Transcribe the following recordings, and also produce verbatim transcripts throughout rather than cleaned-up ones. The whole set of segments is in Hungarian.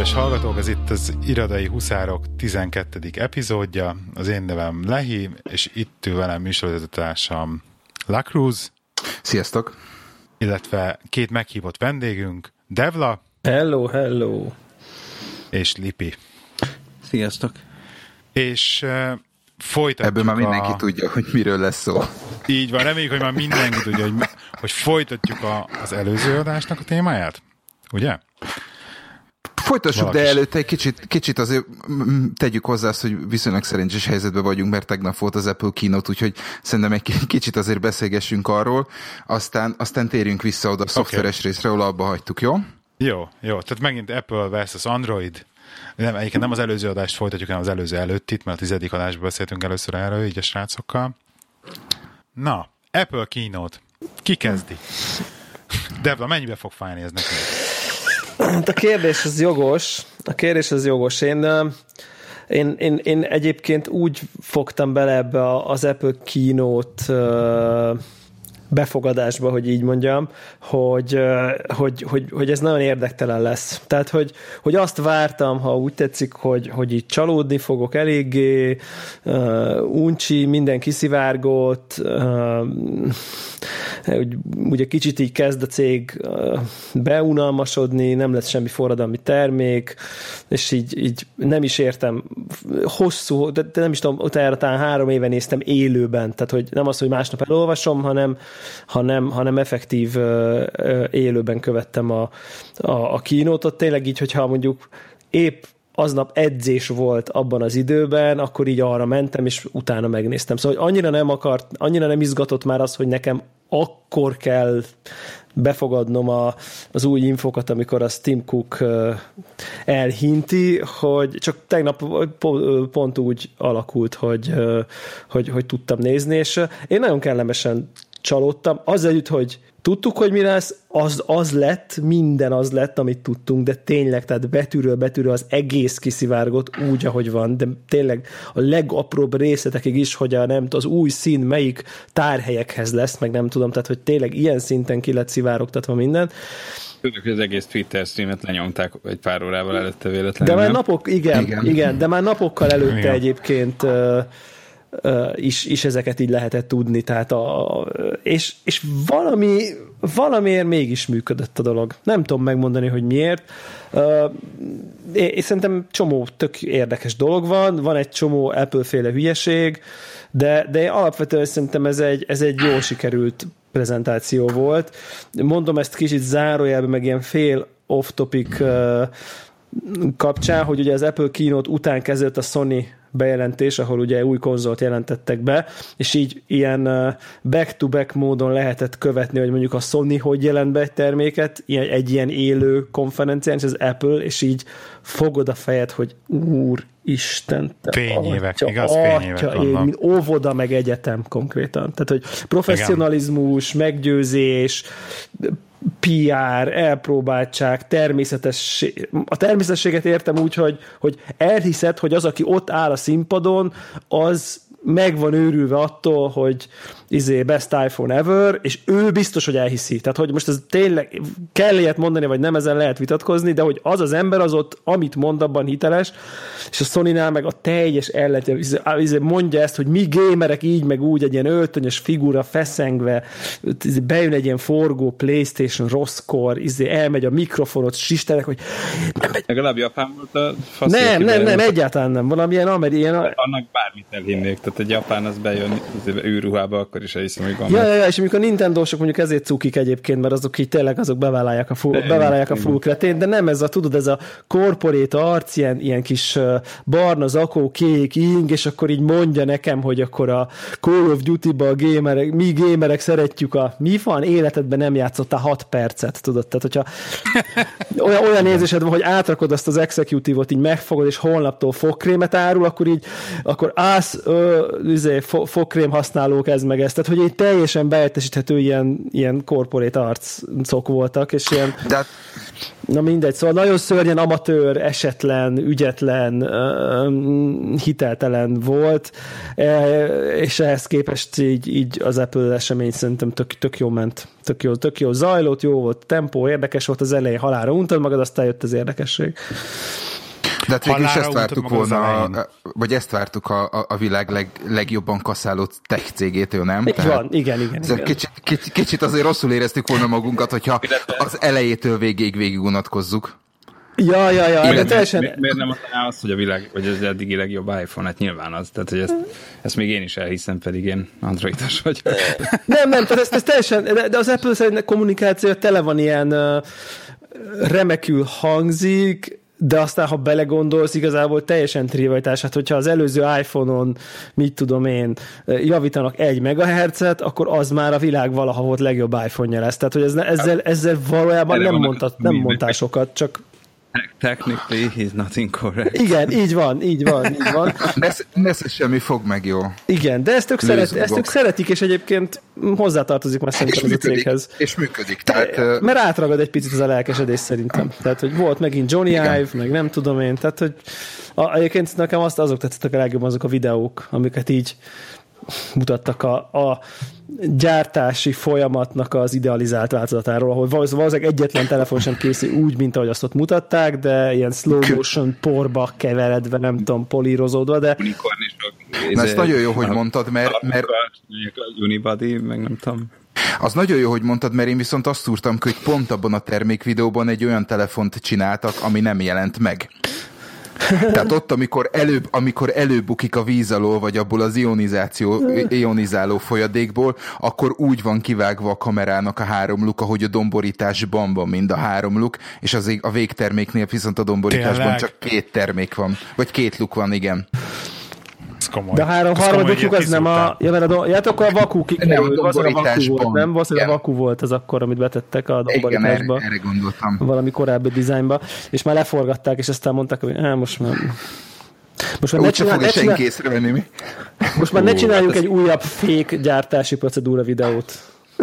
Kedves hallgatók, ez itt az Irodai Huszárok tizenkettedik epizódja. Az én nevem Lehi, és itt ül velem műsorvezetőtársam Lacruz. Sziasztok! Illetve két meghívott vendégünk, Devla. Hello, hello! És Lipi. Sziasztok! És uh, folytatjuk. Ebből már mindenki a... tudja, hogy miről lesz szó. Így van, reméljük, hogy már mindenki tudja, hogy, hogy folytatjuk a, az előző adásnak a témáját. Ugye? Folytassuk, Valaki de is. előtte egy kicsit, kicsit azért tegyük hozzá azt, hogy viszonylag szerencsés helyzetben vagyunk, mert tegnap volt az Apple Keynote, úgyhogy szerintem egy kicsit azért beszélgessünk arról, aztán, aztán térjünk vissza oda a szoftveres okay. részre, ahol abba hagytuk, jó? Jó, jó. Tehát megint Apple versus Android. Nem, egyébként nem az előző adást folytatjuk, hanem az előző előttit, mert a tizedik adásban beszéltünk először erről, így a srácokkal. Na, Apple Keynote. Ki kezdi? Devla, mennyibe fog fájni ez nekünk? Hát a kérdés az jogos. A kérdés az jogos. Én, én, én, én egyébként úgy fogtam bele ebbe az Apple Keynote befogadásba, hogy így mondjam, hogy, hogy, hogy, hogy ez nagyon érdektelen lesz. Tehát, hogy, hogy azt vártam, ha úgy tetszik, hogy, hogy így csalódni fogok eléggé, uh, uncsi, minden kiszivárgott, uh, ugye kicsit így kezd a cég uh, beunalmasodni, nem lesz semmi forradalmi termék, és így, így nem is értem hosszú, de nem is tudom, utána talán három éve néztem élőben, tehát, hogy nem az, hogy másnap elolvasom, hanem hanem, hanem effektív uh, élőben követtem a, a, a kínótot. Tényleg így, hogyha mondjuk épp aznap edzés volt abban az időben, akkor így arra mentem, és utána megnéztem. Szóval hogy annyira nem akart, annyira nem izgatott már az, hogy nekem akkor kell befogadnom a, az új infokat, amikor az Tim Cook uh, elhinti, hogy csak tegnap pont úgy alakult, hogy, uh, hogy, hogy tudtam nézni, és uh, én nagyon kellemesen csalódtam. Az együtt, hogy tudtuk, hogy mi lesz, az, az lett, minden az lett, amit tudtunk, de tényleg, tehát betűről betűről az egész kiszivárgott úgy, ahogy van, de tényleg a legapróbb részletekig is, hogy a, nem, az új szín melyik tárhelyekhez lesz, meg nem tudom, tehát hogy tényleg ilyen szinten ki lett szivárogtatva minden. Tudjuk, hogy az egész Twitter streamet lenyomták egy pár órával előtte véletlenül. De már napok, igen, igen, igen de már napokkal előtte igen. egyébként Uh, is, is ezeket így lehetett tudni, tehát a, és, és valami, valamiért mégis működött a dolog. Nem tudom megmondani, hogy miért. Uh, és szerintem csomó tök érdekes dolog van, van egy csomó Apple-féle hülyeség, de, de alapvetően szerintem ez egy, ez egy jól sikerült prezentáció volt. Mondom ezt kicsit zárójelben, meg ilyen fél off-topic uh, kapcsán, hogy ugye az Apple Keynote után kezdett a Sony bejelentés, ahol ugye új konzolt jelentettek be, és így ilyen back-to-back módon lehetett követni, hogy mondjuk a Sony hogy jelent be egy terméket, ilyen, egy ilyen élő konferencián, és az Apple, és így fogod a fejed, hogy úristen, te fényévek, atya, igaz, fényévek atya, én, mint óvoda meg egyetem konkrétan. Tehát, hogy professzionalizmus, igen. Meggyőzés, pé er, elpróbáltság, természetesség. A természetességet értem úgy, hogy, hogy elhiszed, hogy az, aki ott áll a színpadon, az meg van őrülve attól, hogy izé, best iPhone ever, és ő biztos, hogy elhiszi. Tehát, hogy most ez tényleg kell ilyet mondani, vagy nem, ezen lehet vitatkozni, de hogy az az ember az ott, amit mond, abban hiteles, és a Sonynál meg a teljes ellet, izé, mondja ezt, hogy mi gamerek így, meg úgy, egy ilyen öltönyös figura feszengve, izé, bejön egy ilyen forgó PlayStation rosszkor, izé, elmegy a mikrofonot, sisterek, hogy nem megy. Legalább Japán volt a fasz. Nem, nem, nem, egyáltalán nem. Valamilyen amerikai. Annak bármit elhinnék. Tehát a Japán az bejön űrruhába, akkor is elhiszem, hogy van. Ja, ja, ja, és amikor a Nintendo-sok mondjuk ezért cukik egyébként, mert azok így tényleg azok bevállalják a full, bevállalják a full kretén, de nem ez a, tudod, ez a corporate arc, ilyen, ilyen kis barna zakó, kék ing, és akkor így mondja nekem, hogy akkor a Call of Duty-ba a gamerek, mi gamerek szeretjük a mi van, életedben nem játszottál hat percet, tudod, tehát hogyha olyan, olyan érzésed van, hogy átrakod azt az executive-ot, így megfogod, és holnaptól fogkrémet árul, akkor így, akkor állsz, ö, izé, fogkrém használók ez meg ez, tehát hogy egy teljesen beértesíthető ilyen, ilyen corporate arcok voltak, és ilyen... De Na mindegy, szóval nagyon szörnyen amatőr, esetlen, ügyetlen, hiteltelen volt, és ehhez képest így, így az Apple esemény szerintem tök, tök jó ment. Tök jó, tök jó zajlott, jó volt tempó, érdekes volt az elején, halálra untad magad, aztán jött az érdekesség. De hát végül is ezt vártuk volna, a, vagy ezt vártuk a, a, a világ leg, legjobban kaszáló tech cégétől, nem? Így van, igen, igen. igen. Kicsit, kicsit, kicsit azért rosszul éreztük volna magunkat, hogyha az elejétől végig végig unatkozzuk. Ja, ja, ja. Miért, teljesen... miért, miért nem mondaná azt, hogy a világ, vagy az eddigi legjobb iPhone? Hát nyilván az. Tehát, hogy ezt, ezt még én is elhiszem, pedig én androidos vagyok. Nem, nem, tehát ez, ez teljesen, de az Apple szerint kommunikáció tele van ilyen uh, remekül hangzik, de aztán, ha belegondolsz, igazából teljesen trivialitás. Hát, hogyha az előző iPhone-on, mit tudom én, javítanak egy megahertzet, akkor az már a világ valaha volt legjobb iPhone-ja lesz. Tehát, hogy ez, ezzel, ezzel valójában nem, mondta, nem mondtál sokat, csak Technically he's not incorrect. Igen, így van, így van, így van. Nesze semmi fog meg jó. Igen, de ezt ők, szeret, ezt ők szeretik, és egyébként hozzátartozik már szerintem az a céghez. És működik. Tehát, mert átragad egy picit az a lelkesedés szerintem. Tehát, hogy volt megint Johnny igen. Ive, meg nem tudom én. Tehát, hogy a, egyébként nekem azt azok tetszettek a legjobban azok a videók, amiket így mutattak a, a gyártási folyamatnak az idealizált változatáról, ahol valószínűleg egyetlen telefon sem készül úgy, mint ahogy azt ott mutatták, de ilyen slow motion porba keveredve, nem tudom, polírozódva, de... Na, ez nagyon jó, hogy mondtad, mert... mert... Unibody, meg nem tudom. Az nagyon jó, hogy mondtad, mert én viszont azt szúrtam, hogy pont abban a termékvideóban egy olyan telefont csináltak, ami nem jelent meg. Tehát ott, amikor, előbb, amikor előbukik a víz alól, vagy abból az ionizáció, ionizáló folyadékból, akkor úgy van kivágva a kamerának a három luk, ahogy a domborításban van mind a három luk, és az a végterméknél viszont a domborításban tényleg? Csak két termék van, vagy két luk van, igen. De a három harmadik luk az nem a... Ja, mert a do... ja, hát akkor a vakú kikerült, az a vakú volt, nem? Valószínűleg a vakú volt az akkor, amit betettek a domborításba. Igen, erre, erre gondoltam. Valami korábbi dizájnba, és már leforgatták, és aztán mondták, hogy á, most már... Most már, ne csinál, ne csinál... venni, most már ne csináljuk egy újabb fake gyártási procedúra videót.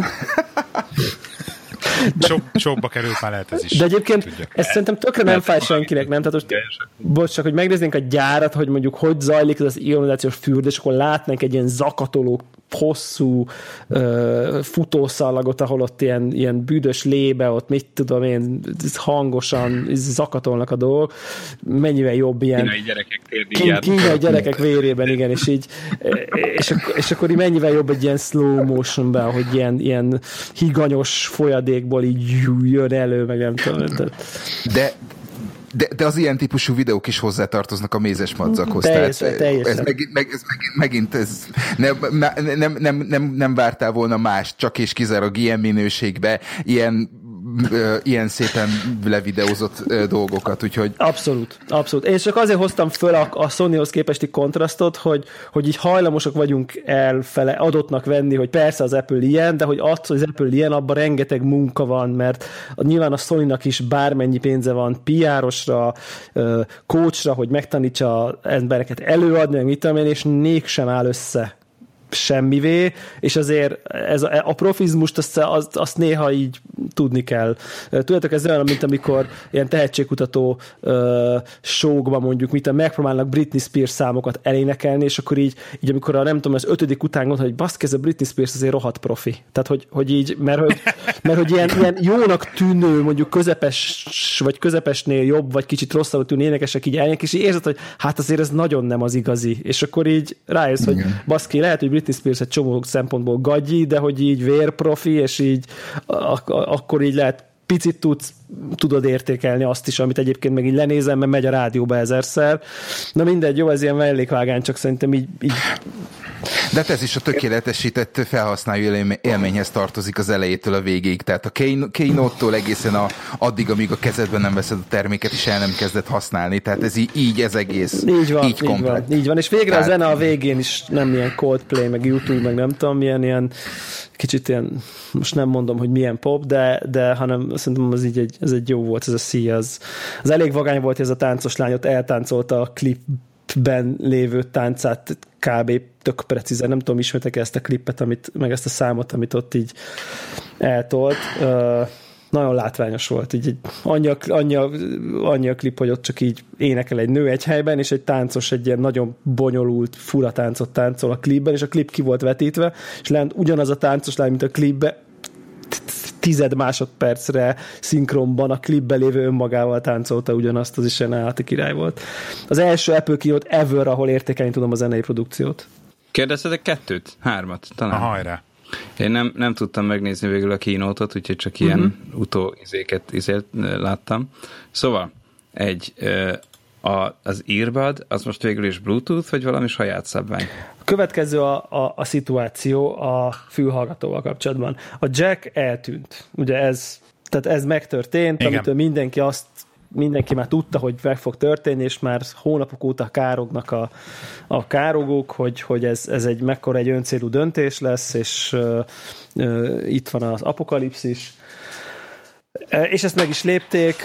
Sokba került, már lehet ez is. De egyébként tudjuk. Ez szerintem tökre nem fáj senkinek, nem? Tehát most, bocs, csak hogy megnéznénk a gyárat, hogy mondjuk hogy zajlik ez az ionizációs fürdés, és akkor látnánk egy ilyen zakatoló, hosszú uh, futószallagot, ahol ott ilyen, ilyen büdös lébe, ott mit tudom én, hangosan zakatolnak a dolgok. Mennyivel jobb ilyen... Kínai gyerekek térdigát. Kínai gyerekek vérében, igen, és így és, akkor, és akkor így mennyivel jobb egy ilyen slow motionben, hogy ilyen, ilyen higanyos folyadékból így jön elő, meg nem tudom. De De, de az ilyen típusú videók is hozzátartoznak a mézes madzakhoz. Teljesen, Tehát teljesen. Ez, meg, meg, ez megint, megint ez nem, nem, nem, nem, nem vártál volna más, csak és kizárólag ilyen minőségbe, ilyen ilyen szépen levideózott dolgokat, úgyhogy... Abszolút, abszolút. Én csak azért hoztam föl a, a Sonyhoz képesti kontrasztot, hogy, hogy így hajlamosak vagyunk elfele adottnak venni, hogy persze az Apple ilyen, de hogy az, hogy az Apple ilyen, abban rengeteg munka van, mert nyilván a Sonynak is bármennyi pénze van pé er-osra, coachra, hogy megtanítsa az embereket előadni, mit tudom én, és mégsem áll össze semmivé, és azért ez a, a profizmust azt, azt, azt néha így tudni kell. Tudjátok, ez olyan, mint amikor ilyen tehetségkutató uh, show-kban mondjuk, mit megpróbálnak Britney Spears számokat elénekelni, és akkor így, így amikor a nem tudom, az ötödik után gondol, hogy baszki, ez a Britney Spears azért rohadt profi. Tehát, hogy, hogy így, mert hogy, mert, hogy ilyen, ilyen jónak tűnő, mondjuk közepes, vagy közepesnél jobb, vagy kicsit rosszabb tűnő énekesek így eljönnek, és így érzed, hogy hát azért ez nagyon nem az igazi. És akkor így rájössz, hogy baszki, lehet, hogy Britney Spears egy csomó szempontból gagyi, de hogy így vérprofi, és így ak- akkor így lehet picit tudsz, tudod értékelni azt is, amit egyébként meg így lenézem, mert megy a rádióba ezerszer. Na mindegy, jó, ez ilyen mellékvágány, csak szerintem így, így... De hát ez is a tökéletesített felhasználó élményhez tartozik az elejétől a végéig. Tehát a Keynote-tól egészen a, addig, amíg a kezedben nem veszed a terméket, és el nem kezded használni. Tehát ez így, így ez egész. Így van, így, így van, így van. És végre Tehát... a zene a végén is nem ilyen Coldplay, meg YouTube, meg nem tudom, milyen ilyen kicsit ilyen, most nem mondom, hogy milyen pop, de, de hanem szerintem az így egy, ez egy jó volt, ez a szíj, az, az elég vagány volt, ez a táncos lány ott eltáncolta a klipben lévő táncát kb. Tök precízen. Nem tudom, ismertek ezt a klippet, amit, meg ezt a számot, amit ott így eltolt. Uh, nagyon látványos volt. Így, így annyi, annyi, annyi a klip, hogy ott csak így énekel egy nő egy helyben, és egy táncos egy ilyen nagyon bonyolult, fura táncot táncol a klipben, és a klip ki volt vetítve, és lent ugyanaz a táncos lány, mint a klipben, tized másodpercre szinkronban a klipben lévő önmagával táncolta ugyanazt, az is ilyen állati király volt. Az első Apple keynote ever, ahol értékelni tudom a zenei produkciót. Kérdeztetek kettőt? Hármat? Talán. Na, hajrá. Én nem, nem tudtam megnézni végül a keynote-ot, úgyhogy csak ilyen uh-huh. utóizéket izért láttam. Szóval, egy, a, az earbud, az most végül is Bluetooth, vagy valami saját szabvány? A következő a, a, a szituáció a fülhallgatóval kapcsolatban. A jack eltűnt. Ugye ez, tehát ez megtörtént, igen. Amitől mindenki azt mindenki már tudta, hogy meg fog történni, és már hónapok óta kárognak a, a károgók, hogy, hogy ez, ez egy mekkora egy öncélú döntés lesz, és uh, uh, itt van az apokalipszis. Uh, és ezt meg is lépték.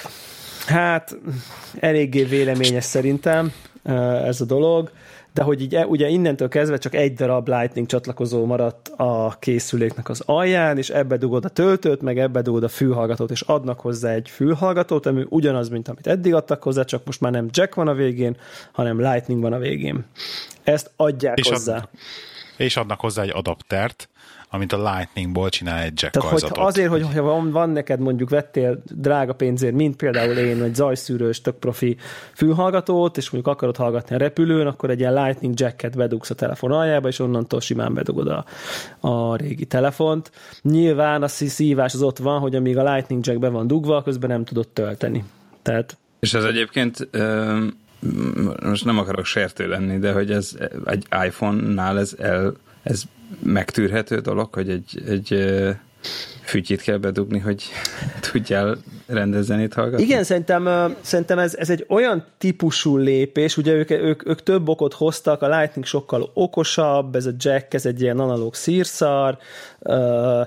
Hát eléggé véleményes szerintem uh, ez a dolog, de hogy így, ugye innentől kezdve csak egy darab Lightning csatlakozó maradt a készüléknek az alján, és ebbe dugod a töltőt, meg ebbe dugod a fülhallgatót, és adnak hozzá egy fülhallgatót, ami ugyanaz, mint amit eddig adtak hozzá, csak most már nem jack van a végén, hanem Lightning van a végén. Ezt adják és hozzá. Adnak, és adnak hozzá egy adaptert, amint a Lightningból csinál egy jack Tehát hogy azért, hogy ha van, van neked mondjuk vettél drága pénzért, mint például én, egy zajszűrős, tök profi fülhallgatót, és mondjuk akarod hallgatni a repülőn, akkor egy ilyen Lightning jacket bedugsz a telefon aljába, és onnantól simán bedugod a, a régi telefont. Nyilván a szívás az ott van, hogy amíg a Lightning jack be van dugva, közben nem tudod tölteni. Tehát... És ez egyébként... Um... most nem akarok sértő lenni, de hogy ez egy iPhone-nál ez, el, ez megtűrhető dolog, hogy egy, egy fütyit kell bedugni, hogy tudjál rendezzenét hallgatni? Igen, szerintem, szerintem ez, ez egy olyan típusú lépés, ugye ők, ők, ők több okot hoztak, a Lightning sokkal okosabb, ez a jack, ez egy ilyen analóg szírszar, uh,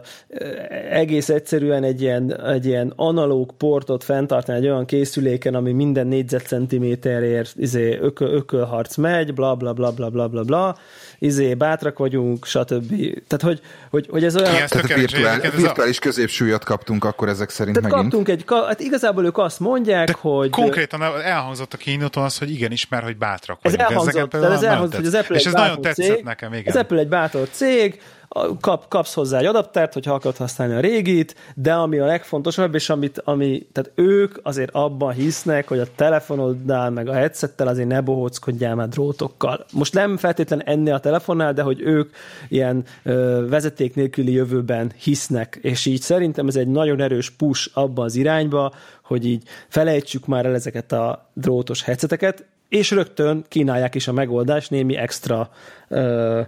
egész egyszerűen egy ilyen, egy ilyen analóg portot fenntartani egy olyan készüléken, ami minden négyzetcentiméterért izé, ököl, ökölharc megy, bla bla bla bla bla bla bla, izé, bátrak vagyunk, stb. Tehát, hogy, hogy, hogy ez olyan... Igen, tehát virtuál, virtuális középsúlyat kaptunk akkor ezek szerint tehát megint. Kaptunk egy, hát igazából ők azt mondják, de hogy... konkrétan elhangzott a keynote-on az, hogy igenis, mert hogy bátrak vagyunk. Ez elhangzott, ez, ez elhangzott hogy az Apple és ez nagyon tetszett cég, nekem, igen. Az Apple egy bátor cég, kap, kapsz hozzá egy adaptert, hogyha akarod használni a régit, de ami a legfontosabb, és amit, ami, tehát ők azért abban hisznek, hogy a telefonoddal, meg a headsettel azért ne bohóckodjál már drótokkal. Most nem feltétlen ennél a telefonnál, de hogy ők ilyen ö, vezeték nélküli jövőben hisznek, és így szerintem ez egy nagyon erős push abba az irányba, hogy így felejtsük már el ezeket a drótos headseteket, és rögtön kínálják is a megoldást némi extra ö,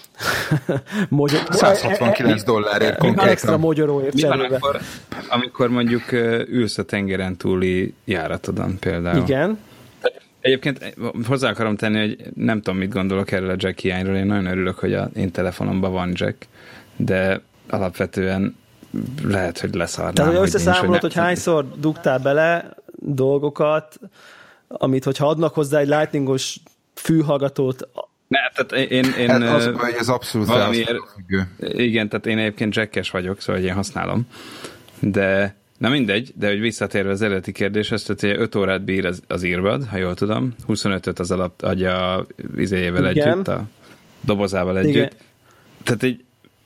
Magyar... száz hatvankilenc dollárért konkrétan. Extra mogyoróért cserébe. Amikor, amikor mondjuk ülsz a tengeren túli járatodon például. Igen. Egyébként hozzá akarom tenni, hogy nem tudom, mit gondolok erről a jack hiányról. Én nagyon örülök, hogy a én telefonomban van jack, de alapvetően lehet, hogy leszarnám. Tehát, hogy összeszámolod, hogy, hogy hányszor dugtál bele dolgokat, amit, hogyha adnak hozzá egy lightningos fülhallgatót, ne, tehát én... én hát az, ez abszolút valamiért, igen, tehát én egyébként jackes vagyok, szóval én használom. De, na mindegy, de hogy visszatérve az eredeti kérdéshez, tehát öt órát bír az, az earbud, ha jól tudom, huszonötöt az alap adja izéjével együtt, a dobozával együtt. Igen. Tehát egy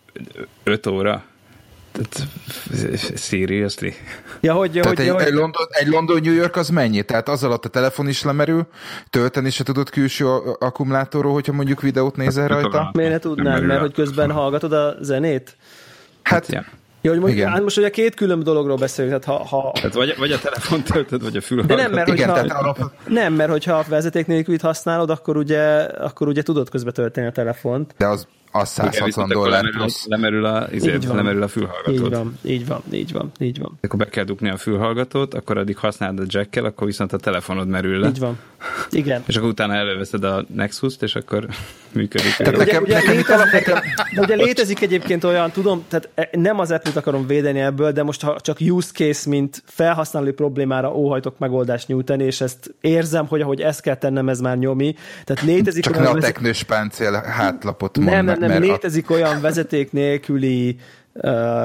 öt óra. Tehát, seriously? Ja, hogy, Tehát hogy, egy, hogy... egy, London, egy London New York az mennyi? Tehát az alatt a telefon is lemerül, tölteni se tudod külső akkumulátorról, hogyha mondjuk videót nézel hát, rajta? Miért ne tudnád, mert hogy közben hallgatod a zenét? Hát, hát ja, hogy mondjuk, hát most ugye két külön dologról beszélünk, tehát ha... ha... Tehát vagy, vagy a telefon töltöd, vagy a fülhallgatót. De nem, mert igen, hogyha, tehát alap... nem, mert hogyha a vezeték nélkülit használod, akkor ugye, akkor ugye tudod közben tölteni a telefont. De az az száz hatvan dollár plusz. Lemerül a, izért, lemerül a fülhallgatót. Így van, így van, így van, így van. Akkor be kell dugni a fülhallgatót, akkor addig használod a jackkel, akkor viszont a telefonod merül le. Így van. Igen. És akkor utána előveszed a Nexus-t, és akkor működik. Tehát ugye, nekem, ugye, nekem létezik, de ugye létezik egyébként olyan, tudom, tehát nem az Apple-t akarom védeni ebből, de most ha csak use case, mint felhasználói problémára óhajtok megoldást nyújtani, és ezt érzem, hogy ahogy ezt kell tennem, ez már nyomi. Tehát létezik csak olyan, ne a teknős páncél hátlapot nem, mond, nem, nem, mert létezik a... olyan vezeték nélküli uh,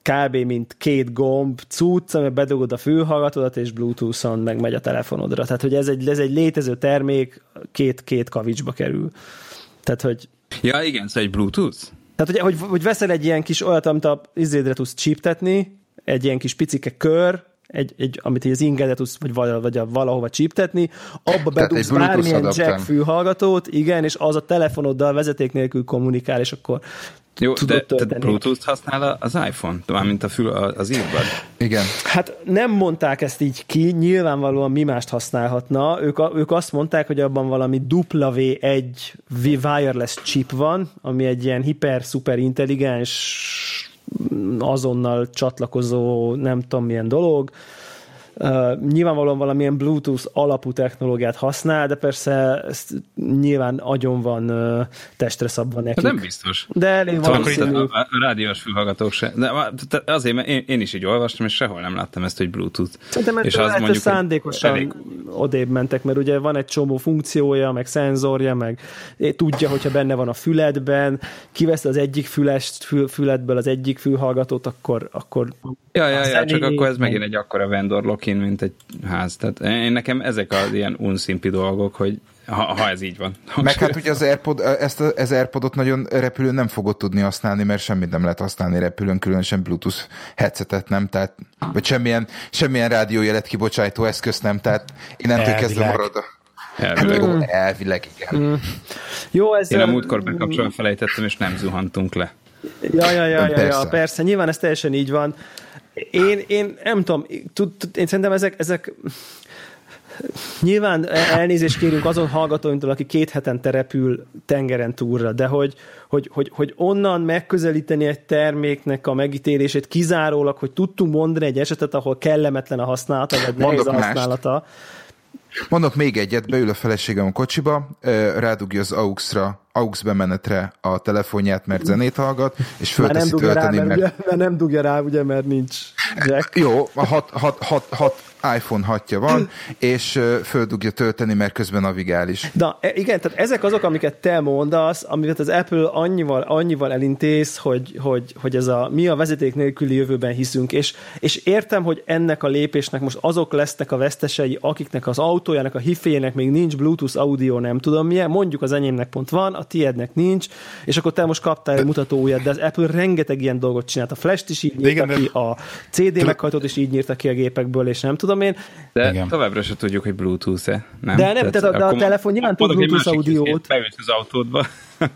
kb. Mint két gomb cucc, amiben bedugod a fülhallgatódat, és Bluetooth-on meg megy a telefonodra. Tehát, hogy ez egy, ez egy létező termék, két, két kavicsba kerül. Tehát, hogy... Ja, igen, szóval egy Bluetooth? Tehát, hogy, hogy, hogy veszel egy ilyen kis olyat, amit a izédre tudsz csíptetni, egy ilyen kis picike kör, egy, egy, amit az ingedre tudsz, vagy, vagy a, valahova csíptetni, abba bedugsz bármilyen jack fülhallgatót, igen, és az a telefonoddal vezeték nélkül kommunikál, és akkor jó, de, de Bluetooth használ az iPhone, mármint a fül, az earbud. Igen. Hát nem mondták ezt így ki, nyilvánvalóan mi mást használhatna. Ők, ők azt mondták, hogy abban valami dupla vé egy wireless chip van, ami egy ilyen hiper-szuper intelligens, azonnal csatlakozó, nem tudom milyen dolog. Uh, nyilvánvalóan valamilyen Bluetooth alapú technológiát használ, de persze ezt nyilván agyon van uh, testre szabva nekik. Nem biztos. De elég valószínű. A, a, a rádiós fülhallgatók se. De azért, mert én, én is így olvastam, és sehol nem láttam ezt, hogy Bluetooth. Szerintem és az mondjuk, szándékosan elég... odébb mentek, mert ugye van egy csomó funkciója, meg szenzorja, meg tudja, hogyha benne van a füledben, kivesz az egyik fülest, fül, füledből az egyik fülhallgatót, akkor, akkor ja, ja, ja, csak akkor ez megint egy akkora vendor lock-in, mint egy ház. Tehát én nekem ezek az ilyen unszimpi dolgok, hogy ha, ha ez így van. Meg hát ugye az AirPod, ezt az, az AirPodot nagyon repülőn nem fogod tudni használni, mert semmit nem lehet használni repülőn, különösen Bluetooth headsetet nem, tehát, vagy semmilyen, semmilyen rádiójelet kibocsátó eszközt nem, tehát innentől kezdve marad a... Elvileg. Hát, ó, elvileg, igen. Mm. Jó, ez... Én a múltkor bekapcsolni felejtettem, és nem zuhantunk le. Ja, ja, ja, ja, persze. ja, persze, nyilván ez teljesen így van. Én, én nem tudom, tud, én szerintem ezek, ezek nyilván elnézést kérünk azon hallgatóinktól, aki két hetente repül tengeren túlra, de hogy, hogy, hogy, hogy onnan megközelíteni egy terméknek a megítélését kizárólag, hogy tudtunk mondani egy esetet, ahol kellemetlen a használata, vagy nehéz a használata. Mondok még egyet, beül a feleségem a kocsiba, rádugja az aux-ra, aux bemenetre a telefonját, mert zenét hallgat, és fölteszi tölteni, rá, mert, mert... Ugye, mert nem dugja rá, ugye, mert nincs jack. Jó, a hat, hat, hat, hat iPhone hatja van, és földugja tölteni, mert közben navigál is. Na, igen, tehát ezek azok, amiket te mondasz, amiket az Apple annyival, annyival elintéz, hogy, hogy, hogy ez a mi a vezeték nélküli jövőben hiszünk, és, és értem, hogy ennek a lépésnek most azok lesznek a vesztesei, akiknek az autójának, a hiféjének még nincs Bluetooth audio, nem tudom milyen, mondjuk az enyémnek pont van, a tiédnek nincs, és akkor te most kaptál egy mutatóujjat, de az Apple rengeteg ilyen dolgot csinált. A Flash-t is így nyírta ki, a cé dé meghajtót is így nyírta ki a gépekből, és nem tudom én. De igen. Továbbra sem tudjuk, hogy Bluetooth-e. Nem? De nem, tehát, tehát a, de a telefon nyilván tud Bluetooth audiót. Beülsz az autódba.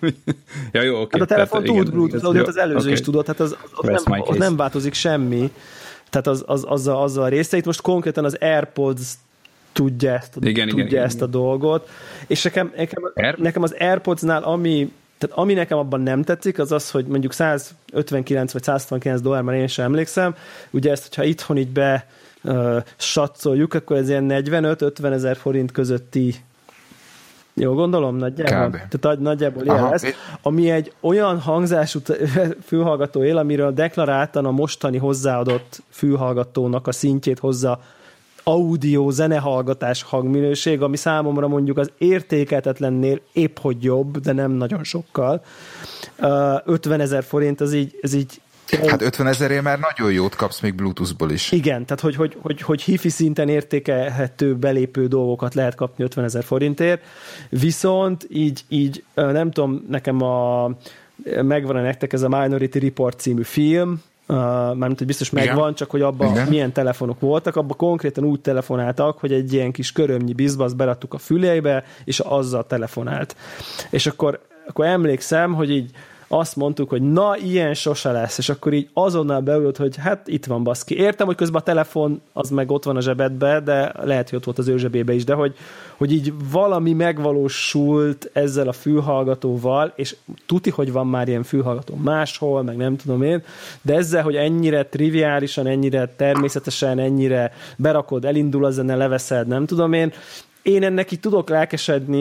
ja, jó, oké. Hát a telefon tud igen, Bluetooth audiót, az előző okay. is tudott, hát az, az nem, az nem változik semmi. Tehát az, az, azzal, azzal a részeit. Most konkrétan az AirPods tudja ezt, igen, tudja igen, ezt igen. a dolgot. És nekem, nekem, Air? nekem az AirPodsnál, ami Tehát ami nekem abban nem tetszik, az az, hogy mondjuk száz ötvenkilenc vagy száz hatvankilenc dollár, már én sem emlékszem, ugye ezt, hogyha itthon így be uh, satszoljuk, akkor ez ilyen negyvenöt-ötven ezer forint közötti, jó gondolom, nagyjából? Tehát nagyjából ilyen lesz. Ami egy olyan hangzású fülhallgató él, amiről deklaráltan a mostani hozzáadott fülhallgatónak a szintjét hozza audio, zenehallgatás, hangminőség, ami számomra mondjuk az értékeltetlennél épp hogy jobb, de nem nagyon sokkal. ötven ezer forint, az így, ez így hát ötven ezerért már nagyon jót kapsz még Bluetooth-ból is. Igen, tehát hogy, hogy, hogy, hogy hifi szinten értékelhető, belépő dolgokat lehet kapni ötven ezer forintért, viszont így, így nem tudom, nekem a megvan nektek ez a Minority Report című film, Uh, mármint, hogy biztos megvan, igen. Csak hogy abban igen. milyen telefonok voltak, abban konkrétan úgy telefonáltak, hogy egy ilyen kis körömnyi bizbasz beradtuk a fülébe, és azzal telefonált. És akkor, akkor emlékszem, hogy így azt mondtuk, hogy na, ilyen sose lesz, és akkor így azonnal beült, hogy hát itt van baszki. Értem, hogy közben a telefon az meg ott van a zsebedbe, de lehet, hogy ott volt az ő zsebébe is, de hogy, hogy így valami megvalósult ezzel a fülhallgatóval, és tuti, hogy van már ilyen fülhallgató máshol, meg nem tudom én, de ezzel, hogy ennyire triviálisan, ennyire természetesen, ennyire berakod, elindul a zene, leveszed, nem tudom én, én ennek így tudok lelkesedni,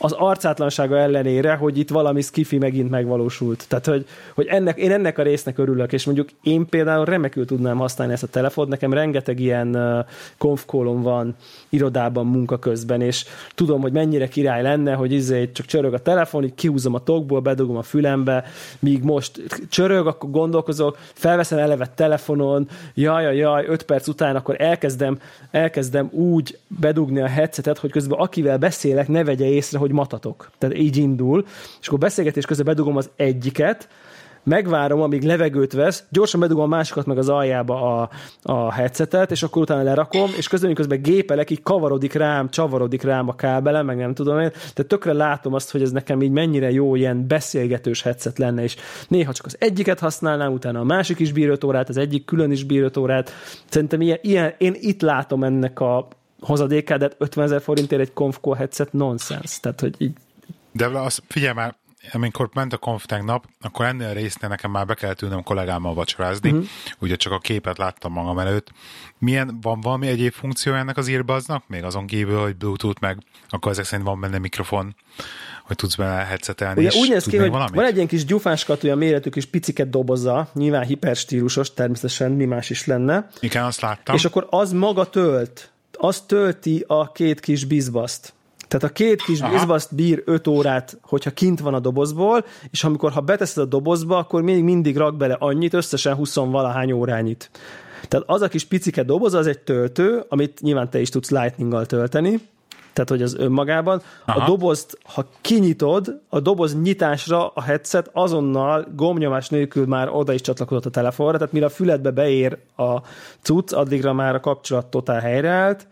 az arcátlansága ellenére, hogy itt valami skifi megint megvalósult. Tehát, hogy, hogy ennek, én ennek a résznek örülök, és mondjuk én például remekül tudnám használni ezt a telefont, nekem rengeteg ilyen uh, konfkólom van irodában munka közben, és tudom, hogy mennyire király lenne, hogy izé csak csörög a telefon, így kihúzom a tokból, bedugom a fülembe, míg most csörög, akkor gondolkozok, felveszem eleve telefonon, jaj, jaj, jaj, öt perc után akkor elkezdem, elkezdem úgy bedugni a headsetet, hogy közben akivel beszélek, ne vegye észre, hogy matatok. Tehát így indul, és akkor beszélgetés közben bedugom az egyiket, megvárom, amíg levegőt vesz, gyorsan bedugom a másikat meg az aljába a, a headsetet, és akkor utána lerakom, és közben, közben gépelek, így kavarodik rám, csavarodik rám a kábelem, meg nem tudom én, tehát tökre látom azt, hogy ez nekem így mennyire jó ilyen beszélgetős headset lenne, és néha csak az egyiket használnám, utána a másik is bír öt órát, az egyik külön is bír öt órát. Szerintem ilyen, ilyen én itt látom ennek a hozadékát, de ötvenezer forintért egy Konfkó headset nonsense. Tehát, hogy így... De azt figyelj már, amikor ment a konf tegnap, akkor ennél a résznél nekem már be kellett ülnöm kollégámmal vacsorázni, uh-huh. ugye csak a képet láttam magam előtt. Milyen, van valami egyéb funkció ennek az earbudsnak? Még azon kívül, hogy Bluetooth, meg akkor ezek szerint van benne mikrofon, hogy tudsz bele headsetelni. Ugye úgy néz ki, hogy valamit? Van egy ilyen kis gyufáskatú, olyan méretű kis piciket doboza, nyilván hiperstílusos, természetesen mi más is lenne. Igen, azt láttam. És akkor az maga tölt, az tölti a két kis bizbaszt. Tehát a két kis bizbaszt bír öt órát, hogyha kint van a dobozból, és amikor ha beteszed a dobozba, akkor még mindig rak bele annyit, összesen húsz-valahány órányit. Tehát az a kis picike doboz, az egy töltő, amit nyilván te is tudsz lightninggal tölteni, tehát hogy az önmagában. Aha. A dobozt, ha kinyitod, a doboz nyitásra a headset azonnal gombnyomás nélkül már oda is csatlakozott a telefonra, tehát mire a füledbe beér a cucc, addigra már a kapcsolat totál helyreállt,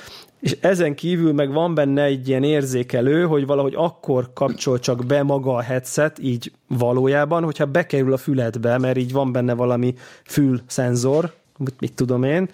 és ezen kívül meg van benne egy ilyen érzékelő, hogy valahogy akkor kapcsol csak be maga a headset, így valójában, hogyha bekerül a füledbe, mert így van benne valami fülszenzor, mit tudom én,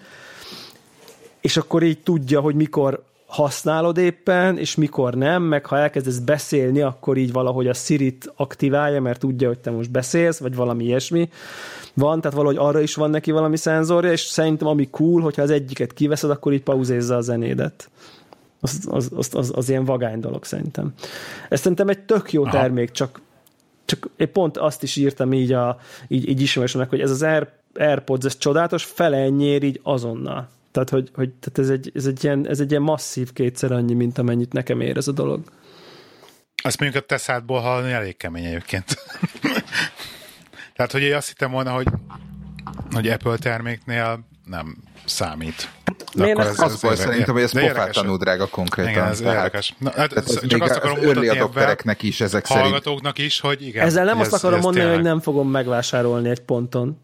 és akkor így tudja, hogy mikor használod éppen, és mikor nem, meg ha elkezdesz beszélni, akkor így valahogy a Sirit aktiválja, mert tudja, hogy te most beszélsz, vagy valami ilyesmi van, tehát valahogy arra is van neki valami szenzorja, és szerintem ami cool, hogyha az egyiket kiveszed, akkor így pauzézza a zenédet. Az, az, az, az, az ilyen vagány dolog szerintem. Ez szerintem egy tök jó termék, csak, csak én pont azt is írtam így, a, így, így ismerősömnek, hogy ez az Air, AirPods, ez csodálatos, fele ennyiért így azonnal. Tehát, hogy, hogy tehát ez, egy, ez, egy ilyen, ez egy ilyen masszív kétszer annyi, mint amennyit nekem ér ez a dolog. Azt mondjuk a te szádból hallani elég kemény egyébként. Tehát, hogy én azt hittem volna, hogy, hogy Apple terméknél nem számít. De akkor ez, az volt szerintem, hogy ez pofátlanul drága konkrétan. Igen, ez tehát, érdekes. Na, hát, tehát csak azt akarom mutatni ebben is ezek szerint. Hallgatóknak is, hogy igen. Ezzel nem ez, azt akarom mondani, tényleg. hogy nem fogom megvásárolni egy ponton.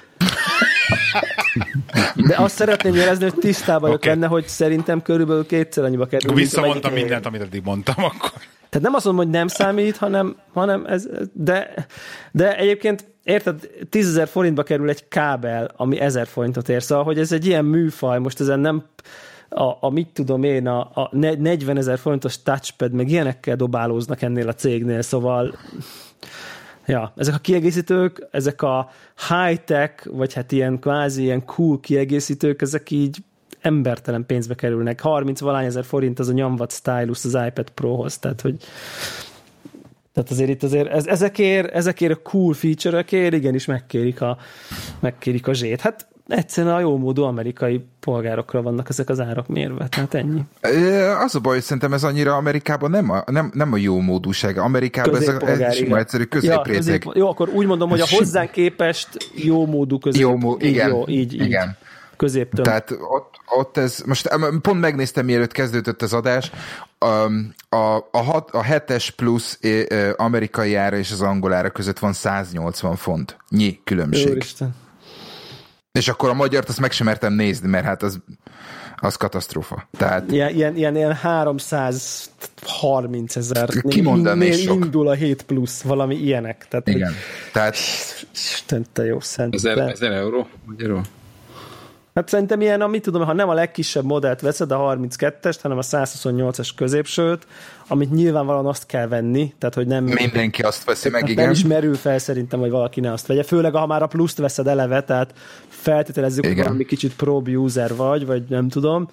De azt szeretném jelezni, hogy tisztában vagyok okay. benne, hogy szerintem körülbelül kétszer annyiba kerül. Visszamondtam mindent, amit eddig mondtam akkor. Tehát nem azt mondom, hogy nem számít, hanem, hanem ez, de, de egyébként érted, tízezer forintba kerül egy kábel, ami ezer forintot ér, szóval, hogy ez egy ilyen műfaj, most ezen nem a, a mit tudom én, a, a negyvenezer forintos touchpad, meg ilyenekkel dobálóznak ennél a cégnél, szóval ja, ezek a kiegészítők, ezek a high-tech, vagy hát ilyen kvázi ilyen cool kiegészítők, ezek így embertelen pénzbe kerülnek. harminc-valány ezer forint az a nyomvat stylus az iPad Prohoz, tehát hogy tehát azért itt azért ez, ezekért, ezekért a cool feature-ökért igenis megkérik a, megkérik a zsét. Hát egyszerűen a jómódú amerikai polgárokra vannak ezek az árak mérve, tehát ennyi. Az a baj, hogy szerintem ez annyira Amerikában nem a, nem, nem a jómódúság. Amerikában ez, a, ez sima egyszerű középréteg. Ja, közép, jó, akkor úgy mondom, hogy a hozzánk képest jómódú közép. Jó, igen, jó, így, igen. Így. Középtöm. Tehát ott, ott ez, most pont megnéztem, mielőtt kezdődött az adás, a, a, a, hat, a hetes plusz amerikai ára és az angol ára között van száznyolcvan font. Nyi különbség. Úristen. És akkor a magyart azt meg sem mertem nézni, mert hát az, az katasztrófa. Tehát... Ilyen, ilyen, ilyen, ilyen háromszázharminc ezer. Ki mondané sok? Indul a hét plusz, valami ilyenek. Tehát, igen. Hogy... Tehát... Isten, te jó szent. Ezer, ezer euró? Magyarul? Hát szerintem ilyen, amit tudom, ha nem a legkisebb modellt veszed, a harminckettest, hanem a százhuszonnyolcas középsőt, amit nyilvánvalóan azt kell venni, tehát hogy nem... Mindenki azt veszi meg, igen. Nem is merül fel szerintem, hogy valaki ne azt vegye. Főleg, ha már a pluszt veszed eleve, tehát feltételezzük, hogy valami kicsit probe user vagy, vagy nem tudom,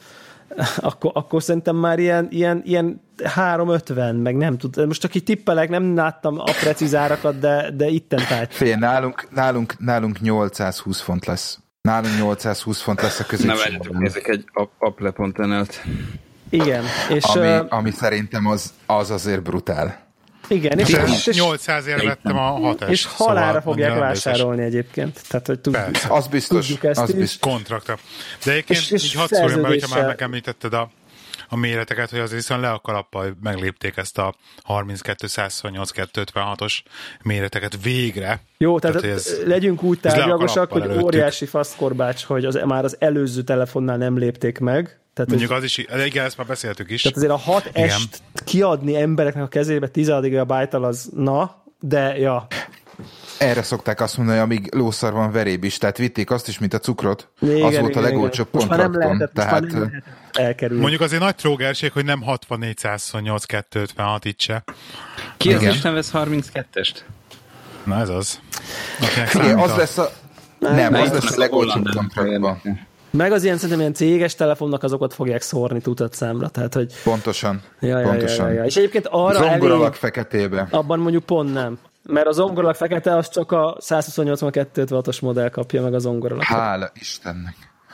akkor, akkor szerintem már ilyen, ilyen, ilyen háromszázötven, meg nem tud. Most csak így tippelek, nem láttam a precíz árakat, de, de itten tájt. Fél, nálunk, nálunk, nálunk nyolcszázhúsz font lesz. Nálunk nyolcszázhúsz font lesz a középső. Na várjátok, nézzek egy apple pont en-t. Igen. És, ami, uh, ami szerintem az, az azért brutál. Igen, és, és, és nyolcszázért vettem a hatast. És halálra szóval fogják vásárolni egyébként. Tehát, hogy tud, az biztos. tudjuk ezt az is. biztos. Kontraktra. De egyébként És- és így hadd szóljon be, hogyha már szerződéssel- megemlítetted a, a méreteket, hogy azért viszont le a kalappal meglépték ezt a harminckettő százhuszonnyolc kettőszázötvenhatos méreteket végre. Jó, tehát, tehát tehát ez, legyünk úgy tárgyagosak, hogy előttük. óriási faszkorbács, hogy az, már az előző telefonnál nem lépték meg. Tehát, Mondjuk ez, az is, igen, ezt már beszéltük is. tehát azért a hat est kiadni embereknek a kezébe tizenöt gigabájttal az na, de ja. Erre szokták azt mondani, amíg lószar van veréb is, tehát vitték azt is, mint a cukrot. Igen, az volt igen, a legolcsóbb igen. Most már nem kontrakton. lehetett, most Tehát már nem lehetett elkerülni. Mondjuk azért nagy trógerség, hogy nem hatvannégy százhuszonnyolc kettőszázötvenhat itt se. Ki az Igen. Isten vesz harminckettest? Na ez az. Akinek igen, számít az a- lesz a... Nem, Na, az itt lesz vannak a legolcsóbb hollandok. kontraktban. Meg az ilyen szerintem ilyen céges telefonnak azokat fogják szórni tudatszámra. Tehát, hogy Pontosan. ja, ja, Pontosan. ja, ja, ja. És egyébként arra Zongoralak elég, feketébe. abban mondjuk pont nem. Mert az zongoralag fekete, az csak a százhuszonnyolc kettőszázötvenhatos modell kapja meg a zongoralag. Hála Istennek.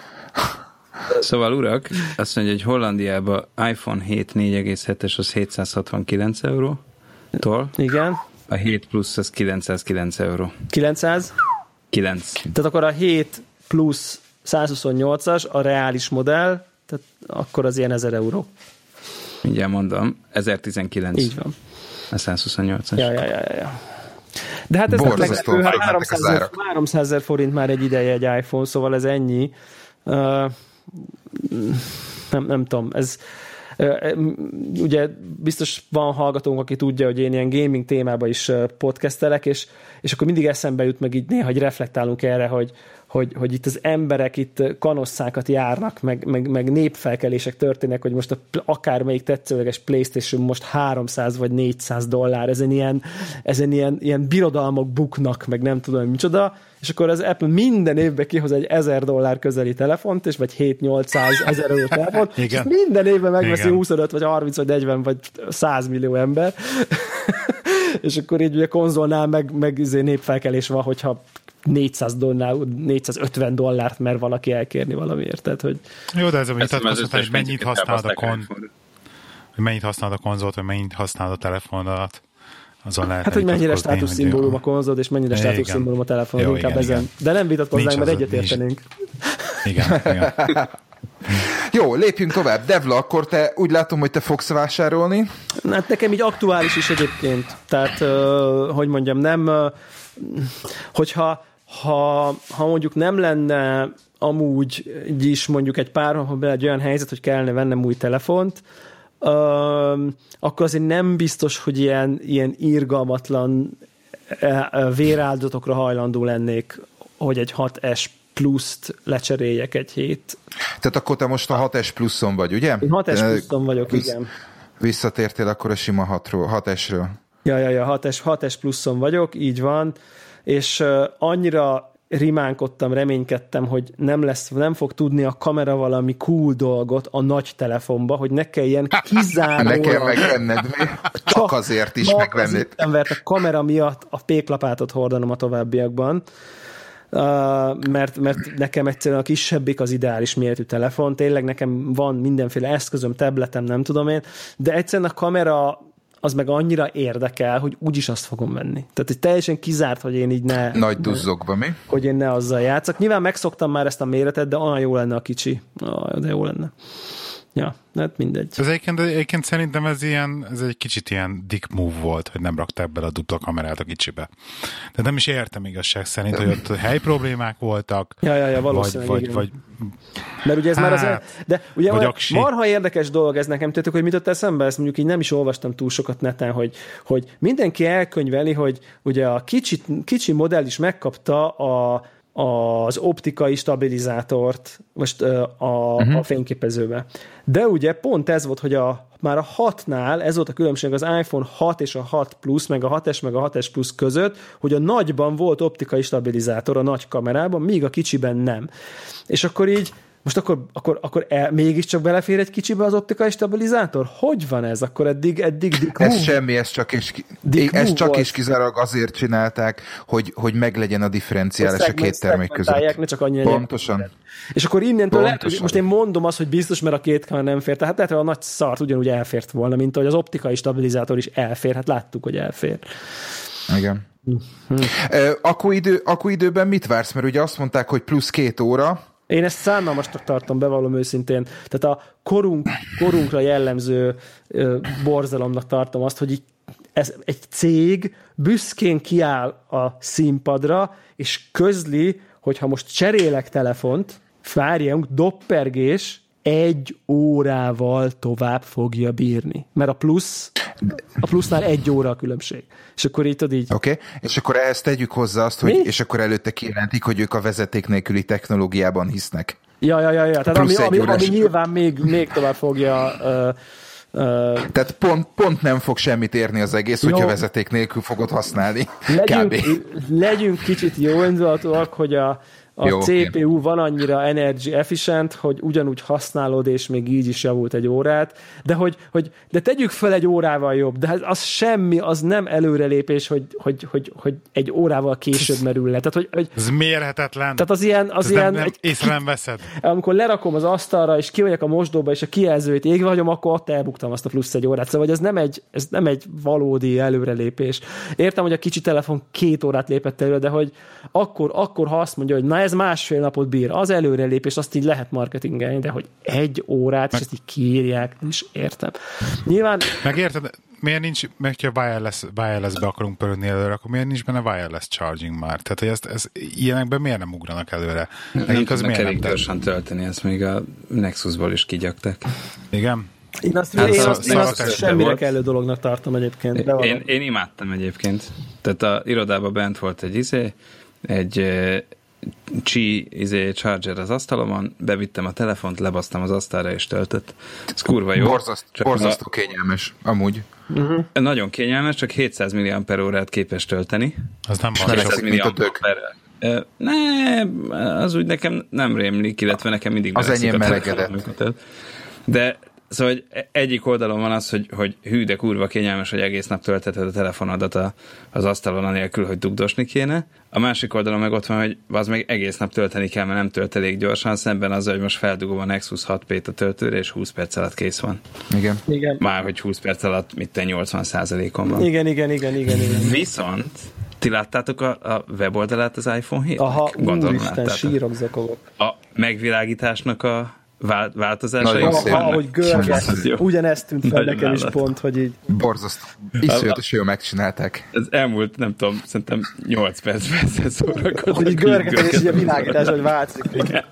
Szóval urak, azt mondja, hogy Hollandiában iPhone hét négy egész hetes az hétszázhatvankilenc euró, tól Igen, a hét plusz az kilencszázkilenc euró. kilencszáz. kilenc. Tehát akkor a hét plusz százhuszonnyolcas a reális modell, tehát akkor az ilyen ezer euró. Mindjárt mondom, ezertizenkilenc. Így van. A százhuszonnyolcas. Ja, ja, ja, ja, ja. De hát ez nem Borzasztó meglepő, hát megmentek az árak. háromszázezer forint már egy ideje egy iPhone, szóval ez ennyi. Uh, nem, nem tudom, ez uh, ugye biztos van hallgatónk, aki tudja, hogy én ilyen gaming témában is uh, podcastelek, és, és akkor mindig eszembe jut, meg így néha, hogy reflektálunk erre, hogy, hogy, hogy itt az emberek itt kanosszákat járnak, meg, meg, meg népfelkelések történnek, hogy most a, akármelyik tetszőleges PlayStation most háromszáz vagy négyszáz dollár, ezen ilyen, ezen ilyen, ilyen birodalmak buknak, meg nem tudom, micsoda, és akkor az Apple minden évben kihoz egy ezer dollár közeli telefont, és vagy hét-nyolcszáz ezer euró telefont, és Igen. minden évben megveszi Igen. huszonöt, vagy harminc, vagy negyven, vagy száz millió ember, és akkor így ugye konzolnál meg, meg izé népfelkelés van, hogyha négyszáz dollár, négyszázötven dollárt mer valaki elkérni valamiért. Tehát, hogy Jó, de ez a Ezt tehát az azt összes mondani, hogy mennyit pénzüket használod a, elbaszták kon, iPhone-ra. hogy mennyit használod a konzolt, vagy mennyit használod a telefonodat. Azon lehet hát, hogy mennyire vitatkozni, státuszszimbólum a hogy- konzol, és mennyire Igen. státuszszimbólum a telefon, Jó, inkább igen, ezen. igen. De nem vitatkoznánk, Nincs mert az- egyetértenénk. Igen, igen. Jó, lépjünk tovább. Devla, akkor te úgy látom, hogy te fogsz vásárolni. Hát nekem így aktuális is egyébként. Tehát, uh, hogy mondjam, nem, uh, hogyha ha, ha mondjuk nem lenne amúgy is mondjuk egy pár hónapban egy olyan helyzet, hogy kellene vennem új telefont, uh, akkor azért nem biztos, hogy ilyen, ilyen irgalmatlan uh, véráldozatokra hajlandó lennék, hogy egy hat es pluszt lecseréljek egy hét. Tehát akkor te most a hat S pluszon vagy, ugye? Én hat es Te pluszon vagyok, vissz- igen. Visszatértél akkor a sima hatról, hat S-ről. Ja, ja, ja, hat es, hat es pluszon vagyok, így van, és uh, annyira rimánkodtam, reménykedtem, hogy nem lesz, nem fog tudni a kamera valami cool dolgot a nagy telefonba, hogy ne kelljen kizárólag... Nekem megvenned, mi? Csak azért is csak megvenned. azért, mert a kamera miatt a péklapátot hordanom a továbbiakban. Uh, mert, mert nekem egyszerűen a kisebbik az ideális méretű telefon, tényleg nekem van mindenféle eszközöm, tabletem, nem tudom én, de egyszerűen a kamera az meg annyira érdekel, hogy úgyis azt fogom venni. Tehát egy teljesen kizárt, hogy én így ne... Nagy duzzogva, mi? hogy én ne azzal játszak. Nyilván megszoktam már ezt a méretet, de olyan jó lenne a kicsi. Ah, de jó lenne. Ja, hát mindegy. Ez egyébként, egyébként szerintem ez, ilyen, ez egy kicsit ilyen dick move volt, hogy nem rakták bele a dupla kamerát a kicsibe. De nem is értem igazság szerint, hogy ott hely problémák voltak, Ja, ja, ja, vagy, valószínűleg vagy, igen. vagy Mert ugye ez már az... Hát, De ugye vagy olyan aksi. marha érdekes dolog ez nekem, tudjátok, hogy mit ott eszembe, ezt mondjuk így nem is olvastam túl sokat neten, hogy, hogy mindenki elkönyveli, hogy ugye a kicsi, kicsi modell is megkapta a, az optikai stabilizátort most a, uh-huh. a fényképezőbe. De ugye pont ez volt, hogy a, már a hatnál ez volt a különbség az iPhone hat és a hat Plus, meg a hat S, meg a hat S Plus között, hogy a nagyban volt optikai stabilizátor a nagy kamerában, míg a kicsiben nem. És akkor így most akkor, akkor, akkor el, mégiscsak belefér egy kicsibe az optikai stabilizátor? Hogy van ez? Akkor eddig, eddig Dick Ez Move? semmi, ez csak és, Dick ez Move csak volt. és kizárólag azért csinálták, hogy, hogy meglegyen a differenciálás a két termék között. Ne csak annyi Pontosan. És akkor innentől lehet, Pontosan. most én mondom azt, hogy biztos, mert a két kamera nem fér. Tehát lehet, hogy a nagy szart ugyanúgy elfért volna, mint ahogy az optikai stabilizátor is elfér. Hát láttuk, hogy elfér. Igen. Akkuidő, akkuidőben mit vársz? Mert ugye azt mondták, hogy plusz két óra. Én ezt szánalmasnak tartom, bevallom őszintén. Tehát a korunk, korunkra jellemző ö, borzalomnak tartom azt, hogy így ez egy cég büszkén kiáll a színpadra, és közli, hogyha most cserélek telefont, várjunk, doppergés egy órával tovább fogja bírni. Mert a plusz, a plusznál egy óra a különbség. És akkor így tudod így. Oké, okay. És akkor ehhez tegyük hozzá azt, hogy, és akkor előtte kijelentik, hogy ők a vezeték nélküli technológiában hisznek. Ja, ja, ja, ja. Tehát ami, ami, órás... ami nyilván még, még tovább fogja... Uh, Uh, Tehát pont, pont nem fog semmit érni az egész, jó. Hogyha vezeték nélkül fogod használni. Legyünk, Kb. legyünk kicsit jó indulatúak, hogy a, a jó, cé pé u van annyira energy efficient, hogy ugyanúgy használod, és még így is javult egy órát, de hogy, hogy de tegyük fel egy órával jobb, de az semmi, az nem előrelépés, hogy, hogy, hogy, hogy egy órával később merül le. Tehát, hogy, hogy, ez mérhetetlen. Tehát az ilyen... Az ez ilyen nem, nem, egy, észre nem veszed. Amikor lerakom az asztalra, és kivegyek a mosdóba, és a kijelzőt égve hagyom, akkor ott elbuktam azt a plusz egy órát. Szóval ez nem egy, ez nem egy valódi előrelépés. Értem, hogy a kicsi telefon két órát lépett előre, de hogy akkor, akkor ha azt mondja, hogy na ez másfél napot bír, az előrelépés, azt így lehet marketingelni, de hogy egy órát, meg... és ezt így kiírják, nem is értem. Nyilván... Megérted, miért nincs, meg ha wireless, wireless-be akarunk pörödni előre, akkor miért nincs benne wireless charging már? Tehát, hogy ezt, ezt ilyenekben miért nem ugranak előre? Nem tudnak elég gyorsan tölteni, ezt még a Nexusból is kigyaktak. Igen? Én azt, hát én azt, azt, én azt semmire volt. Kellő dolognak tartom egyébként. Én, én, én imádtam egyébként. Tehát a irodában bent volt egy izé, egy Qi izé, charger az asztalomon, bevittem a telefont, lebasztam az asztalra és töltött. Ez kurva jó. Borzaszt, borzasztó a... kényelmes, amúgy. Uh-huh. Nagyon kényelmes, csak hétszáz milliampere-órát képes tölteni. Az nem van. hétszáz milliampere. Ne, az úgy nekem nem rémlik, illetve nekem mindig az enyém melegedett. De szóval egyik oldalon van az, hogy, hogy hű, de kurva kényelmes, hogy egész nap tölteted a telefonodat a, az asztalon anélkül, hogy dugdosni kéne. A másik oldalon meg ott van, hogy az meg egész nap tölteni kell, mert nem tölt elég gyorsan, szemben azzal, hogy most feldugom a Nexus hat P-t a töltőre, és húsz perc alatt kész van. Igen. igen. Már, hogy húsz perc alatt mit te nyolcvan százalékon van. Igen, igen, igen, igen, igen. Viszont ti láttátok a, a weboldalát az iPhone hétnek? Aha, úristen, sírok, zakogok. A megvilágításnak a változása. Ahogy görget, ugyanezt tűnt fel nekem is pont, hogy így... Borzasztó. Iszonyatos jól megcsinálták. Ez elmúlt, nem tudom, szerintem nyolc percben ezzel szórakozok. Hogy így görgeted, és így a világítás, hogy változik.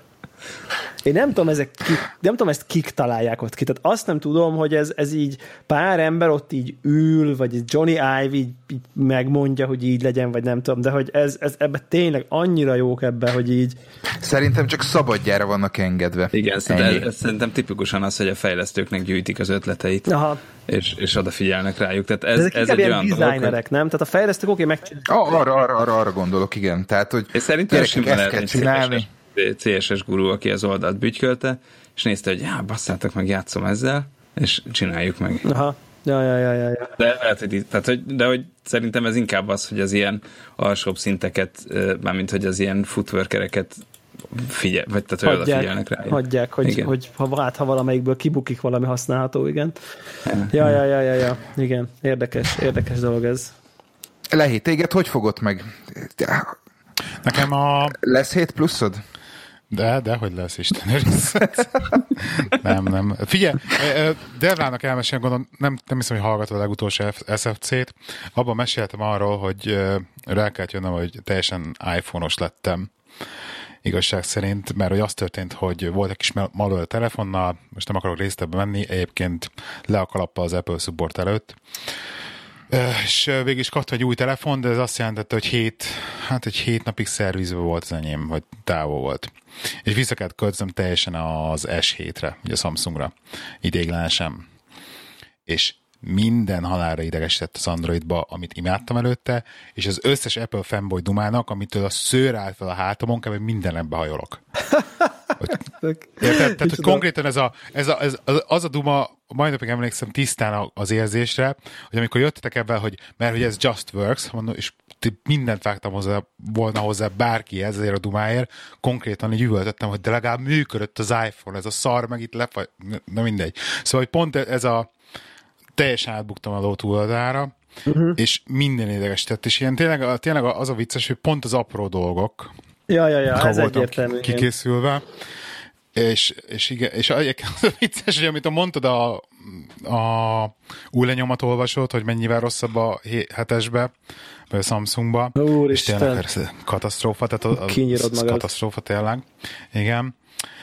Én nem tudom, ezek kik, nem tudom, ezt kik találják ott ki. Tehát azt nem tudom, hogy ez, ez így pár ember ott így ül, vagy Johnny Ive így, így megmondja, hogy így legyen, vagy nem tudom, de hogy ez, ez ebben tényleg annyira jók ebben, hogy így... Szerintem csak szabadjára vannak engedve. Igen, szerintem, ez, szerintem tipikusan az, hogy a fejlesztőknek gyűjtik az ötleteit, aha. És, és odafigyelnek rájuk. Tehát ez, de ezek ez egy olyan designerek, hogy... nem? Tehát a fejlesztők oké, okay, megcsinálják. Oh, arra, arra, arra, arra gondolok, igen. Tehát, hogy gyerekek, ezt kell csinálni. cé es es gurú, aki az oldalt bütykölte, és nézte, hogy já, basszátok meg, játszom ezzel, és csináljuk meg. Aha. Ja, ja, ja, ja, ja. De, lehet, hogy, tehát, hogy, de hogy szerintem ez inkább az, hogy az ilyen alsóbb szinteket, mármint hogy az ilyen footworkereket figyel, vagy tehát hogy odafigyelnek rá. Hagyják, hogy, hogy ha, hát, ha valamelyikből kibukik valami használható, igen. Ja, ja, ja, ja, ja. Igen, érdekes, érdekes dolog ez. Lehi, téged hogy fogott meg? Nekem a... Lesz hét pluszod? De, de, hogy lesz, Isten őrizzet. Nem, nem. Figyelj, Devlának elmesélni, gondolom, nem, nem hiszem, hogy hallgatod a legutolsó es ef cét. Abban meséltem arról, hogy rá kellett jönnöm, hogy teljesen iPhone-os lettem. Igazság szerint, mert hogy az történt, hogy volt egy kis malware telefonnal, most nem akarok részletbe menni, egyébként le a kalappa az Apple support előtt. És végig is kaptam egy új telefon, de ez azt jelentette, hogy hét, hát egy hét napig szervizve volt az enyém, vagy távol volt. És vissza kellett költöznöm teljesen az es hétre, ugye a Samsungra, idéglenesen. És minden halálra idegesített az Androidba, amit imádtam előtte, és az összes Apple fanboy dumának, amitől a szőr állt fel a hátamon, kb. Minden ebbe hajolok. Érted? Tehát, hogy konkrétan ez a, ez a, ez, az a duma, majd napig emlékszem tisztán az érzésre, hogy amikor jöttetek ebben, hogy mert hogy ez just works, mondom, és mindent vágtam hozzá, volna hozzá bárki ezért a dumáért, konkrétan így üvöltöttem, hogy de legalább működött az iPhone, ez a szar, meg itt lefagy, na mindegy. Szóval, hogy pont ez a teljesen átbuktam a ló túloldalára, uh-huh. és minden ideges tett, és ilyen tényleg, tényleg az a vicces, hogy pont az apró dolgok ja, ja, ja, ez egyértelmű. Kikészülve, és, és igen, és az a vicces, hogy amit mondtad a, a új lenyomatolvasót, hogy mennyivel rosszabb a hetesbe, vagy a Samsungba, Úristen. és tényleg persze katasztrófa, tehát a, a, a katasztrófa tényleg. Igen.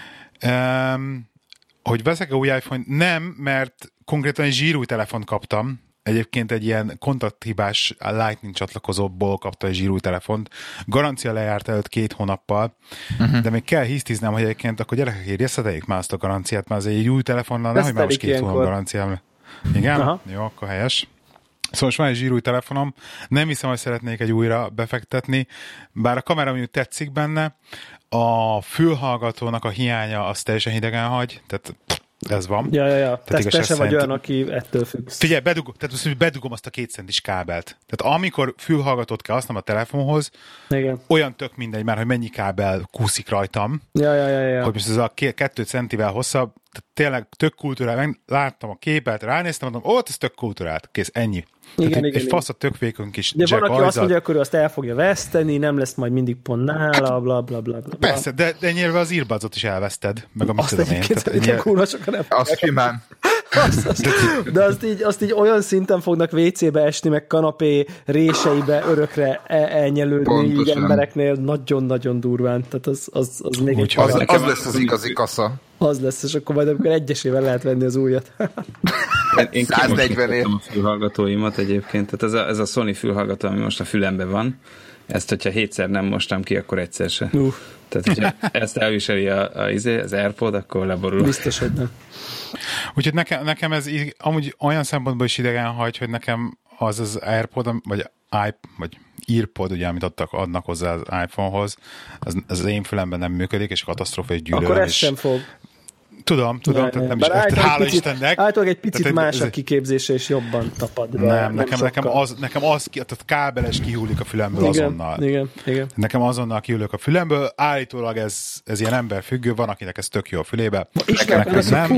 Um, hogy veszek-e új iPhone-t? Nem, mert konkrétan egy zsírúj telefont kaptam. Egyébként egy ilyen kontakthibás Lightning csatlakozóból kapta egy zsírúj telefont. Garancia lejárt előtt két hónappal, uh-huh. de még kell hisztiznem, hogy egyébként akkor gyerekek, érjeszteljék már azt a garanciát, mert az egy új telefonnal, nehogy már most két hónap garanciám. Igen? Aha. Jó, akkor helyes. Szóval most van egy zsírúj telefonom, nem hiszem, hogy szeretnék egy újra befektetni, bár a kamera mondjuk tetszik benne, a fülhallgatónak a hiánya az teljesen hidegen hagy, tehát ez van. Ja, ja, ja. Tehát te se vagy olyan, aki ettől függsz. Figyelj, bedugom, tehát azt, hogy bedugom azt a két centis kábelt. Tehát amikor fülhallgatót kell használnom a telefonhoz, igen. olyan tök mindegy már, hogy mennyi kábel kúszik rajtam. Ja, ja, ja, ja. Hogy most ez a kettő centivel hosszabb, tehát tényleg tök kultúrál, láttam a képet, ránéztem, mondom, ó, ez tök kultúrált, kész, ennyi. Igen, tehát igen, egy fasz a tök vékony kis de van, aki ajzat. Azt mondja, akkor azt el fogja veszteni, nem lesz majd mindig pont nála, bla, bla, bla, bla. Persze, de, de nyilván az earbudsot is elveszted, meg a mit tudom én. Azt egyébként kurva sokan nem azt simán. De azt így, azt így olyan szinten fognak vécébe esni, meg kanapé réseibe örökre elnyelődni így embereknél nagyon-nagyon durván. Tehát az, az, az még egy az, az lesz az igazi kasza. Az lesz, és akkor majd amikor egyesével lehet venni az újat. Én kimosítottam a fülhallgatóimat egyébként, tehát ez a, ez a Sony fülhallgató, ami most a fülemben van, ezt, hogyha hétszer nem mostam ki, akkor egyszer se. Uh. Tehát, hogyha ezt elviseli a, a, az AirPod, akkor leborul. Biztos, hogy nem. Úgyhogy nekem, nekem ez így, amúgy olyan szempontból is idegen hagy, hogy nekem az az AirPod, vagy iP, vagy EarPod, ugye, amit adtak, adnak hozzá az iPhone-hoz, az, az én fülemben nem működik, és katasztrófa és gyűlölöm. Akkor ez sem fog. Tudom, tudom, ne, tehát nem is ezt, hála picit, Istennek. Általában egy picit tehát, más a kiképzése, és jobban tapad. Nem, nem nekem, nekem, az, nekem az, tehát kábeles kihullik a fülemből igen, azonnal. Igen, igen. Nekem azonnal kihullik a fülemből, állítólag ez, ez ilyen emberfüggő, van, akinek ez tök jó a fülébe. Ismerek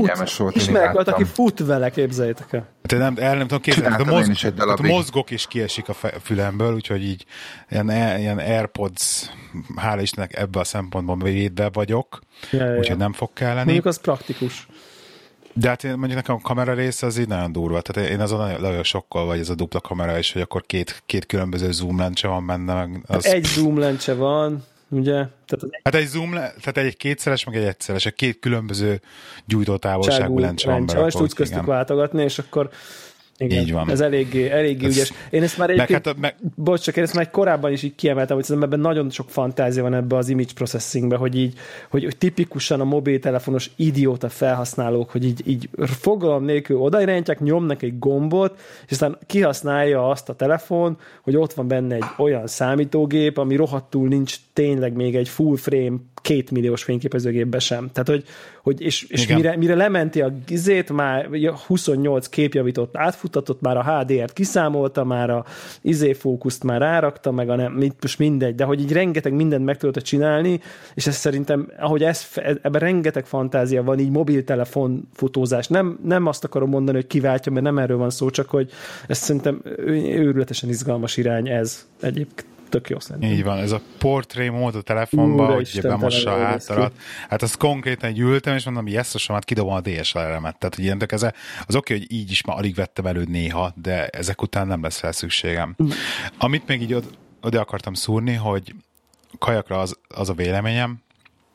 olyat, aki fut vele, képzeljétek el. Hát nem, el nem tudom képzelni, a, mozg, a mozgok is kiesik a fülemből, úgyhogy így ilyen, ilyen AirPods, hála Istennek ebbe a szempontból védve vagyok, ja, ja. úgyhogy nem fog kelleni. Mondjuk az praktikus. De hát mondjuk nekem a kamera része az így nagyon durva. Tehát én azon nagyon, nagyon sokkal vagy ez a dupla kamera is, hogy akkor két, két különböző zoom lencse van benne. Meg az... Egy zoom lencse van, ugye? Tehát az... Hát egy zoom, tehát egy kétszeres, meg egy egyszeres, egy két különböző gyújtótávolságú lencse van benne. És tudsz köztük váltogatni, és akkor igen, így van. Ez eléggé, eléggé ez ügyes. Én ezt már egyébként, hát, meg... bocs, csak én ezt már korábban is így kiemeltem, hogy szerintem ebben nagyon sok fantázia van ebbe az image processingbe, hogy így, hogy, hogy tipikusan a mobiltelefonos idióta felhasználók, hogy így, így fogalom nélkül odairányítják, nyomnak egy gombot, és aztán kihasználja azt a telefon, hogy ott van benne egy olyan számítógép, ami rohadtul nincs tényleg még egy full frame két milliós fényképezőgépbe sem. Tehát, hogy, hogy és, és mire, mire lementi a gizét, már huszonnyolc képjavított átfuttatott, már a há dé er-t kiszámolta, már a izé-fókuszt már rárakta, meg a nem, most mindegy, de hogy így rengeteg mindent meg tudott csinálni, és ez szerintem, ahogy ez, ebben rengeteg fantázia van, így mobiltelefon fotózás. Nem, nem azt akarom mondani, hogy kiváltja, mert nem erről van szó, csak hogy ez szerintem őrületesen izgalmas irány ez egyébként. Tök jó szerintem. Így van, ez a portré mód a telefonban, hogy bemossa a hátalat. Hát azt konkrétan egy ültem, és mondom, hogy jesszosan, hát kidobom a dé es el er-emet. Tehát, hogy ilyen ez, az oké, hogy így is már alig vettem elő néha, de ezek után nem lesz fel szükségem. Mm. Amit még így oda akartam szúrni, hogy kajakra az, az a véleményem,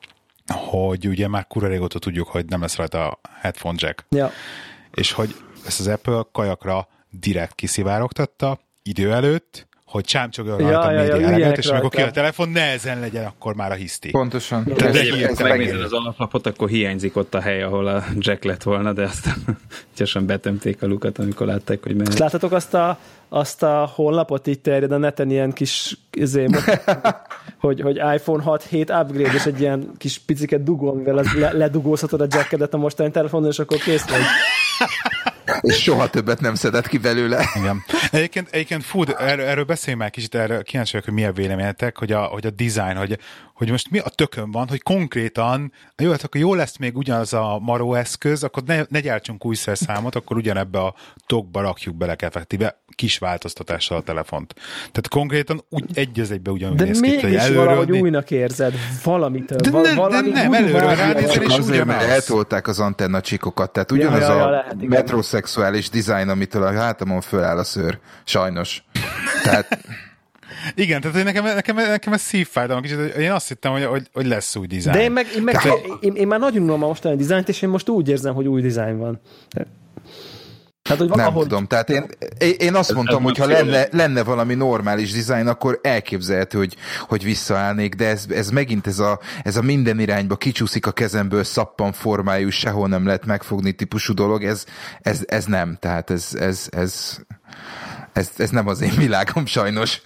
hogy ugye már kurva régóta tudjuk, hogy nem lesz rajta a headphone jack. Ja. És hogy ezt az Apple kajakra direkt kiszivárogtatta idő előtt, hogy csámcsogjon rajta a média eleget, és amikor ki a telefon, nehezen legyen akkor már a hiszti. Pontosan. Tehát egyébként megnézed az alaplapot, akkor hiányzik ott a hely, ahol a jack lett volna, de aztán gyorsan betömték a lukat, amikor látták, hogy mehet. Láthatok azt a, azt a honlapot, így terjed a neten ilyen kis izé, hogy, hogy iPhone hat hét upgrade, és egy ilyen kis piciket dugó, amivel le, ledugózhatod a jackedet a mostani telefonon, és akkor kész vagy. És soha többet nem szedett ki belőle. Igen. Egyébként, egyébként fú, erről, erről beszéljünk már kicsit, erről kíváncsi vagyok, hogy milyen véleményetek, hogy a, hogy a design, hogy, hogy most mi a tökön van, hogy konkrétan, jó, hát akkor jó lesz még ugyanaz a maró eszköz, akkor ne, ne gyártsunk új szerszámot, akkor ugyanebbe a tokba rakjuk bele effektíve kis változtatással a telefont. Tehát konkrétan úgy egy az egybe ugyanúgy néz ki. De mégis valahogy újnak érzed valamit. De, val- ne, valami de nem, előről ránézel, és azért, mert eltolták az antenna csikokat, tehát ugyanaz ja, ja, ja, a lehet, metroszexuális dizájn, amitől a hátamon föláll a szőr. Sajnos. Tehát... Igen, tehát nekem, nekem, nekem ez szívfájdalom kicsit, én azt hittem, hogy, hogy, hogy lesz új dizájn. De én, meg, én, meg, én, én már nagyon unom a mostani dizájnt, és én most úgy érzem, hogy új dizájn van. Hát, hogy nem ahogy... tudom, tehát én, én azt mondtam, hogy ha lenne, lenne valami normális dizájn, akkor elképzelhető, hogy, hogy visszaállnék, de ez, ez megint ez a, ez a minden irányba kicsúszik a kezemből szappan formájú, sehol nem lehet megfogni típusú dolog, ez, ez, ez nem, tehát ez, ez, ez, ez, ez nem az én világom sajnos.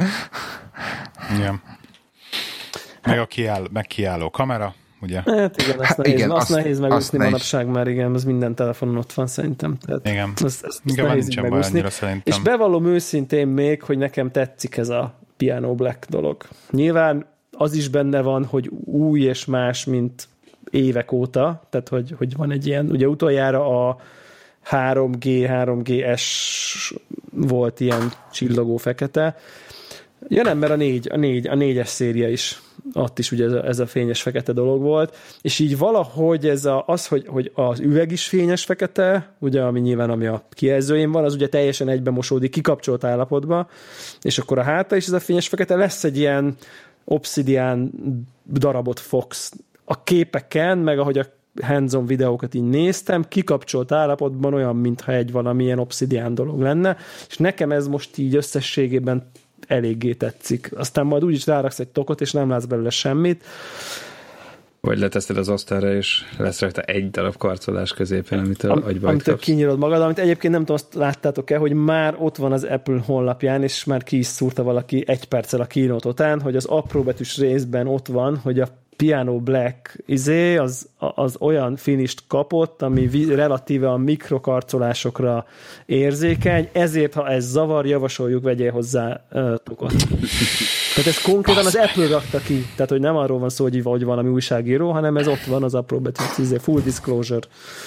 Igen. Meg a kiáll, meg kiálló kamera, ugye? Hát igen, azt nehéz, igen, azt, azt nehéz megúszni manapság, mert igen, ez minden telefonon ott van szerintem. Tehát igen. Ezt, ezt, ezt igen, nehéz így megúszni. És bevallom őszintén még, hogy nekem tetszik ez a Piano Black dolog. Nyilván az is benne van, hogy új és más, mint évek óta, tehát hogy, hogy van egy ilyen, ugye utoljára a három G, három G S volt ilyen csillogó fekete. Ja nem, mert a, négy, a, négy, a négyes széria is, ott is ugye ez a, ez a fényes fekete dolog volt, és így valahogy ez a, az, hogy, hogy az üveg is fényes fekete, ugye ami nyilván ami a kijelzőjén van, az ugye teljesen egybe mosódik, kikapcsolt állapotba, és akkor a háta is ez a fényes fekete, lesz egy ilyen obszidián darabot fogsz a képeken, meg ahogy a hands-on videókat így néztem, kikapcsolt állapotban olyan, mintha egy valamilyen obszidián dolog lenne, és nekem ez most így összességében eléggé tetszik. Aztán majd úgyis ráraksz egy tokot, és nem látsz belőle semmit. Vagy leteszed az asztalra, és lesz rajta egy darab karcolás középen, amitől Am, agyba amitől kinyírod magad, amit egyébként nem tudom, azt láttátok-e, hogy már ott van az Apple honlapján, és már ki is szúrta valaki egy perccel a keynote után, hogy az apróbetűs részben ott van, hogy a Piano Black izé, az, az olyan finist kapott, ami vi, relatíve a mikrokarcolásokra érzékeny, ezért, ha ez zavar, javasoljuk, vegyél hozzá uh, tokot. Tehát ez konkrétan az Apple rakta ki, tehát hogy nem arról van szó, hogy, hogy valami újságíró, hanem ez ott van az apróbetűs, izé, full disclosure.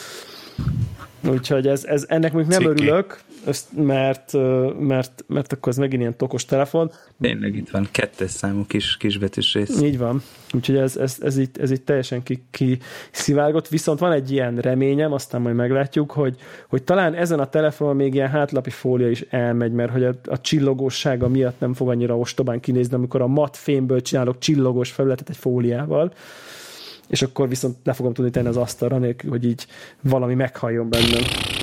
Úgyhogy ez, ez, ennek még nem Ciki. örülök, mert, mert, mert akkor ez megint ilyen tokos telefon. Tényleg itt van kettes számú kis, kisbetűs rész. Így van. Úgyhogy ez, ez, ez, itt, ez itt teljesen kiszivárgott, viszont van egy ilyen reményem, aztán majd meglátjuk, hogy, hogy talán ezen a telefonon még ilyen hátlapi fólia is elmegy, mert hogy a, a csillogósága miatt nem fog annyira ostobán kinézni, amikor a mat fémből csinálok csillogós felületet egy fóliával, és akkor viszont le fogom tudni tenni az asztalra nélkül, hogy így valami meghalljon bennem.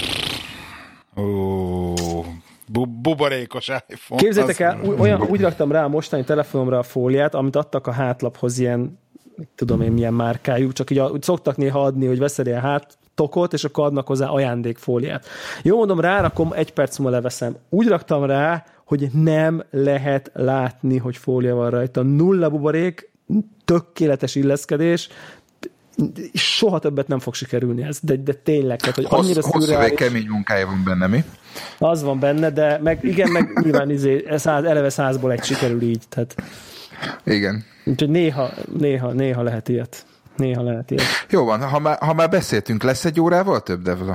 Ó, bu- buborékos iPhone. Képzeljétek el, olyan, úgy raktam rá a mostani telefonomra a fóliát, amit adtak a hátlaphoz ilyen, tudom én milyen márkájú, csak így úgy szoktak néha adni, hogy veszed ilyen háttokot, és akkor adnak hozzá ajándékfóliát. Jó, mondom, rárakom, egy perc múlva leveszem. Úgy raktam rá, hogy nem lehet látni, hogy fólia van rajta. Nulla buborék, tökéletes illeszkedés, soha többet nem fog sikerülni ez, de, de tényleg, tehát, hogy Hossz, annyira szürreális. Hosszú kemény munkája van benne, mi? Az van benne, de meg, igen, meg nyilván izé, száz, eleve százból egy sikerül így, tehát igen. Úgyhogy néha, néha, néha lehet ilyet. Néha lehet ilyet. Jó van, ha már, ha már beszéltünk, lesz egy órával több, Devla?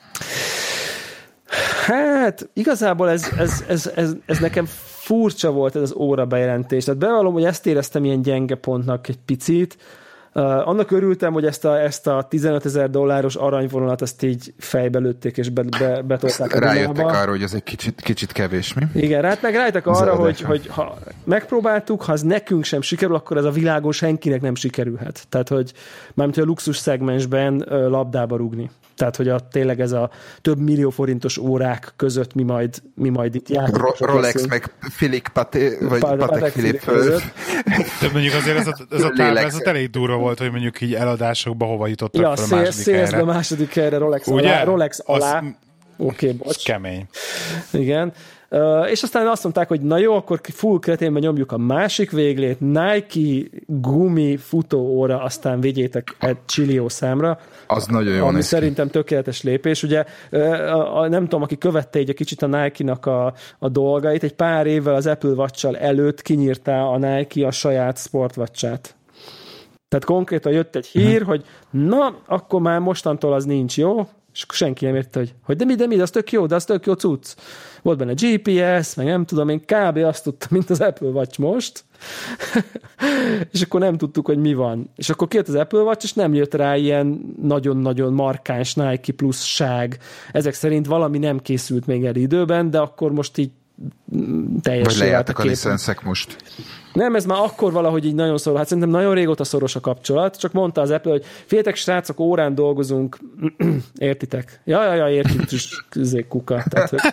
Hát, igazából ez, ez, ez, ez, ez nekem furcsa volt ez az óra bejelentés. Tehát bevallom, hogy ezt éreztem ilyen gyenge pontnak egy picit. Uh, annak örültem, hogy ezt a, ezt a tizenötezer dolláros aranyvonalat ezt így fejbe lőtték, és be, be, betolták a Rájöttek Dunába. arra, hogy ez egy kicsit, kicsit kevés, mi? Igen, rá, meg rájöttek Az arra, hogy, adáson. hogy ha megpróbáltuk, ha az nekünk sem sikerül, akkor ez a világon senkinek nem sikerülhet. Tehát, hogy mármint, hogy a luxus szegmensben ö, labdába rúgni. Tehát, hogy a, tényleg ez a több millió forintos órák között mi majd, mi majd itt játékosok Ro- Rolex leszünk. meg Philippe Paté, vagy Pa- Patek Patek Philippe Philippe föl. De mondjuk azért ez a, ez a Lélek. táblázat elég durva volt, hogy mondjuk így eladásokba hova jutottak Ja, fel a szél, második szélszbe helyre. második helyre, Rolex Ugye? alá. Rolex alá. Az- Oké, okay, Ez bocs. kemény. Igen. Uh, és aztán azt mondták, hogy na jó, akkor full kreténben nyomjuk a másik véglét, Nike gumi futóóra, aztán vigyétek egy csillió számra. Az nagyon jó Ami néz ki. szerintem tökéletes lépés. Ugye a, a, nem tudom, aki követte így egy kicsit a Nike-nak a, a dolgait, egy pár évvel az Apple Watch-sal előtt kinyírta a Nike a saját sportwatch-át. Tehát konkrétan jött egy hír, uh-huh. hogy na, akkor már mostantól az nincs jó, és akkor senki nem érte, hogy, hogy de mi, de mi, de az tök jó, de az tök jó cucc. Volt benne gé pé es, meg nem tudom, én kb. Azt tudtam, mint az Apple Watch most, és akkor nem tudtuk, hogy mi van. És akkor kijött az Apple Watch, és nem jött rá ilyen nagyon-nagyon markáns Nike pluszság. Ezek szerint valami nem készült még el időben, de akkor most így teljesen Vagy lejártak a képen. licenszek most. Nem, ez már akkor valahogy így nagyon szoros. Hát szerintem nagyon régóta szoros a kapcsolat, csak mondta az Apple, hogy féltek srácok, órán dolgozunk, értitek? Ja, ja, ja, értitek, kuka. Tehát, hogy...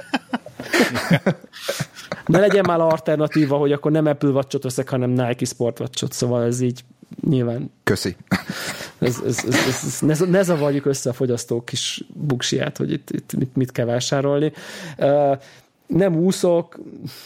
Ne legyen már alternatíva, hogy akkor nem Apple Watch-ot veszek, hanem Nike Sport Watch-ot, szóval ez így nyilván... Köszi. Ez, ez, ez, ez, ez, ne, ne zavarjuk össze a fogyasztók kis buksiját, hogy itt, itt mit, mit kell vásárolni. Uh, nem úszok,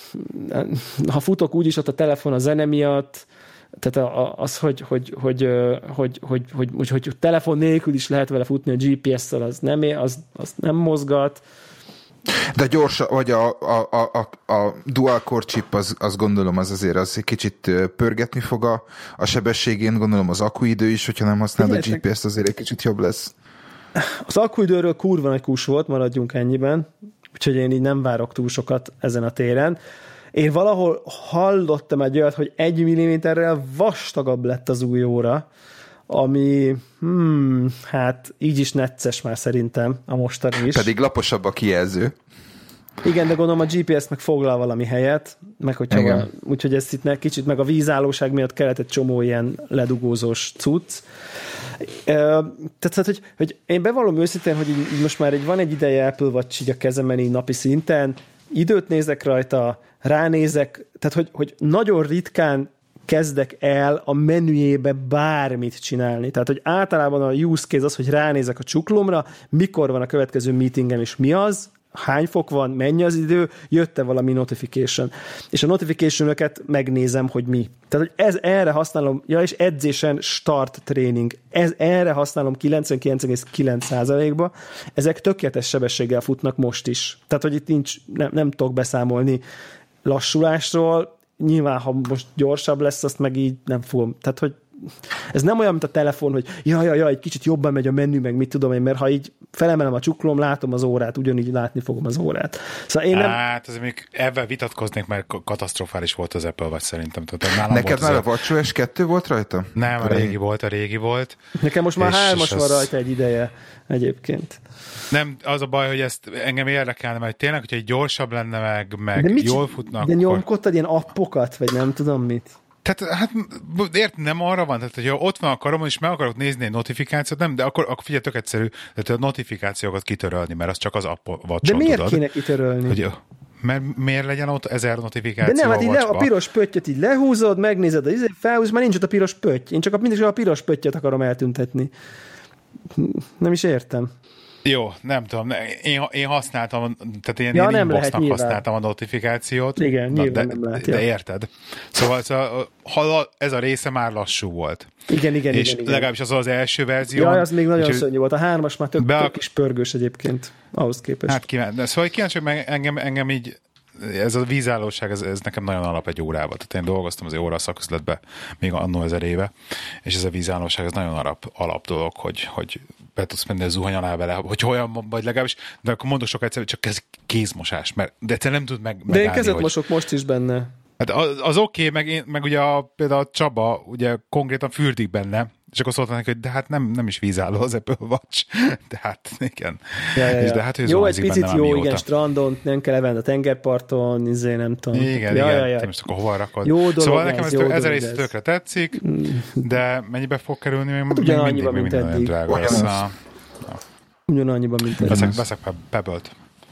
ha futok úgyis ott a telefon a zene miatt, tehát az, hogy, hogy, hogy, hogy, hogy, hogy, hogy, hogy telefon nélkül is lehet vele futni a gé pé es-szel, az nem, az, az nem mozgat. De gyors, vagy a, a, a, a dual core chip, az, az gondolom az azért az egy kicsit pörgetni fog a, a sebességén, gondolom az akkuidő is, hogyha nem használod a gé pé es-t, azért egy kicsit jobb lesz. Az akkuidőről kurva nagy kus volt, maradjunk ennyiben, úgyhogy én így nem várok túl sokat ezen a téren. Én valahol hallottam egy olyat, hogy egy milliméterrel vastagabb lett az új óra, ami hmm, hát így is necces már szerintem a mostani is. Pedig laposabb a kijelző. Igen, de gondolom a gé pé es meg foglal valami helyet, meg hogyha van, úgyhogy ezt itt meg kicsit, meg a vízállóság miatt kellett egy csomó ilyen ledugózós cucc. Tehát, hogy, hogy én bevallom őszintén, hogy így most már egy, van egy ideje Apple Watch így a kezemen így napi szinten, időt nézek rajta, ránézek, tehát hogy, hogy nagyon ritkán kezdek el a menüjébe bármit csinálni. Tehát, hogy általában a use case az, hogy ránézek a csuklomra, mikor van a következő meetingem, és mi az, hány fok van, mennyi az idő, jött-e valami notification. És a notification-öket megnézem, hogy mi. Tehát, hogy ez, erre használom, ja, és edzésen start training. Ez, erre használom kilencvenkilenc egész kilenc százalékba. Ezek tökéletes sebességgel futnak most is. Tehát, hogy itt nincs, nem, nem tudok beszámolni lassulásról. Nyilván, ha most gyorsabb lesz, azt meg így nem fogom. Tehát, hogy ez nem olyan, mint a telefon, hogy jaj, jaj, jaj, egy kicsit jobban megy a menü, meg mit tudom én, mert ha így felemelem a csuklom, látom az órát, ugyanígy látni fogom az órát. Szóval én nem... Hát, ez még ebben vitatkoznék, mert katasztrofális volt az Apple Watch szerintem. Tehát neked már a WatchOS kettő volt rajta? Nem, a régi volt, a régi volt. Nekem most már és, hármas és van az... rajta egy ideje egyébként. Nem, az a baj, hogy ezt engem érdekelne, mert tényleg, hogyha egy gyorsabb lenne meg, meg de jól futnak. De akkor... nyomkodtad ilyen appokat, vagy nem tudom mit? Tehát hát ért, nem arra van, tehát hogyha ott van a karomon, és meg akarok nézni egy notifikációt, nem, de akkor, akkor figyelj, tök egyszerű, tehát a notifikációkat kitörölni, mert az csak az app watch-on De miért tudod. kéne kitörölni? Hogy, mert miért legyen ott ezer notifikáció de nem, hát a így le, a piros pöttyöt így lehúzod, megnézed, a felhúzod, már nincs ott a piros pötty. Én csak mindig a piros pöttyöt akarom eltüntetni. Nem is értem. Jó, nem tudom. Én, én használtam, tehát én, ja, én inboxnak lehet, használtam a notifikációt. Igen, na, nyilván de, nem lehet. de ja. érted? Szóval, szóval ha ez a része már lassú volt. Igen, igen, és igen. És legalábbis az az első verzió. Ja, az még nagyon úgy, szörnyű volt. A hármas már tök, be a... tök is pörgős egyébként ahhoz képest. Hát kíváncsi. Szóval kíváncsi, hogy engem, engem így ez a vízállóság, ez, ez nekem nagyon alap egy órával. Tehát én dolgoztam az óra szaküzletbe még annó ezer éve, és ez a vízállóság, ez nagyon alap, alap dolog, hogy, hogy be tudsz menni a zuhany alá vele, hogy olyan vagy legalábbis, de akkor mondok sok egyszer, hogy csak ez kézmosás, mert de egyszerűen nem tud meg, De én kezet hogy... mosok most is benne. Hát az, az oké, okay, meg, én, meg ugye a, például a Csaba ugye konkrétan fürdik benne, És akkor szóltam neki, hogy de hát nem, nem is vízálló az Apple Watch. De hát igen. Ja, ja, ja. És de hát, hogy jó, egy picit benne, jó, mióta. igen, strandon, nem kell levenni a tengerparton, izé, nem tudom. Igen, ja, igen, ja, ja. te most akkor hova rakod. Jó dolog szóval ez, nekem ez, jó tök, ez a dolog rész ez. tökre tetszik, de mennyibe fog kerülni? Még, Hát még mindig, ugyanannyiba, még mint minden olyan eddig. drága lesz. A... Ugyanannyiban, mint ez. Veszek, veszek Pebble-t.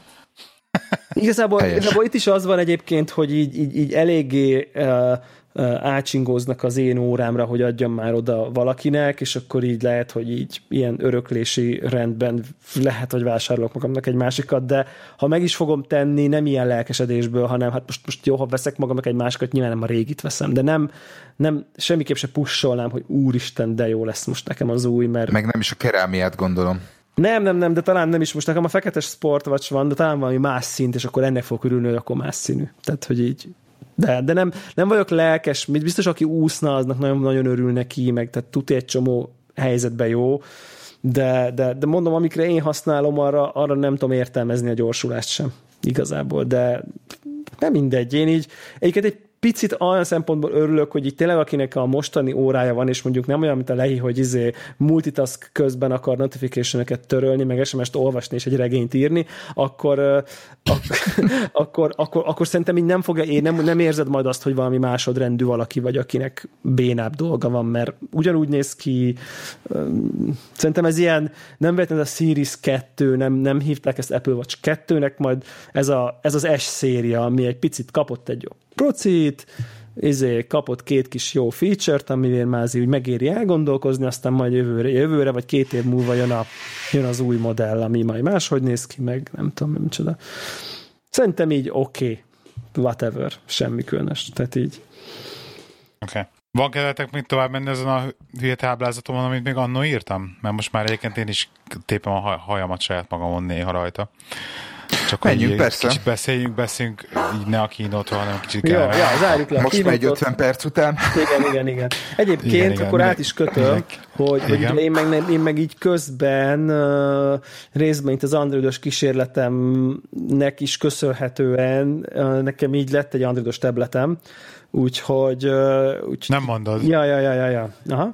Igazából, Helyes. igazából itt is az van egyébként, hogy így, így, így eléggé uh, uh, átsingóznak az én órámra, hogy adjam már oda valakinek, és akkor így lehet, hogy így ilyen öröklési rendben lehet, hogy vásárolok magamnak egy másikat, de ha meg is fogom tenni, nem ilyen lelkesedésből, hanem hát most, most jó, ha veszek magamnak egy másikat, nyilván nem a régit veszem, de nem, nem semmiképp se pussolnám, hogy úristen, de jó lesz most nekem az új, mert... Meg nem is a kerámiát gondolom. Nem, nem, nem, de talán nem is most nekem a feketes sportwatch van, de talán valami más szint, és akkor ennek fog örülni, hogy akkor más színű. Tehát, hogy így, de, de nem, nem vagyok lelkes, biztos, aki úszna, aznak nagyon, nagyon örül neki, meg tehát tuti egy csomó helyzetben jó, de, de, de mondom, amikre én használom, arra, arra nem tudom értelmezni a gyorsulást sem igazából, de nem mindegy. Én így egyébként egy picit olyan szempontból örülök, hogy itt tényleg akinek a mostani órája van, és mondjuk nem olyan, mint a Lehi, hogy izé multitask közben akar notification-öket törölni, meg es em es-t olvasni és egy regényt írni, akkor, ak- akkor, akkor, akkor szerintem így nem fogja, én nem, nem érzed majd azt, hogy valami másodrendű valaki vagy, akinek bénább dolga van, mert ugyanúgy néz ki, szerintem ez ilyen, nem véletlenül a Series kettő, nem, nem hívták ezt Apple Watch kettőnek, majd ez, a, ez az S széria, ami egy picit kapott egy jó procit, izé, kapott két kis jó feature-t, amivel már úgy megéri elgondolkozni, aztán majd jövőre, jövőre vagy két év múlva jön, a, jön az új modell, ami majd máshogy néz ki, meg nem tudom, nem csoda. Szerintem így oké, okay. Whatever, semmi különös, tehát így. Oké. Okay. Van kedvetek még tovább menni ezen a hülye táblázatomon, amit még annó írtam? Mert most már egyébként én is tépem a hajamat saját magamon néha rajta. Csak menjünk, hogy persze. Kicsit beszéljünk, beszéljünk így ne a kínótról, hanem kicsit Jó, kell. ja, zárjuk le a Most megy kínótot. ötven perc után. Igen, igen, igen. Egyébként Igen, igen, akkor igen. át is kötöm, hogy, hogy én, meg, én meg így közben uh, részben itt az androidos kísérletemnek is köszönhetően uh, nekem így lett egy androidos tabletem, úgyhogy... Uh, úgy, Nem mondod. Ja, ja, ja, ja, ja. Aha.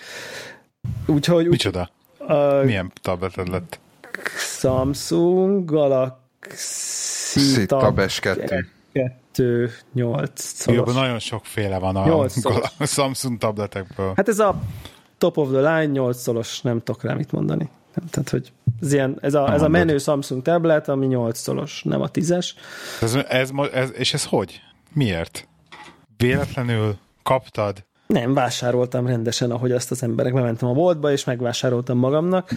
Úgyhogy... Úgy, Micsoda? uh, Milyen tableted lett? Samsung Galaxy Tab es kettő. kettő nyolc Jobban nagyon sokféle van a, a Samsung tabletekből. Hát ez a top of the line nyolc szolos, nem tudok rá mit mondani. Tehát, hogy ez, ilyen, ez, a, ez a menő Samsung tablet, ami nyolc szolos, nem a tízes. Ez, ez, ez, és ez hogy? Miért? Véletlenül kaptad? Nem, vásároltam rendesen, ahogy azt az emberek, bementem a boltba, és megvásároltam magamnak.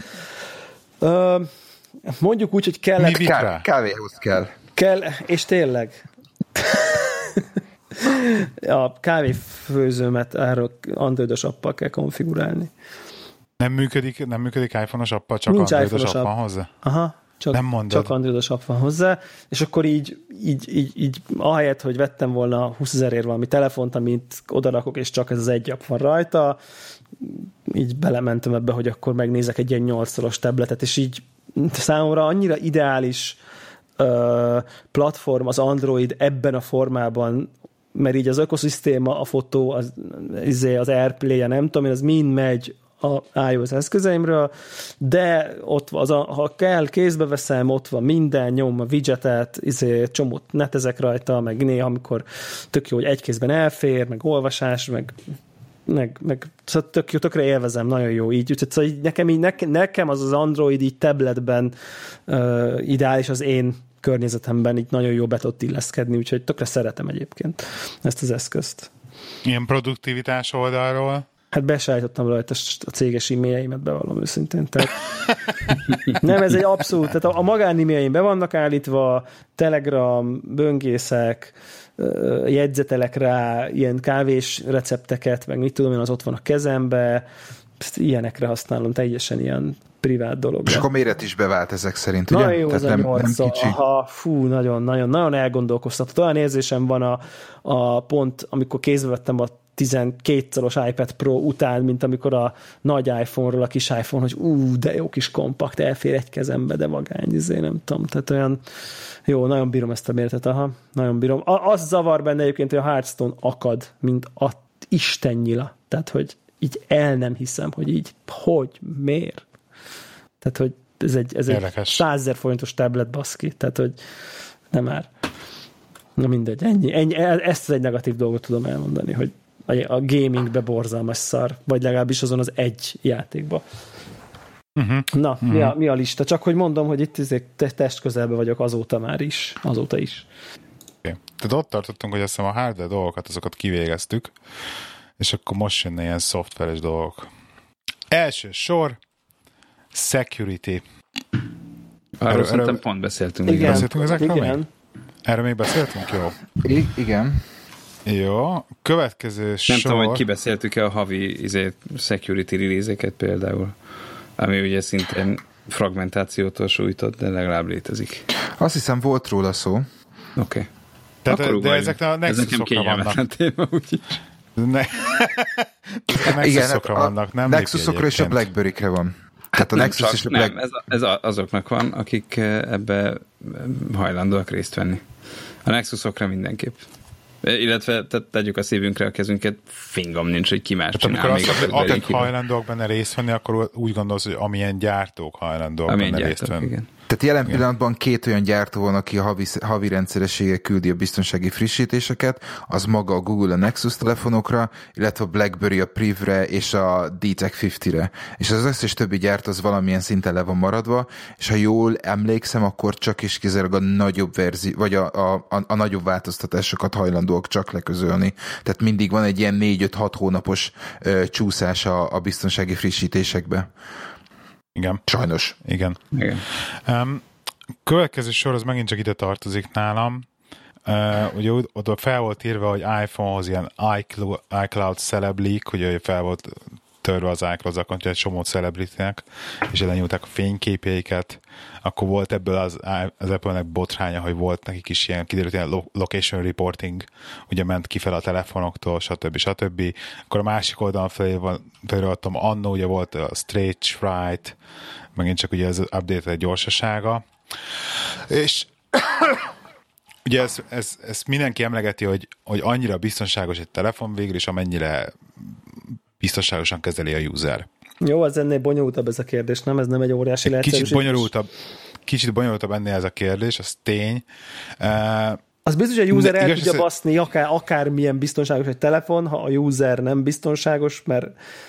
Ö, mondjuk úgy, hogy kellett... Mi Ká- kávéhoz kell. Kell, és tényleg. A kávéfőzőmet erről androidos appal kell konfigurálni. Nem működik, nem működik iPhone-os appal, csak Nincs androidos iPhone-os app van app. hozzá? Aha, csak, nem mondod. csak androidos app van hozzá, és akkor így, így, így, így ahelyett, hogy vettem volna húszezerért valami telefont, amit odarakok, és csak ez az egy app van rajta, így belementem ebbe, hogy akkor megnézek egy ilyen nyolcszoros tabletet, és így számomra annyira ideális uh, platform az Android ebben a formában, mert így az ökoszisztéma, a fotó, az, az AirPlay-je, nem tudom én, az mind megy a iOS eszközeimről, de ott van, az a, ha kell, kézbe veszem, ott van minden, nyom a widgetet, izé, csomót netezek rajta, meg néha, amikor tök jó, hogy egy kézben elfér, meg olvasás, meg meg, meg szóval tök jó, tökre élvezem, nagyon jó így, úgyhogy szóval így nekem, így, nekem az az Android így tabletben uh, ideális az én környezetemben így nagyon jó be tudott illeszkedni, úgyhogy tökre szeretem egyébként ezt az eszközt. Ilyen produktivitás oldalról? Hát besállítottam rajta a céges e-mailjeimet, bevallom őszintén. Tehát nem, ez egy abszolút, tehát a, a magán e-mailjeim be vannak állítva, Telegram, böngészek, jegyzetelek rá ilyen kávés recepteket, meg mit tudom én, az ott van a kezembe, ezt ilyenekre használom, teljesen ilyen privát dolog. És akkor méret is bevált ezek szerint, ugye? Nagyon jó az a nem, nyolc, nem kicsi. Aha, fú, nagyon, nagyon, nagyon elgondolkoztatott. Olyan érzésem van a, a pont, amikor kézbe vettem a tizenkét szoros iPad Pro után, mint amikor a nagy iPhone-ról a kis iPhone, hogy ú, de jó kis kompakt, elfér egy kezembe, de vagány, izé, nem tudom. Tehát olyan jó, nagyon bírom ezt a méretet, aha, nagyon bírom. A, az zavar benne egyébként, hogy a Hearthstone akad, mint a istennyila. Tehát, hogy így el nem hiszem, hogy így, hogy, miért? Tehát, hogy ez egy, ez egy százezer forintos tablet, baszki, tehát, hogy nem már. Na mindegy, ennyi, ennyi, ezt az egy negatív dolgot tudom elmondani, hogy a gamingbe borzalmas szar, vagy legalábbis azon az egy játékba. Uh-huh. Na, uh-huh. Mi, a, mi a lista? Csak hogy mondom, hogy itt test közelben vagyok azóta már is, azóta is. Okay. Tehát ott tartottunk, hogy azt hiszem a hardware dolgokat, azokat kivégeztük, és akkor most jönne ilyen szoftveres dolgok. Első sor, security. Arról erről, szerintem erről... pont beszéltünk. Igen, beszéltünk ezekről igen. Még? Erről még beszéltünk? Jó. I- igen. Jó. Következő Nem sor... tudom, hogy kibeszéltük-e a havi izé, security release-eket például, ami ugye szintén fragmentációtól sújtott, de legalább létezik. Azt hiszem, volt róla szó. Oké. Okay. Tehát, de, de ezek a Nexusokra vannak. Téma, úgyis. Ne... a Nexusokra hát vannak, nem? Nexusokra és a BlackBerry-kre van. Tehát a nem Nexus csak, és a Black... Nem, ez, ez azoknak van, akik ebbe hajlandóak részt venni. A Nexusokra mindenképp. Illetve tegyük a szívünkre a kezünket, fingom nincs, hogy ki más csinál. Amikor azt, hogy akik hajlandóak benne részt venni, akkor úgy gondolsz, hogy amilyen gyártók hajlandóak amilyen benne gyártók, részt venni. Igen. Tehát jelen igen. pillanatban két olyan gyártó van, aki a havi, havi rendszerességgel küldi a biztonsági frissítéseket, az maga a Google a Nexus telefonokra, illetve a BlackBerry a Priv-re és a D T E C ötvenre. És az összes többi gyártó az valamilyen szinten le van maradva, és ha jól emlékszem, akkor csak is kizárólag a nagyobb verzió, vagy a, a, a, a nagyobb változtatásokat hajlandóak csak leközölni. Tehát mindig van egy ilyen négy-öt-hat hónapos ö, csúszás a, a biztonsági frissítésekbe. Igen. Sajnos. Igen. Igen. Um, következő sor az megint csak ide tartozik nálam. Uh, ugye oda fel volt írva, hogy iPhone-hoz ilyen iCloud, iCloud Celeb Leak, ugye fel volt törve az iCloud account, egy csomó celebritynek, és lenyúlták a fényképjeiket. Akkor volt ebből az, az Apple-nek botránya, hogy volt nekik is ilyen, kiderült ilyen location reporting, ugye ment kifele a telefonoktól, stb. stb. Akkor a másik oldalon felírtam, annó ugye volt a Stage Fright, megint csak ugye az update egy gyorsasága. És ugye ez, ez, ez mindenki emlegeti, hogy, hogy annyira biztonságos egy telefon végül, és amennyire biztonságosan kezeli a user. Jó, az ennél bonyolultabb ez a kérdés, nem? Ez nem egy óriási lehetőség. Kicsit bonyolultabb, kicsit bonyolultabb ennél ez a kérdés, az tény. Uh, az biztos, hogy a user el tudja baszni akár, akármilyen biztonságos egy telefon, ha a user nem biztonságos, mert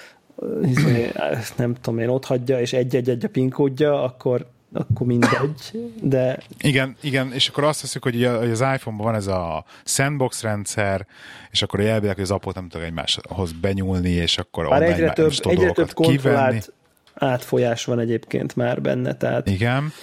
nem tudom én, ott hagyja, és egy-egy-egy a PIN kódja, akkor akkor mindegy, de... Igen, igen, és akkor azt hiszük, hogy az iPhone-ban van ez a sandbox rendszer, és akkor elvileg, hogy az appot nem tudok egymáshoz benyúlni, és akkor már online egyre több, egyre több kontrollált kivenni. átfolyás van egyébként már benne, tehát... Igen.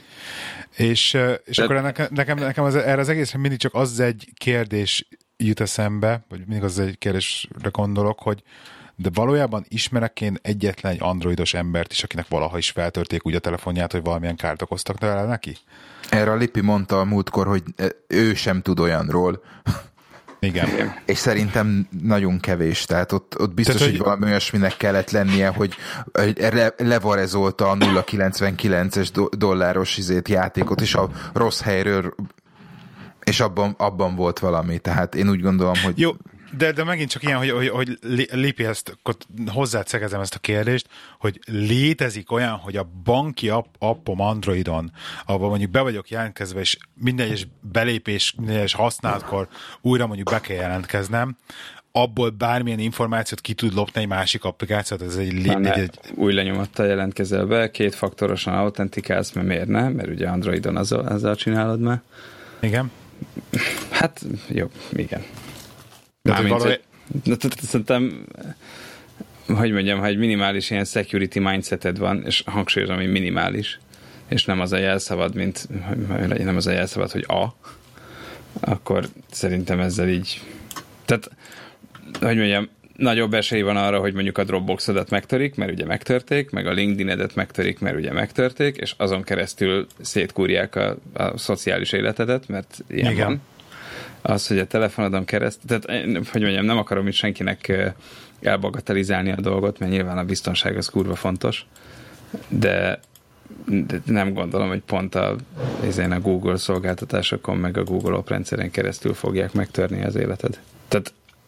És, és de... akkor nekem, nekem, nekem az, erre az egészre mindig csak az egy kérdés jut eszembe, vagy mindig az egy kérdésre gondolok, hogy de valójában ismerek én egyetlen egy androidos embert is, akinek valaha is feltörték úgy a telefonját, hogy valamilyen kárt okoztak vele neki? Erre a Lippi mondta a múltkor, hogy ő sem tud olyanról. Igen. És szerintem nagyon kevés, tehát ott, ott biztos, tehát, hogy, hogy valami olyasminek kellett lennie, hogy le, levarezolta a nulla egész kilencvenkilences dolláros izét játékot, és a rossz helyről, és abban, abban volt valami, tehát én úgy gondolom, hogy... Jó. De, de megint csak ilyen, hogy, hogy, hogy Lipi ezt, hozzácegezem ezt a kérdést, hogy létezik olyan, hogy a banki app, appom Androidon, abban mondjuk be vagyok jelentkezve, és minden egyes belépés, minden egyes használatkor újra mondjuk be kell jelentkeznem, abból bármilyen információt ki tud lopni egy másik applikációt, ez egy... Lé- ne, egy... Új lenyomattal jelentkezel be, kétfaktorosan autentikálsz, mert miért ne? Mert ugye Androidon azzal, azzal csinálod már. Igen. Hát, jó, igen. Mármint, valami... szerintem, hogy mondjam, ha egy minimális ilyen security mindseted van, és hangsúlyozom, hogy minimális, és nem az a jelszavad, mint nem az a jelszavad, hogy A, akkor szerintem ezzel így, tehát, hogy mondjam, nagyobb esély van arra, hogy mondjuk a Dropboxodat megtörik, mert ugye megtörték, meg a LinkedIn-edet megtörik, mert ugye megtörték, és azon keresztül szétkúrják a, a szociális életedet, mert ilyen igen. van. Az, hogy a telefonodon keresztül, tehát, hogy mondjam, nem akarom itt senkinek elbagatelizálni a dolgot, mert nyilván a biztonság az kurva fontos, de, de nem gondolom, hogy pont a, a Google szolgáltatásokon, meg a Google oprendszeren keresztül fogják megtörni az életed. Tehát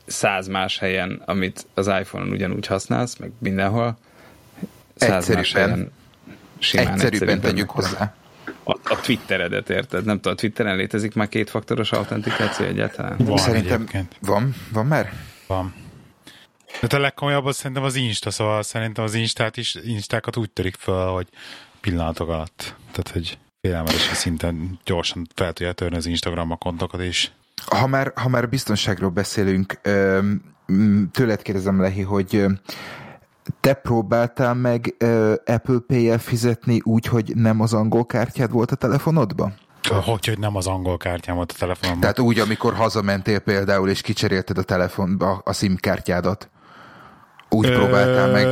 száz más helyen, amit az iPhone-on ugyanúgy használsz, meg mindenhol. Száz más helyen simán egyszerűbben, egyszerűbben tegyük hozzá. A, a Twitteredet érted? Nem tudom, a Twitteren létezik már kétfaktoros autentikáció egyáltalán? Van Szerintem egyébként. van, van már? Van. De a legkomolyabb az szerintem az Insta, szóval szerintem az Instát is, Instákat úgy törik föl, hogy pillanatok alatt. Tehát, hogy félelmetesen szinten gyorsan fel tudja törni az Instagram kontokat is. Ha már, ha már biztonságról beszélünk, tőled kérdezem, Lehi, hogy te próbáltál meg Apple Pay-el fizetni úgy, hogy nem az angol kártyád volt a telefonodban? Hogy, hogy nem az angol kártyám volt a telefonomban. Tehát úgy, amikor hazamentél például, és kicserélted a telefonba a SIM kártyádat. Úgy Ö... próbáltál meg?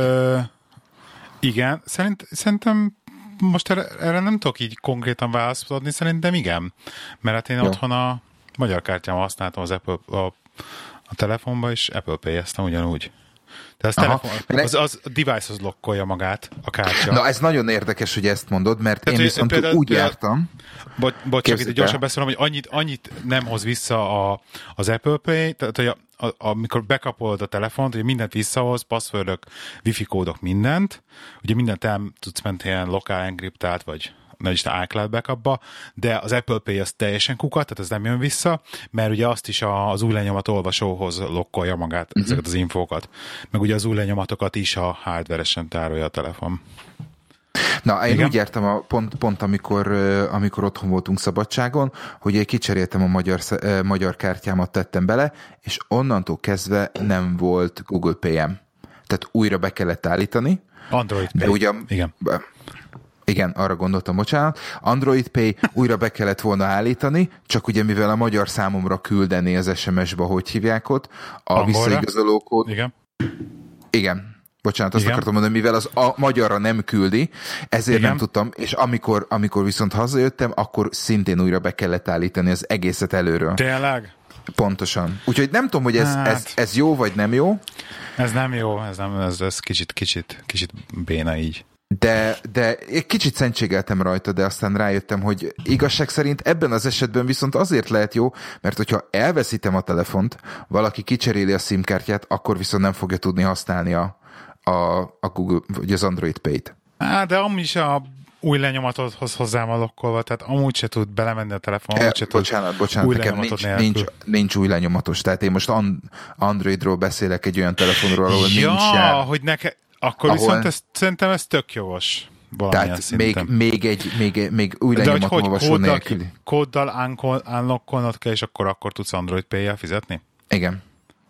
Igen, Szerint, szerintem most erre, erre nem tudok így konkrétan választ adni, szerintem igen. Mert hát én Jó. otthon a magyar kártyám használtam az Apple, a, a telefonba, és Apple Pay-eztem ugyanúgy. De az, telefon, az, az a device-hoz lokkolja magát a kártya. Na, ez nagyon érdekes, hogy ezt mondod, mert Tehát, én viszont például, úgy például, jártam. Bo, bocs, csak itt gyorsan beszélem, hogy annyit, annyit nem hoz vissza a, az Apple Pay, tehát hogy a, a, amikor bekapolod a telefont, hogy mindent visszahoz, passwordok, wifi kódok, mindent, ugye mindent el tudsz menni ilyen lokál enkriptált, vagy ne is iCloud backupba, de az Apple Pay az teljesen kukat, tehát ez nem jön vissza, mert ugye azt is az új lenyomat olvasóhoz lokkolja magát, uh-huh. ezeket az infókat. Meg ugye az új lenyomatokat is a hardware-esen tárolja a telefon. Na, én Igen? úgy jártam a pont, pont amikor, amikor otthon voltunk szabadságon, hogy én kicseréltem a magyar, magyar kártyámat, tettem bele, és onnantól kezdve nem volt Google Pay-em. Tehát újra be kellett állítani. Android Pay. Ugye, Igen. Igen, arra gondoltam, bocsánat. Android Pay újra be kellett volna állítani, csak ugye mivel a magyar számomra küldeni az es em es-be, hogy hívják ott, a Angolra? Visszaigazolókód. Igen. Igen. Bocsánat, azt Igen. akartam mondani, mivel az a magyarra nem küldi, ezért Igen. nem tudtam, és amikor, amikor viszont hazajöttem, akkor szintén újra be kellett állítani az egészet előről. Tényleg? Pontosan. Úgyhogy nem tudom, hogy ez, Hát. ez, ez jó vagy nem jó. Ez nem jó, ez, nem, ez, ez kicsit, kicsit, kicsit béna így. De, de egy kicsit szentségeltem rajta, de aztán rájöttem, hogy igazság szerint ebben az esetben viszont azért lehet jó, mert hogyha elveszítem a telefont, valaki kicseréli a SIM-kártyát, akkor viszont nem fogja tudni használni a, a, a Google, vagy az Android Pay-t. Á, de amúgy is a új lenyomatodhoz hozzám a lokkolva, tehát amúgy se tud belemenni a telefon, amúgy se tud bocsánat, bocsánat, nekem nincs, nincs, nincs új lenyomatos, tehát én most Androidról beszélek, egy olyan telefonról, ahol ja, nincs jár. hogy neke, akkor ahol... viszont ez, szerintem ez tök jogos. Tehát még, még, egy, még, még új lenyomatom olvasó nélkül. Kóddal unlockolnod kell, és akkor, akkor tudsz Android Pay-jel fizetni? Igen.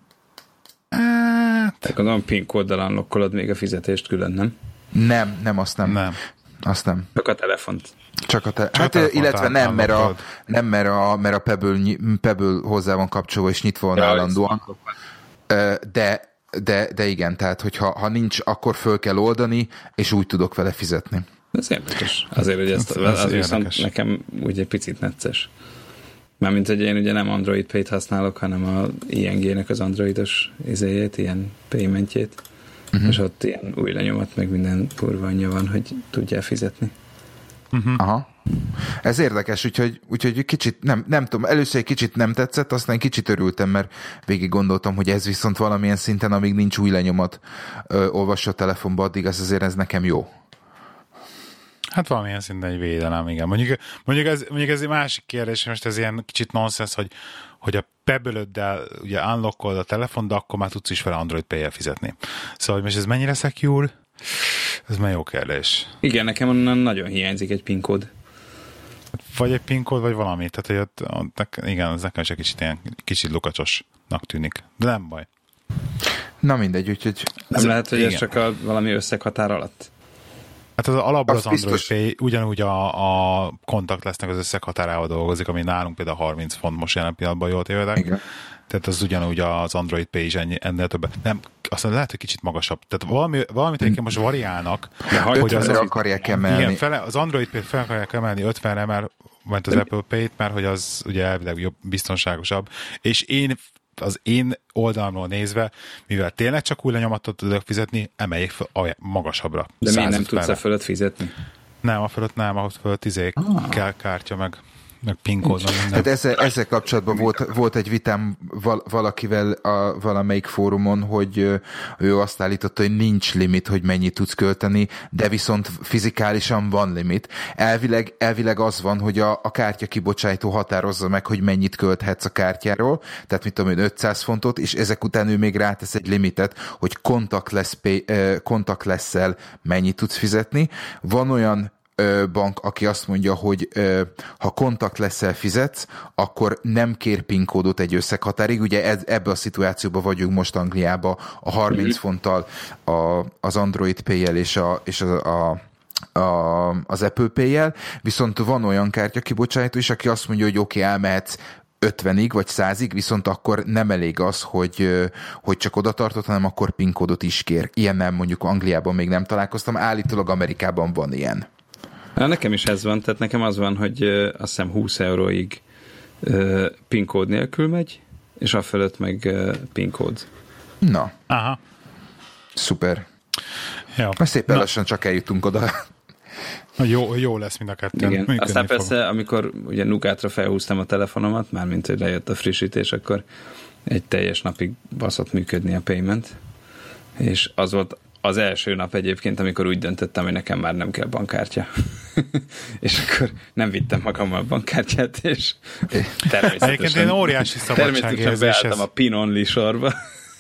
Tehát gondolom PIN kóddal unlockolod még a fizetést külön, nem? Nem, nem, azt nem. Nem. Azt nem. Csak a telefont. Csak a, te- Csak hát, a telefont illetve nem, mert a, nem, mert a, mert a Pebble, Pebble hozzá van kapcsolva, és nyitva van ja, állandóan. De, de, de igen, tehát hogyha ha nincs, akkor föl kell oldani, és úgy tudok vele fizetni. Ez érdekes. Azért, hogy ezt, ez, ez az viszont nekem úgy egy picit necces. Mármint, hogy én ugye nem Android Pay-t használok, hanem a i en gé-nek az androidos izéjét, ilyen paymentjét. Uh-huh. És ott ilyen új lenyomat, meg minden kurva anyja van, hogy tudjál fizetni. Uh-huh. Aha. Ez érdekes, úgyhogy, úgyhogy kicsit, nem, nem tudom, először egy kicsit nem tetszett, aztán kicsit örültem, mert végig gondoltam, hogy ez viszont valamilyen szinten, amíg nincs új lenyomat, ö, olvassa a telefonba, addig az azért ez nekem jó. Hát valamilyen szinten egy védelem, igen. Mondjuk, mondjuk, ez, mondjuk ez egy másik kérdés, most ez ilyen kicsit nonsens, hogy, hogy a Pebble-öddel ugye unlockolod a telefon, de akkor már tudsz is vele Android Pay-jel fizetni. Szóval most ez mennyire secure? Ez már jó kérdés. Igen, nekem onnan nagyon hiányzik egy PIN kód. Vagy egy PIN kód, vagy valami. Tehát, hogy ott, ott, igen, ez nekem is egy kicsit, ilyen, kicsit lukacsosnak tűnik. De nem baj. Na mindegy, úgyhogy... Nem lehet, hogy igen. Ez csak a valami összeghatár alatt? Hát az alapból az, az Android biztos... Pay ugyanúgy a, a kontakt lesznek az összeghatárával dolgozik, ami nálunk például harminc font most jelen pillanatban jól tévedek. Igen. Tehát az ugyanúgy az Android Pay is ennyi, ennél többet. Nem, aztán lehet, hogy kicsit magasabb. Tehát valami, valamit egyébként most variálnak. Hogy az akarják emelni. Igen, fele, az Android Pay-t fel akarják emelni ötvenre, mert mert az Apple Pay-t, mert hogy az ugye elvileg jobb, biztonságosabb. És én az én oldalamról nézve, mivel tényleg csak új lenyomatot tudok fizetni, emeljék fel a magasabbra. De miért nem tudsz a fölött fizetni? Nem, a fölött nem, ahhoz fölött izék ah. kell kártya meg. meg PIN kód van minden. Hát ezzel, ezzel kapcsolatban volt, volt egy vitám val, valakivel a valamelyik fórumon, hogy ő azt állította, hogy nincs limit, hogy mennyit tudsz költeni, de viszont fizikálisan van limit. Elvileg, elvileg az van, hogy a, a kártya kibocsátó határozza meg, hogy mennyit költhetsz a kártyáról, tehát mit tudom én, ötszáz fontot, és ezek után ő még rátesz egy limitet, hogy contactless pay, contactless-szel mennyit tudsz fizetni. Van olyan bank, aki azt mondja, hogy ha contactless-szel fizetsz, akkor nem kér PIN kódot egy összeghatárig. Ugye ebbe a szituációban vagyunk most Angliában a harminc fonttal a, az Android Pay-jel és, a, és a, a A, az Apple Pay-jel, viszont van olyan kártyakibocsátó is, aki azt mondja, hogy oké, okay, elmehetsz ötvenig vagy százig, viszont akkor nem elég az, hogy, hogy csak oda tartott, hanem akkor PIN kódot is kér. Ilyen nem, mondjuk Angliában még nem találkoztam, állítólag Amerikában van ilyen. Nekem is ez van, tehát nekem az van, hogy azt hiszem húsz euróig PIN kód nélkül megy, és a fölött meg PIN kód. Na. Aha. Szuper. Jó. Mert szépen Na. lassan csak eljutunk oda. Jó, jó lesz mind a kettőn. Igen. Aztán persze, fog. amikor ugye Nugátra felhúztam a telefonomat, mármint, hogy lejött a frissítés, akkor egy teljes napig baszott működni a payment, és az volt az első nap egyébként, amikor úgy döntöttem, hogy nekem már nem kell bankkártya. És akkor nem vittem magammal a bankkártyát, és természetesen... Egyébként én óriási szabadságérzés. Természetesen beálltam a PIN only sorba.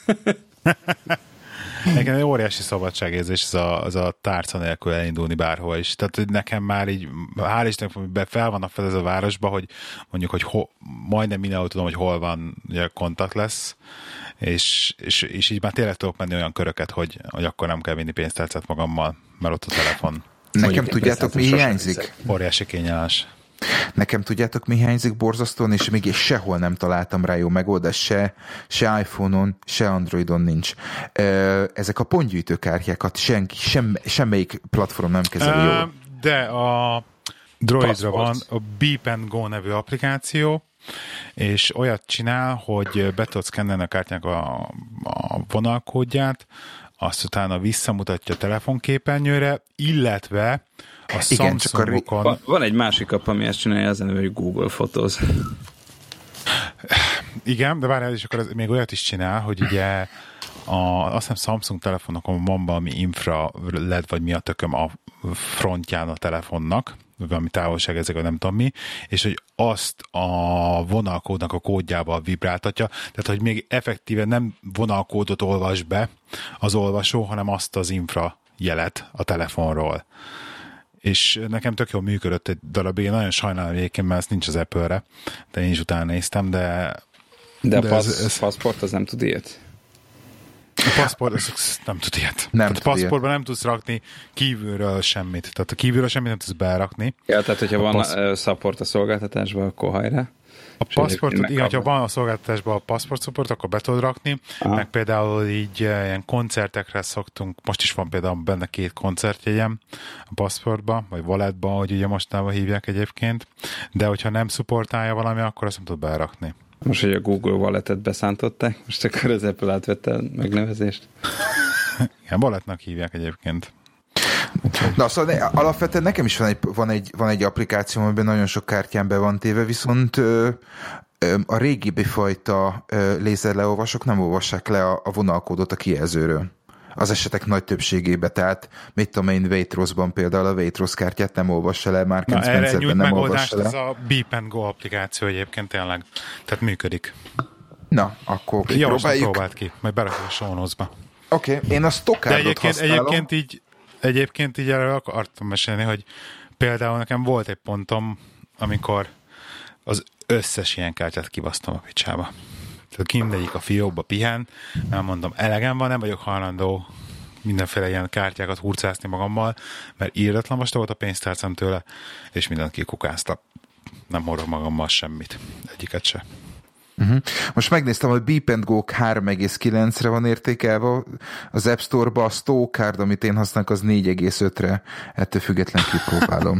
Nekem egy óriási szabadságérzés az a, az a tárca nélkül elindulni bárhol is. Tehát, hogy nekem már így, hál' Istennek, hogy fel vannak fedezve a városba, hogy mondjuk, hogy ho, majdnem mindenhol tudom, hogy hol van ugye, kontakt lesz, és, és, és így már tényleg tudok menni olyan köröket, hogy, hogy akkor nem kell vinni pénztárcát magammal, mert ott a telefon. Nekem mondjuk, tudjátok, mi hiányzik? Óriási kényelmes. Nekem tudjátok, mi hiányzik borzasztóan, és még sehol nem találtam rá jó megoldást, se, se iPhone-on, se Androidon nincs. Ezek a pontgyűjtőkártyákat senki, sem, semmelyik platform nem kezeli jól. De a Droidra van a Beep and Go nevű applikáció, és olyat csinál, hogy be tudsz szkennelni a kártyának a, a vonalkódját, azt utána visszamutatja a telefonképernyőre, illetve a igen, Samsungokon... Van, van egy másik app, ami ezt csinálja, az a neve, hogy Google Photos. Igen, de várjál, és akkor ez még olyat is csinál, hogy ugye a, azt hiszem Samsung telefonokon van valami infra el é dé, vagy mi a tököm a frontján a telefonnak, valami távolság ezek, nem tudom mi, és hogy azt a vonalkódnak a kódjával vibráltatja, tehát hogy még effektíve nem vonalkódot olvas be az olvasó, hanem azt az infra jelet a telefonról. És nekem tök jól működött egy darabig, én nagyon sajnálom egyébként, mert ez nincs az Apple-re, de én is utána néztem, de... De a de passz, ez, ez... passzport az nem tud ilyet? A passzport az nem tud ilyet. Nem tehát a passzportban nem tudsz rakni kívülről semmit. Tehát a kívülről semmit nem tudsz berakni. Ja, tehát hogyha a van passz... support a szolgáltatásban, akkor hajrá. A passzportot, igen, ha van a szolgáltatásban a passzport support, akkor be tudod rakni, aha, meg például így ilyen koncertekre szoktunk, most is van például benne két koncertjegyem a passzportba, vagy walletba, hogy ugye mostában hívják egyébként, de hogyha nem szupportálja valami, akkor azt nem tud berakni. Most, hogy a Google Wallet-et beszántották, most akkor az Apple átvette a megnevezést. Igen, walletnak hívják egyébként. Na, szóval de, alapvetően nekem is van egy, van egy, van egy applikáció, amiben nagyon sok kártyán be van téve, viszont ö, ö, a régibi fajta ö, lézerleolvasók nem olvassák le a, a vonalkódot a kijelzőről. Az esetek nagy többségében, tehát mit tudom én, Waitrose-ban például a Waitrose kártyát nem olvassa le, Marks and Spencerben nem olvassa le. Ez a Beep and Go applikáció egyébként tényleg, tehát működik. Na, akkor kipróbáljuk. Próbáld ki, majd berakjuk a show notes-ba. Oké, okay, én a Stockardot használom. Egyébként így Egyébként így erről akartam mesélni, hogy például nekem volt egy pontom, amikor az összes ilyen kártyát kibasztam a picsába. Tehát mindegyik a fiókba pihen, nem mondom, elegem van, nem vagyok hajlandó mindenféle ilyen kártyákat hurcászni magammal, mert írdatlan most volt a pénztárcám tőle, és mindent kikukázta. Nem hordok magammal semmit, egyiket se. Uh-huh. Most megnéztem, hogy Beep and Go három egész kilencre van értékelve, az App Store-ba a Stockard, amit én használok, az négy egész ötre, ettől független kipróbálom.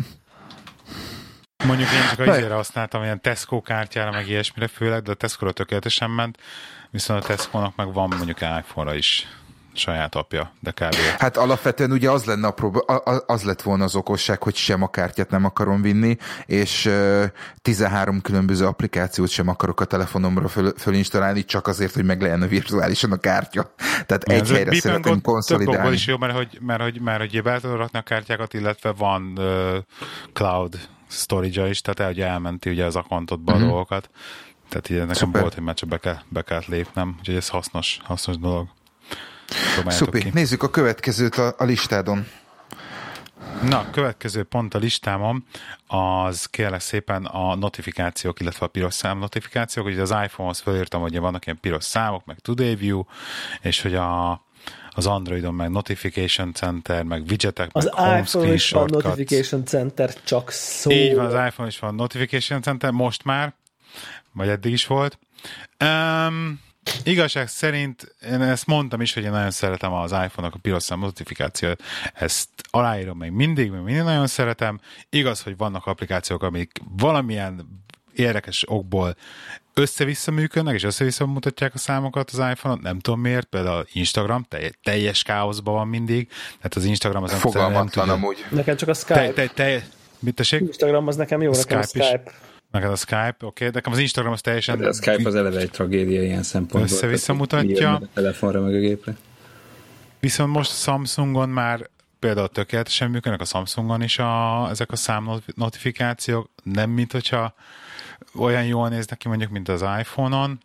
Mondjuk én csak azért használtam ilyen Tesco kártyára, meg ilyesmire főleg, de a Tesco-ra tökéletesen ment, viszont a Tesco-nak meg van mondjuk iPhone-ra is saját apja, de kb. Hát alapvetően ugye az lenne a prób- az lett volna az okosság, hogy sem a kártyát nem akarom vinni, és tizenhárom különböző applikációt sem akarok a telefonomra föl, fölinstalálni, csak azért, hogy meg legyen virtuálisan a kártya. Tehát ja, egy helyre szeretném konszolidálni. Több is jó, mert hogy, mert hogy, mert hogy be tudod rakni a kártyákat, illetve van uh, cloud storage-a is, tehát el, elmenti ugye az accountodba mm-hmm. a dolgokat. Tehát ugye nekem Szuper. Volt, hogy már csak be, kell, be kellett lépnem, úgyhogy ez hasznos, hasznos dolog. Szupi, nézzük a következőt a, a listádon. Na, a következő pont a listámon az kérlek szépen a notifikációk, illetve a piros szám notifikációk. Ugye az iPhone-hoz felírtam, hogy vannak ilyen piros számok, meg Today View, és hogy a az Androidon meg Notification Center, meg widgetek, az meg home screen is van Notification Center, csak szó. Így van, az iPhone is van Notification Center, most már, vagy eddig is volt. Um, igazság szerint, én ezt mondtam is, hogy én nagyon szeretem az iPhone-nak a piros szám notifikációt, ezt aláírom még mindig, még mindig nagyon szeretem. Igaz, hogy vannak applikációk, amik valamilyen érdekes okból össze-vissza működnek, és össze-vissza mutatják a számokat az iPhone-on, nem tudom miért, például Instagram teljes káoszban van mindig, tehát az Instagram az fogalmatlan amúgy. Nekem csak a Skype. Te, te, te, mit tessék? Instagram az nekem jó, a nekem Skype a Skype. Neked a Skype, oké, okay. Nekem az Instagram az teljesen... De a Skype az eleve egy tragédia ilyen szempontból. Össze-vissza mutatja. A telefonra meg a gépre. Viszont most Samsungon már például tökéletesen működnek, a Samsungon is a, ezek a szám notifikációk, nem mint hogyha olyan jól néznek ki mondjuk, mint az iPhone-on,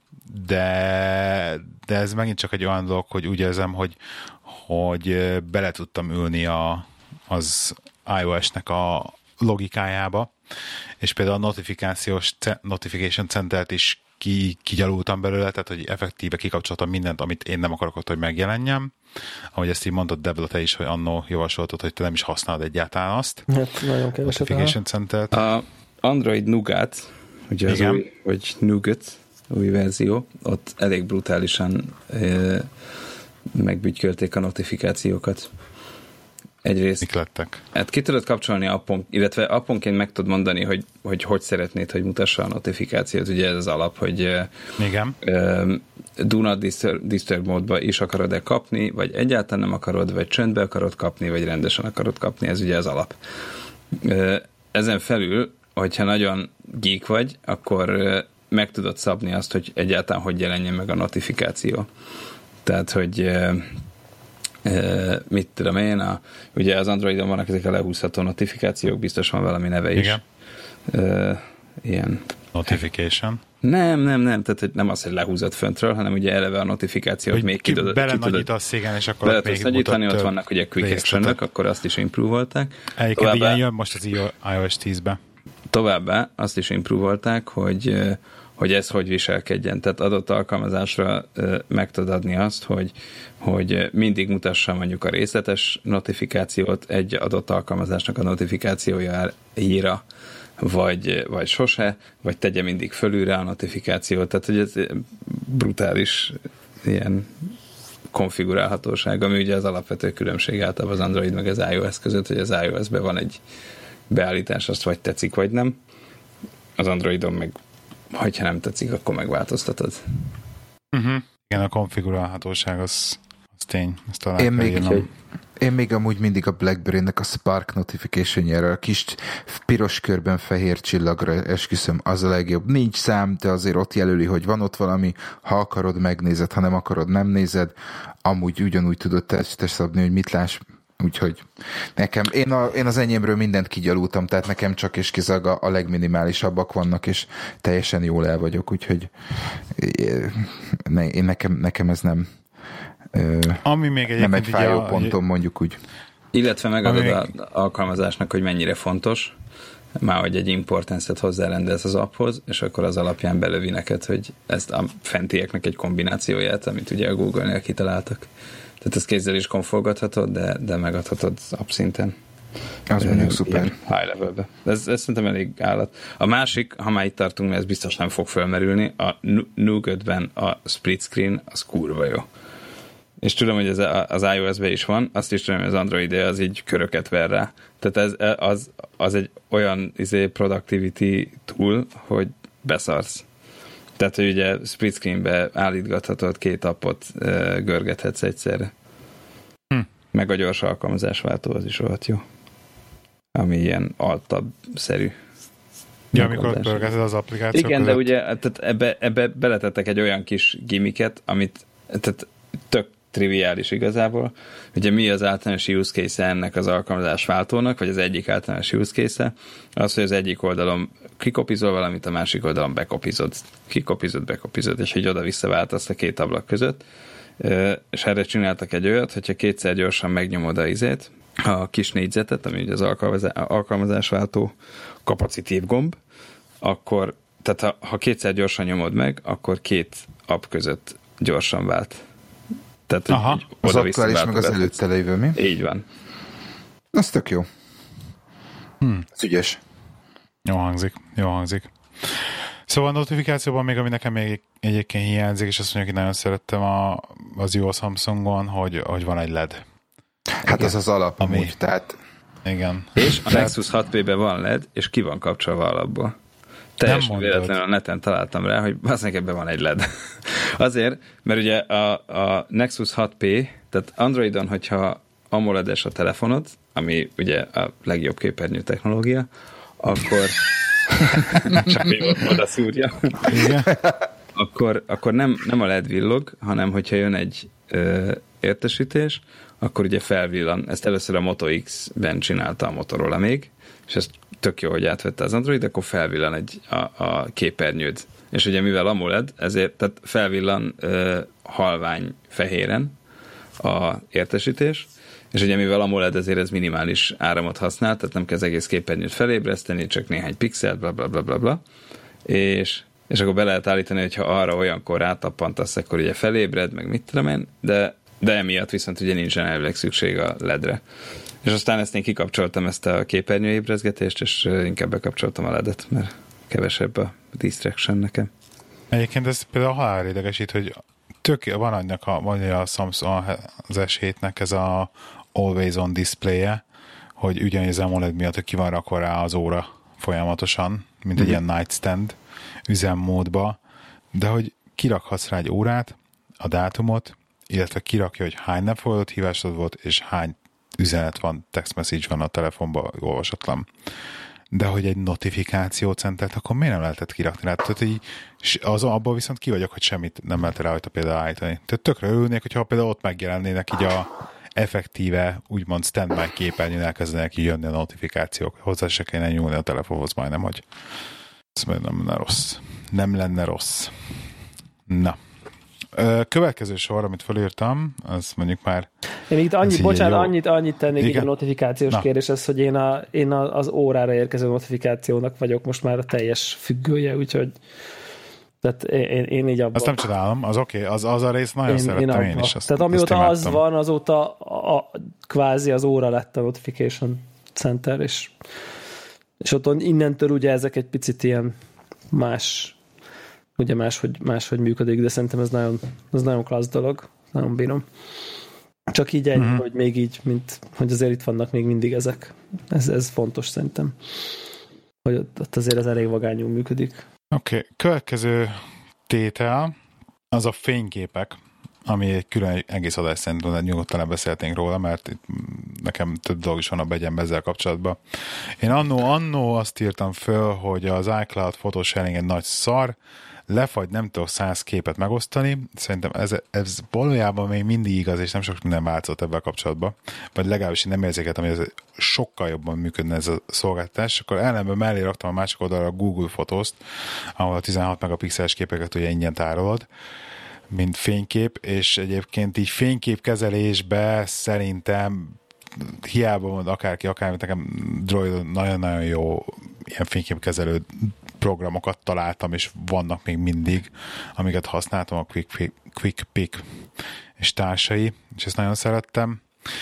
de, de ez megint csak egy olyan dolog, hogy úgy érzem, hogy, hogy bele tudtam ülni a, az iOS-nek a logikájába, és például a notifikációs notification centert is ki, kigyalultam belőle, tehát hogy effektíve kikapcsoltam mindent, amit én nem akarok ott, hogy megjelenjem. Ahogy ezt így mondott Debla, te is, hogy annó javasoltad, hogy te nem is használod egyáltalán azt. Hát nagyon keveset. Notification centert. A Android Nougat, ugye az Igen. új, vagy Nougat, új verzió, ott elég brutálisan e, megbügykölték a notifikációkat. Egyrészt. Mik lettek? Hát ki tudod kapcsolni appon, illetve apponként meg tudod mondani, hogy, hogy hogy szeretnéd, hogy mutassa a notifikációt. Ugye ez az alap, hogy Igen. Uh, do not disturb, disturb módba is akarod-e kapni, vagy egyáltalán nem akarod, vagy csöndbe akarod kapni, vagy rendesen akarod kapni. Ez ugye az alap. Uh, ezen felül, hogyha nagyon geek vagy, akkor uh, meg tudod szabni azt, hogy egyáltalán hogy jelenjen meg a notifikáció. Tehát, hogy uh, Uh, mit tudom én, a, ugye az Androidon vannak ezek a lehúzható notifikációk, biztos van valami neve is. Igen. Uh, ilyen. Notification. Nem, nem, nem, tehát hogy nem az, hogy lehúzod föntről, hanem ugye eleve a notifikációt hogy még ki tudod. Belenagyítasz, igen, és akkor bele ott még nagyítani, ott vannak ugye quick action-ök, akkor azt is improve-olták. Egyébként ilyen jön most az iOS tízbe. Továbbá azt is improve-olták, hogy hogy ez hogy viselkedjen. Tehát adott alkalmazásra meg tudod adni azt, hogy, hogy mindig mutassa mondjuk a részletes notifikációt egy adott alkalmazásnak a notifikációjára, vagy, vagy sose, vagy tegye mindig fölülre a notifikációt. Tehát, hogy ez brutális ilyen konfigurálhatóság, ami ugye az alapvető különbség általában az Android meg az iOS között, hogy az iOS-ben van egy beállítás, azt vagy tetszik, vagy nem. Az Androidon meg hogyha nem tetszik, akkor megváltoztatod. Uh-huh. Igen, a konfigurálhatóság az, az tény. Ezt én, még, én még amúgy mindig a BlackBerry-nek a Spark notification-jára, a kis piros körben fehér csillagra esküszöm, az a legjobb. Nincs szám, de azért ott jelöli, hogy van ott valami, ha akarod, megnézed, ha nem akarod, nem nézed. Amúgy ugyanúgy tudod testes szabni, hogy mit láss. Úgyhogy nekem, én, a, én az enyémről mindent kigyalultam, tehát nekem csak és kizárólag a, a legminimálisabbak vannak, és teljesen jól el vagyok, úgyhogy ne, én nekem, nekem ez nem Ami még nem egy fájó a, pontom, mondjuk úgy. Illetve megadod az még... alkalmazásnak, hogy mennyire fontos, már hogy egy importance-et hozzárendelsz az apphoz, és akkor az alapján belövi neked, hogy ezt a fentieknek egy kombinációját, amit ugye a Google-nél kitaláltak. Tehát ezt kézzel is konfolgathatod, de, de megadhatod app szinten. Az mondjuk szuper. High levelbe. Ez, ez szerintem elég állat. A másik, ha már itt tartunk, mert ez biztos nem fog felmerülni, a Nougat-ben a split screen az kurva jó. És tudom, hogy ez az iOS-ben is van, azt is tudom, hogy az Android az így köröket ver rá. Tehát ez, az, az egy olyan izé, productivity tool, hogy beszarsz. Tehát, hogy ugye split screenbe állítgathatod két appot, görgethetsz egyszerre. Meg a gyors alkalmazásváltó az is volt jó. Ami ilyen altabb-szerű. Ja, amikor pörgeted az applikációt. Igen, között. De ugye tehát ebbe, ebbe beletettek egy olyan kis gimmicket, amit tehát tök triviális igazából. Ugye mi az általános use case ennek az alkalmazásváltónak, vagy az egyik általános use case az, hogy az egyik oldalon kikopizol valamit, a másik oldalon bekopizod. Kikopizod, bekopizod, és így oda-vissza váltasz a két ablak között. És erre csináltak egy olyat, hogyha kétszer gyorsan megnyomod a izét, a kis négyzetet, ami ugye az alkalmazásváltó kapacitív gomb, akkor, tehát ha, ha kétszer gyorsan nyomod meg, akkor két app között gyorsan vált. Tehát, aha, az aktuális meg az előtte lévő, mi? Így van. Az tök jó. Hmm. Ez ügyes. Jó hangzik, jó hangzik. Szóval a notifikációban még, ami nekem még egyébként hiányzik, és azt mondjuk, hogy nagyon szerettem a, az jó Samsungon, hogy, hogy van egy el é dé. Hát igen. Az az alap, ami... amúgy, tehát... Igen. És a Nexus hat P-ben van el é dé, és ki van kapcsolva alapból. Teljesen véletlenül a neten találtam rá, hogy bazdmeg ebben van egy el é dé. Azért, mert ugye a, a Nexus hat P, tehát Androidon, hogyha AMOLED-es a telefonod, ami ugye a legjobb képernyő technológia, akkor csak még ott oda szúrja. akkor, akkor nem, nem a el é dé villog, hanem hogyha jön egy ö, értesítés, akkor ugye felvillan. Ezt először a Moto X-ben csinálta a Motorola még, és ezt tök jó, hogy átvette az Android, akkor felvillan egy, a, a képernyőd. És ugye mivel AMOLED, ezért tehát felvillan ö, halvány fehéren a értesítés, és ugye mivel AMOLED, ezért ez minimális áramot használ, tehát nem kell az egész képernyőt felébreszteni, csak néhány pixelt, bla bla bla bla bla. És, és akkor be lehet állítani, hogyha arra olyankor rátappantasz, akkor ugye felébred, meg mit tudom én, de, de emiatt viszont ugye nincsen elvileg szükség a el é dé-re. És aztán ezt én kikapcsoltam, ezt a képernyőébrezgetést, és inkább bekapcsoltam a el é dé-t, mert kevesebb a distraction nekem. Egyébként ez például halál idegesít, hogy tök, van annak a, van a Samsung az es hétnek ez a Always On display-je, hogy ugyanis az AMOLED miatt, hogy ki van rakva rá az óra folyamatosan, mint egy mm. ilyen nightstand üzemmódba, de hogy kirakhatsz rá egy órát, a dátumot, illetve kirakja, hogy hány napfolyadott hívásod volt, és hány üzenet van, text message van a telefonban, olvasatlan. De hogy egy notifikációcentert, akkor miért nem lehetett kirakni rá? Tehát így, az, abban viszont ki vagyok, hogy semmit nem lehet rajta például állítani. Tehát tökre örülnék, hogyha például ott megjelennének így a effektíve, úgymond standby képernyőn elkezdenek így jönni a notifikációk. Hozzá se kellene nyúlni a telefonhoz majdnem, hogy ez nem lenne rossz. Nem lenne rossz. Na. Következő sor, amit felírtam, az mondjuk már... Én itt annyi, bocsánat, annyit, annyit tennék így a notifikációs kérdéshez, hogy én, a, én a, az órára érkező notifikációnak vagyok most már a teljes függője, úgyhogy tehát én, én így abban... Azt nem csodálom, az oké, okay. az, az a rész nagyon én, szerettem én, én is. Azt, tehát amióta az van, azóta a, a, kvázi az óra lett a notification center, és, és ott innentől ugye ezek egy picit ilyen más... ugye máshogy, máshogy működik, de szerintem ez nagyon, ez nagyon klassz dolog, nagyon bírom. Csak így ennyi, mm-hmm. hogy még így, mint, hogy azért itt vannak még mindig ezek. Ez, ez fontos szerintem. Hogy ott azért ez elég vagányul működik. Oké, okay. Következő tétel az a fényképek, ami egy külön egész adás szerintem nyugodtan beszélténk róla, mert itt nekem több dolog is van a begyenbe ezzel kapcsolatban. Én annó, annó azt írtam föl, hogy az iCloud photosharing egy nagy szar, lefagy, nem tudok száz képet megosztani. Szerintem ez, ez valójában még mindig igaz, és nem sok minden változott ebben a kapcsolatban. Vagy legalábbis én nem érzékeltem, hogy ez sokkal jobban működne ez a szolgáltatás. Akkor ellenben mellé raktam a másik oldalra a Google Photos-t, ahol a tizenhat megapixeles képeket ugye ingyen tárolod, mint fénykép, és egyébként így fényképkezelésbe szerintem hiába mond akárki, akármit, nekem Droid nagyon-nagyon jó ilyen fényképkezelő programokat találtam, és vannak még mindig, amiket használtam, a Quick, Quick Pick és társai, és ezt nagyon szerettem.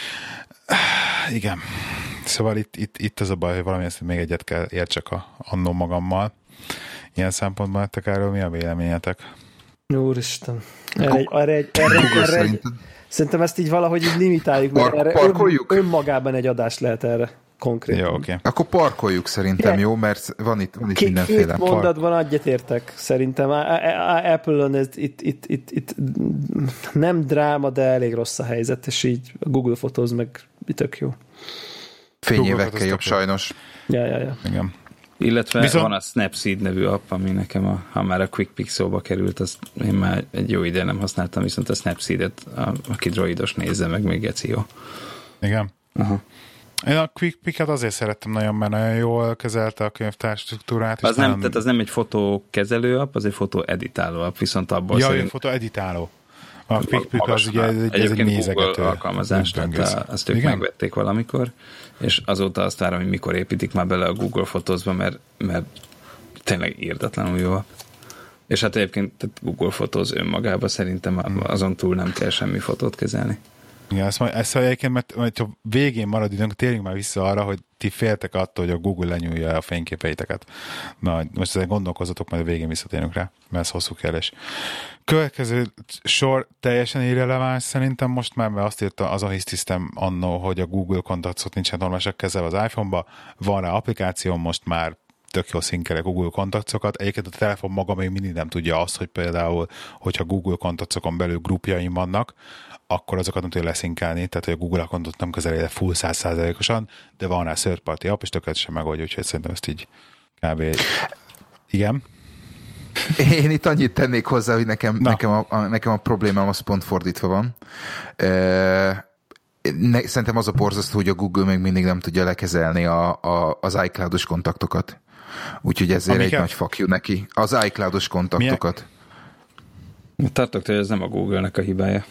Igen. Szóval itt, itt, itt az a baj, hogy valami ezt még egyet kell értsek a, annó magammal. Ilyen szempontban lettek erről, mi a véleményetek? Úristen. Erre egy, erre egy, erre egy, erre egy, szerintem ezt így valahogy így limitáljuk, mert erre ön, önmagában egy adás lehet erre. konkrétan. Jó, oké. Okay. Akkor parkoljuk szerintem, De, jó? Mert van itt, van itt két, mindenféle. Két mondatban egyetértek szerintem. Apple-on ez itt, itt, itt, itt nem dráma, de elég rossz a helyzet, és így a Google Photos meg tök jó. Fényévekkel jobb sajnos. Ja, ja, ja. Igen. Illetve Viszont... van a Snapseed nevű app, ami nekem, a, ha már a Quick Pick szóba került, azt én már egy jó ideje nem használtam, viszont a Snapseed-et, a, aki droidos nézze meg, még geci jó. Igen. Aha. Én a Quick Pick-et azért szerettem nagyon, mert nagyon jól kezelte a könyvtár struktúrát. Az nem, nagyon... tehát az nem egy fotókezelő app, az egy fotóeditáló app, viszont abból ja, szerint... Ja, fotóeditáló. A Quick Pick az ugye ez egy, ez egy nézegető. Google alkalmazás, tehát a, azt ők igen? megvették valamikor, és azóta azt várom, hogy mikor építik már bele a Google Photos-ba, mert, mert tényleg írdatlanul jó app. És hát egyébként tehát Google Photos önmagában szerintem azon túl nem kell semmi fotót kezelni. Igen, ezt, ezt egyébként, mert, mert ha végén marad időnk, térjünk már vissza arra, hogy ti féltek attól, hogy a Google lenyúlja a fényképeiteket. Na, most ezzel gondolkozzatok, majd a végén visszatérünk rá, mert ez hosszú kérdés. Következő sor teljesen irreleváns szerintem most már, mert azt írta az a hisztisztem annó, hogy a Google kontaktok nincsen normálisak kezelve az iPhone-ba, van rá applikáció, most már tök jó szinkerek Google kontaktokat. Egyébként a telefon maga még mindig nem tudja azt, hogy például, hogyha Google kontaktokon belül grupjaim vannak, akkor azokat nem tudja leszinkelni, tehát hogy a Google accountot nem kezeli full száz százalékosan, de van rá third party app, és tökéletesen megoldja, úgyhogy szerintem ezt így kb. Igen. Én itt annyit tennék hozzá, hogy nekem, nekem, a, a, nekem a problémám az pont fordítva van. E, ne, szerintem az a borzasztó, hogy a Google még mindig nem tudja lekezelni a, a, az iCloud-os kontaktokat. Úgyhogy ezért Amiket? egy nagy fuck you neki. Az iCloud-os kontaktokat. Milyen? Tartok, hogy ez nem a Google-nek a hibája.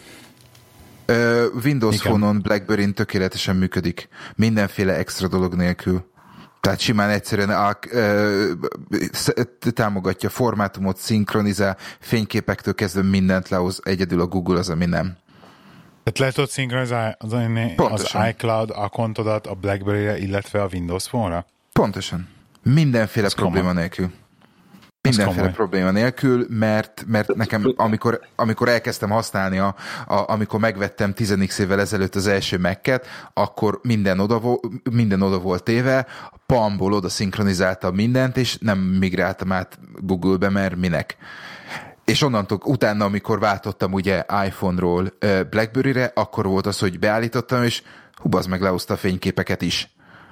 Windows Igen. Phone-on, BlackBerry-n tökéletesen működik. Mindenféle extra dolog nélkül. Tehát simán egyszerűen a, ö, támogatja formátumot, szinkronizál, fényképektől kezdve mindent lehoz, egyedül a Google az, ami nem. Tehát le tudod szinkronizálni az iCloud accountodat a BlackBerry-re, illetve a Windows Phone-ra? Pontosan. Mindenféle Ez probléma komoly. nélkül. Mindenféle probléma nélkül, mert, mert nekem, amikor, amikor elkezdtem használni, a, a, amikor megvettem tíz évvel ezelőtt az első Mac-et, akkor minden oda, vo, minden oda volt téve, Palmból oda szinkronizáltam mindent, és nem migráltam át Google-be, mert minek. És onnantól utána, amikor váltottam ugye iPhone-ról BlackBerry-re, akkor volt az, hogy beállítottam, és hú, az meg lehozta a fényképeket is.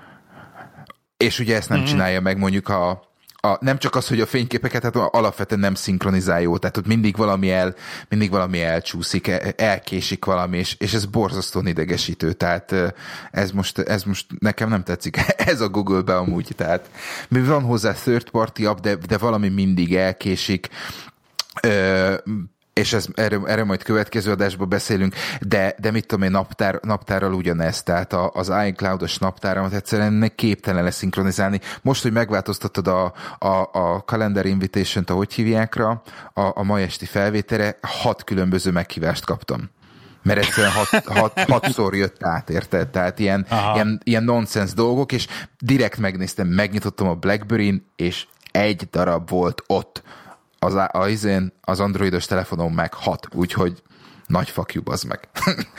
És ugye ezt nem mm-hmm. csinálja meg mondjuk a A, nem csak az, hogy a fényképeket, hát alapvetően nem szinkronizál jó, tehát ott mindig valami, el, mindig valami elcsúszik, elkésik valami, és, és ez borzasztóan idegesítő, tehát ez most, ez most nekem nem tetszik, ez a Google-be amúgy, tehát mi van hozzá third party app, de, de valami mindig elkésik, Ö, és ez, erre, erre majd következő adásban beszélünk, de, de mit tudom én, naptár, naptárral ugyanez, tehát a, az iCloud-os naptáramat egyszerűen képtelen leszinkronizálni. Most, hogy megváltoztattad a, a, a Calendar Invitation-t, ahogy hívjákra, a, a ma esti felvételre, hat különböző meghívást kaptam. Mert egyszerűen hat, hat, hatszor jött át, érted? Tehát ilyen, ilyen, ilyen nonsense dolgok, és direkt megnéztem, megnyitottam a BlackBerry-n, és egy darab volt ott. Az, az, az androidos telefonon meg hat, úgyhogy nagy fuck you, bazd meg.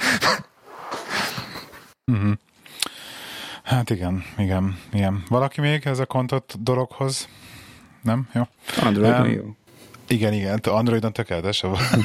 uh-huh. Hát igen, igen, igen. Valaki még ez a kontot dologhoz? Nem? Jó. Androidon um, jó. Igen, igen, Androidon tökéletes.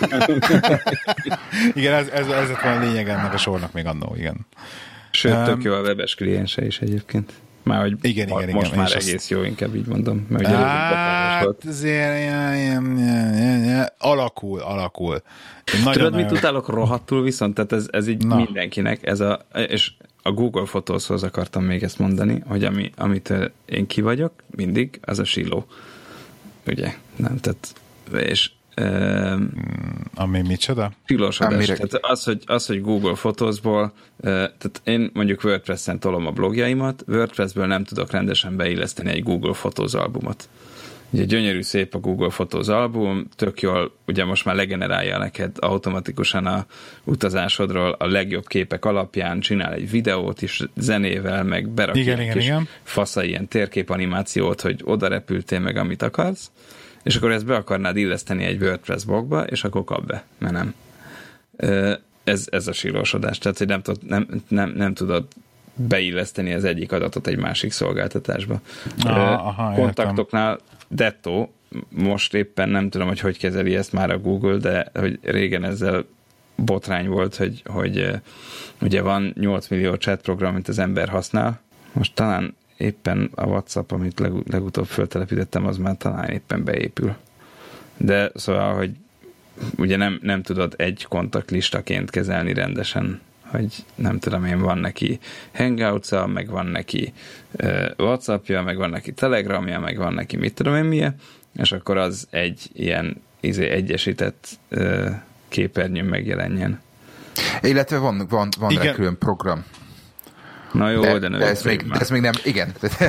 Igen, ez, ez, ez van a lényeg ennek a sornak még annó, igen. Sőt, um, tök jó a webes kliense is egyébként. Már, hogy igen, ma, igen, most igen, már egész azt... jó, inkább így mondom. Mert ugye hát, azért ilyen, ilyen, ilyen, ilyen, alakul, alakul. Nagyon, Tudod, nagyon... mit utálok rohadtul viszont? Tehát ez, ez így Na. mindenkinek, ez a, és a Google Photos-hoz akartam még ezt mondani, hogy ami, amit én ki vagyok, mindig, az a siló. Ugye? Nem, tehát, és Uh, ami micsoda? Silósodás. Tehát az, hogy, az, hogy Google Photos-ból, uh, tehát én mondjuk WordPress-en tolom a blogjaimat, WordPress-ből nem tudok rendesen beilleszteni egy Google Photos albumot. Ugye gyönyörű szép a Google Photos album, tök jól, ugye most már legenerálja neked automatikusan a utazásodról a legjobb képek alapján, csinál egy videót is zenével, meg berakja igen, egy igen, kis igen. fasza ilyen térképanimációt, hogy oda repültél meg, amit akarsz, és akkor ezt be akarnád illeszteni egy WordPress blogba, és akkor kap be, mert nem. Ez, ez a sílósodás. Tehát, hogy nem, tud, nem, nem, nem tudod beilleszteni az egyik adatot egy másik szolgáltatásba. Ah, aha, kontaktoknál Detto, most éppen nem tudom, hogy hogy kezeli ezt már a Google, de hogy régen ezzel botrány volt, hogy, hogy ugye van nyolc millió chat program, amit az ember használ. Most talán éppen a WhatsApp, amit leg, legutóbb föltelepítettem, az már talán éppen beépül. De szóval, hogy ugye nem, nem tudod egy kontaktlistaként kezelni rendesen, hogy nem tudom én, van neki Hangouts-a, meg van neki uh, WhatsAppja, meg van neki Telegramja, meg van neki mit tudom én milyen, és akkor az egy ilyen izé, egyesített uh, képernyőn megjelenjen. Illetve van, van, van rá külön program. Na jó, de, de, ne de ez, még, ez még nem, igen.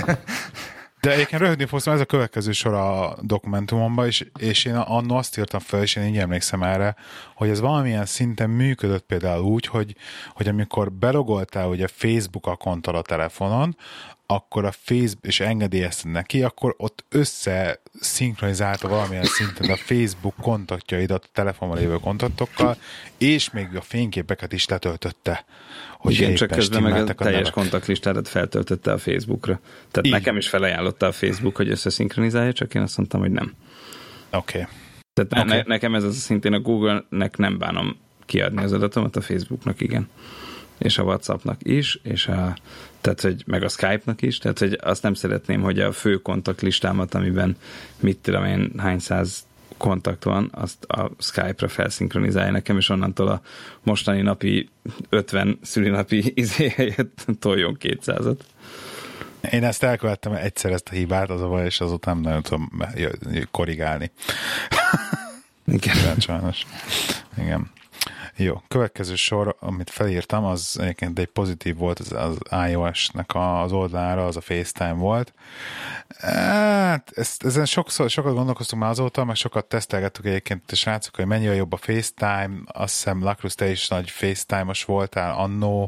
De egyébként röhögni fogsz, ez a következő sor a dokumentumomban, és, és én annól azt írtam fel, és én így emlékszem erre, hogy ez valamilyen szinten működött például úgy, hogy, hogy amikor belogoltál ugye Facebook akkonttal a telefonon, akkor a Facebook, és engedélyezted neki, akkor ott összeszinkronizálta valamilyen szinten a Facebook kontaktjaidat a telefonban lévő kontaktokkal, és még a fényképeket is letöltötte. Hogy igen, csak közben meg a teljes kontaktlistádat feltöltötte a Facebookra. Tehát így. Nekem is felajánlotta a Facebook, hogy összeszinkronizálja, csak én azt mondtam, hogy nem. Oké. Okay. Tehát okay. Ne, nekem ez az szintén a Google-nek nem bánom kiadni az adatomat, a Facebooknak igen. És a WhatsAppnak is, és a, tehát, hogy meg a Skype-nak is, tehát, hogy azt nem szeretném, hogy a fő kontaktlistámat, amiben mit tudom én, hány száz kontakt van, azt a Skype-ra felszinkronizálja nekem, és onnantól a mostani napi ötven szülinapi izé helyett toljon kétszázat. Én ezt elkövettem egyszer ezt a hibát, az a baj, és azóta nem nagyon tudom korrigálni. Igen. Sajnos. Igen. Jó, következő sor, amit felírtam, az egyébként egy pozitív volt az, az iOS-nek az oldalára, az a FaceTime volt. Hát, ezt, ezen sokszor, sokat gondolkoztunk már azóta, meg sokat tesztelgettük egyébként a srácok, hogy mennyire jobb a FaceTime, azt hiszem Lakrus, te is nagy FaceTime-os voltál annó.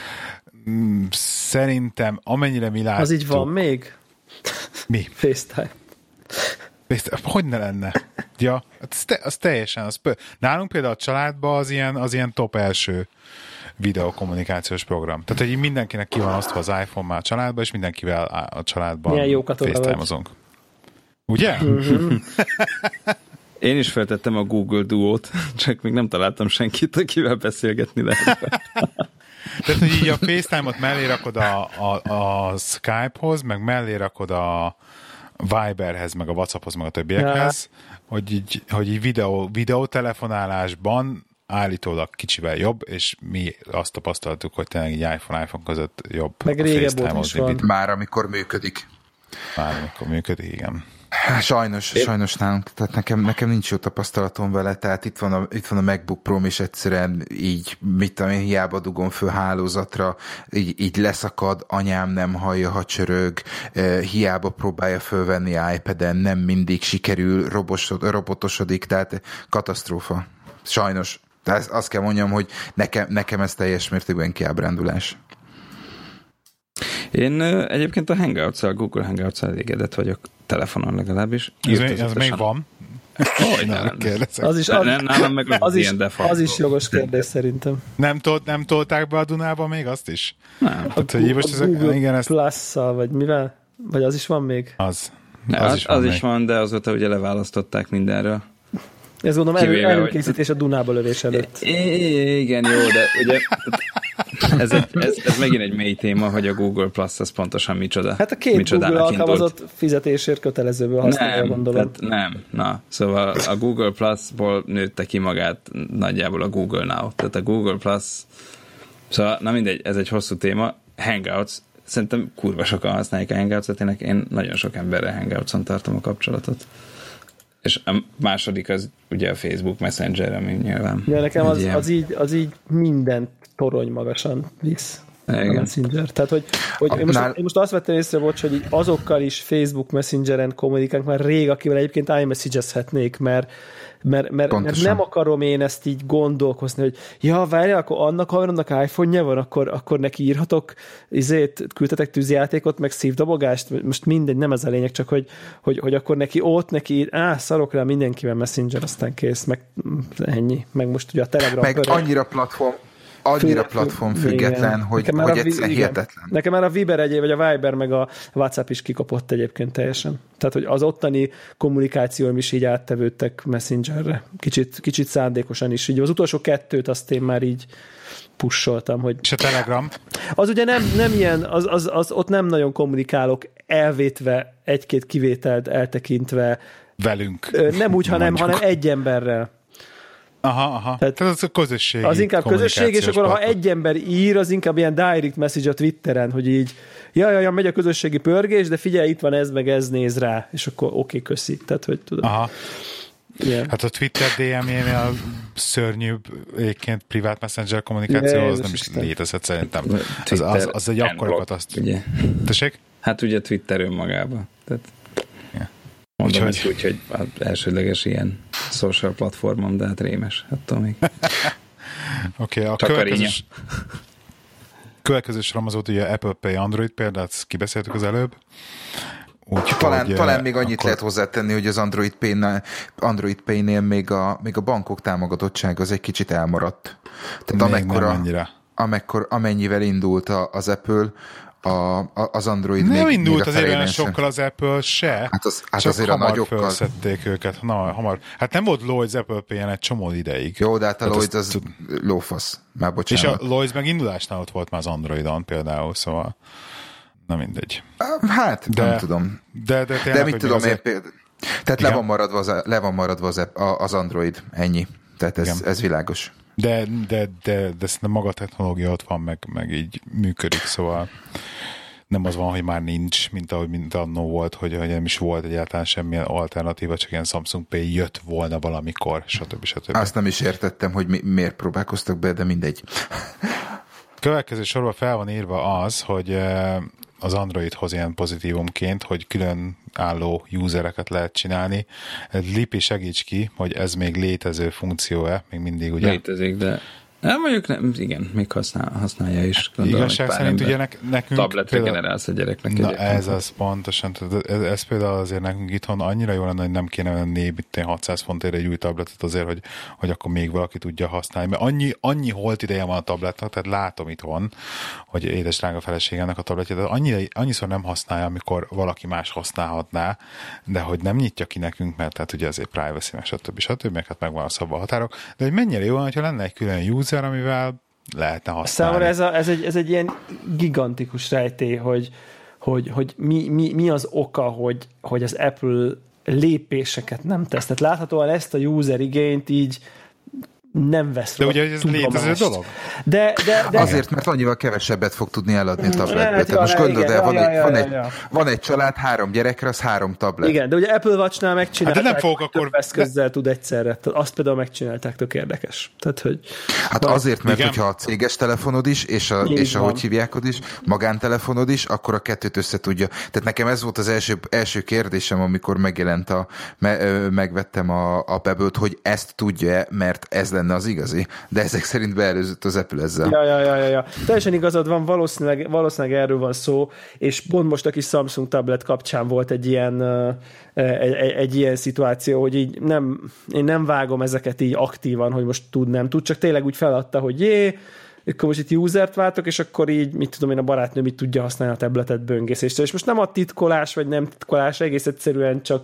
Szerintem, amennyire mi láttuk... Az így van még? Mi? FaceTime. Hogy ne lenne? Ja, az, te, az teljesen. Az pö- Nálunk például a családban az ilyen, az ilyen top első videokommunikációs program. Tehát, hogy mindenkinek ki van osztva az iPhone már a családban, és mindenkivel a családban FaceTime-ozunk. Ugye? Mm-hmm. Én is feltettem a Google Duo-t, csak még nem találtam senkit, akivel beszélgetni lehet. Tehát, hogy így a FaceTime-ot mellé rakod a, a, a Skype-hoz, meg mellé rakod a Viberhez, meg a WhatsApphoz, meg a többiekhez, ja. hogy így, hogy így videó, videótelefonálásban állítólag kicsivel jobb, és mi azt tapasztaltuk, hogy tényleg így iPhone-iPhone között jobb meg a FaceTime-ozni. Már amikor működik. Már amikor működik, igen. Sajnos, Én... sajnos nálunk, tehát nekem, nekem nincs jó tapasztalatom vele, tehát itt van a, itt van a MacBook Pro-m, és egyszerűen így, mit tudom én, hiába dugom föl hálózatra, így, így leszakad, anyám nem hallja, ha csörög, hiába próbálja fölvenni iPad-en, nem mindig sikerül, robosod, robotosodik, tehát katasztrófa. Sajnos. Tehát azt kell mondjam, hogy nekem, nekem ez teljes mértékben kiábrándulás. Én egyébként a Hangouts-al, a Google Hangouts-al elégedett vagyok, telefonon legalábbis. Ez, még, ez még van. Oh, nem, az is, az, nem, nálam meg az, is, az is jogos kérdés szerintem. Nem, tolt, nem tolták be a Dunába még azt is? Nem. A, hát, hogy most a ezek, Google igen, ezt... Plus-szal, vagy mivel? Vagy az is van még? Az. Ne, az, az, is, van, az is van, de azóta ugye leválasztották mindenről. Ez gondolom elő, előkészítés a Dunába lövés előtt. Igen, jó, de ugye ez, egy, ez, ez megint egy mély téma, hogy a Google Plus az pontosan micsoda. Hát a két Google alkalmazott fizetésért kötelezőből használja, gondolom. Tehát nem, na, szóval a Google Plus-ból nőtte ki magát nagyjából a Google Now. Tehát a Google Plus, szóval na mindegy, ez egy hosszú téma. Hangouts, szerintem kurva sokan használják a Hangouts-ot, én, én nagyon sok emberrel Hangouts-on tartom a kapcsolatot. És a második az ugye a Facebook Messenger, ami nyilván... Ja, nekem az, az, így, az így minden torony magasan visz. Igen. A Messenger. Tehát, hogy, hogy én, most, Nál... én most azt vettem észre, bocs, hogy így azokkal is Facebook Messengeren kommunikálunk már rég, akivel egyébként iMessage-ezhetnék, mert, mert, mert, mert nem akarom én ezt így gondolkozni, hogy ja, várjál, akkor annak haveromnak iPhone-ja van, akkor, akkor neki írhatok, izét, küldtetek tűzjátékot, meg szívdobogást, most mindegy, nem ez a lényeg, csak hogy, hogy, hogy akkor neki ott, neki á, szarok rá mindenkivel Messenger, aztán kész, meg ennyi. Meg most ugye a Telegram... Meg pörög. Annyira platform, annyira platform független, hogy, hogy egyszer hihetetlen. Nekem már a Viber egyéb, vagy a Viber, meg a WhatsApp is kikapott egyébként teljesen. Tehát, hogy az ottani kommunikációm is így áttevődtek Messengerre. Kicsit, kicsit szándékosan is. Így az utolsó kettőt azt én már így pusholtam, hogy... És a Telegram? Az ugye nem, nem ilyen, az, az, az, ott nem nagyon kommunikálok, elvétve, egy-két kivételt eltekintve. Velünk. Nem úgy, hanem, hanem egy emberrel. Aha, aha. Tehát, Tehát az a közösség. Az inkább közösség, és akkor ha egy ember ír, az inkább ilyen direct message a Twitteren, hogy így, jaj, jaj, megy a közösségi pörgés, de figyelj, itt van ez, meg ez, néz rá, és akkor oké, okay, köszi. Tehát, hogy tudom. Aha. Yeah. Hát a Twitter dé em-jénél a szörnyűbb egyébként privát messenger kommunikáció, yeah, az nem is létezhet szerintem. Az, az, az egy akkora azt. Ugye. Tessék? Hát ugye Twitter önmagában. Tehát yeah. mondom ezt úgy, hogy az elsődleges ilyen social platformom, de hát rémes. Attól még. Oké, okay, a következő, következő soramazót ugye Apple Pay Android példát, ezt kibeszéltük az előbb. Úgy, talán, hogy, talán még annyit akkor... lehet hozzátenni, hogy az Android Pay-nél, Android Pay-nél még, a, még a bankok támogatottság az egy kicsit elmaradt. Tehát amekkora, amekkor, amennyivel indult a, az Apple, a, a, az Android nem még, indult még azért olyan sokkal az Apple se. Hát, az, hát csak azért hamar a nagyokkal. felszették őket. Na, hamar. Hát nem volt Lloyds Apple Pay-en egy csomó ideig. Jó, de hát a Lloyds az tud... lófasz. Már bocsánat. És a Lloyds meg indulásnál ott volt már az Androidon például, szóval na mindegy. Hát, de, nem tudom. De, de, tényleg, de mit tudom én például. Tehát igen? le van maradva, az, le van maradva az, az Android, ennyi. Tehát ez, ez világos. De, de, de, de szerintem maga a technológia ott van, meg, meg így működik, szóval nem az van, hogy már nincs, mint ahogy mint annó volt, hogy, hogy nem is volt egyáltalán semmilyen alternatíva, csak ilyen Samsung Pay jött volna valamikor, stb. stb. Azt nem is értettem, hogy mi, miért próbálkoztak be, de mindegy. Következő sorban fel van írva az, hogy az Androidhoz ilyen pozitívumként, hogy külön álló usereket lehet csinálni. Lipi, segíts ki, hogy ez még létező funkció-e, még mindig, ugye? Létezik, de nem mondjuk, nem, igen, még használ, használja is. Gondolom, igazság szerint ugye nekünk... Tabletre például, generálsz a gyereknek. Na ez az pontosan. Ez, ez például azért nekünk itthon annyira jó lenne, hogy nem kéne venni hatszáz fontért egy új tabletet azért, hogy, hogy akkor még valaki tudja használni. Mert annyi, annyi holt ideje van a tabletnek, tehát látom itthon, hogy édes drága feleségemnek a tabletjét, tehát annyi, annyiszor nem használja, amikor valaki más használhatná, de hogy nem nyitja ki nekünk, mert tehát ugye azért privacy, meg stb. stb. Meg hát megvan a szabva határok, de hogy mennyire jó, hogyha lenne egy külön user, amivel lehetne használni. Számomra ez, a, ez, egy, ez egy ilyen gigantikus rejtély, hogy, hogy, hogy mi, mi, mi az oka, hogy, hogy az Apple lépéseket nem tesz. Tehát láthatóan ezt a user igényt így nem vesz de ugye ez létező dolog? De, de, de... Azért, mert annyival kevesebbet fog tudni eladni a tabletbe. Tehát most gondolod el, van, ja, ja, van, egy, ja, ja. van egy család, három gyerekre, az három tablet. Igen, de ugye Apple Watch-nál megcsinálták, hát de nem fogok több akkor... eszközzel tud egyszerre. Azt például megcsinálták, tök érdekes. Tehát, hogy... Hát van... azért, mert igen. hogyha a céges telefonod is, és a, és a hogy hívjákod is, magántelefonod is, akkor a kettőt össze tudja. Tehát nekem ez volt az első, első kérdésem, amikor megjelent a, me, megvettem a, a Pebble-t, hogy ezt tudja, mert ez lenne az igazi. De ezek szerint beelőzött az Apple ezzel. Ja, ja, ja, ja, ja. Teljesen igazad van, valószínűleg, valószínűleg erről van szó, és pont most a kis Samsung tablet kapcsán volt egy ilyen, egy, egy, egy ilyen szituáció, hogy így nem, én nem vágom ezeket így aktívan, hogy most tud, nem tud, csak tényleg úgy feladta, hogy jé, akkor most itt usert váltok, és akkor így, mit tudom én, a barátnőm itt tudja használni a tabletet böngészésre. És most nem a titkolás, vagy nem titkolás, egész egyszerűen csak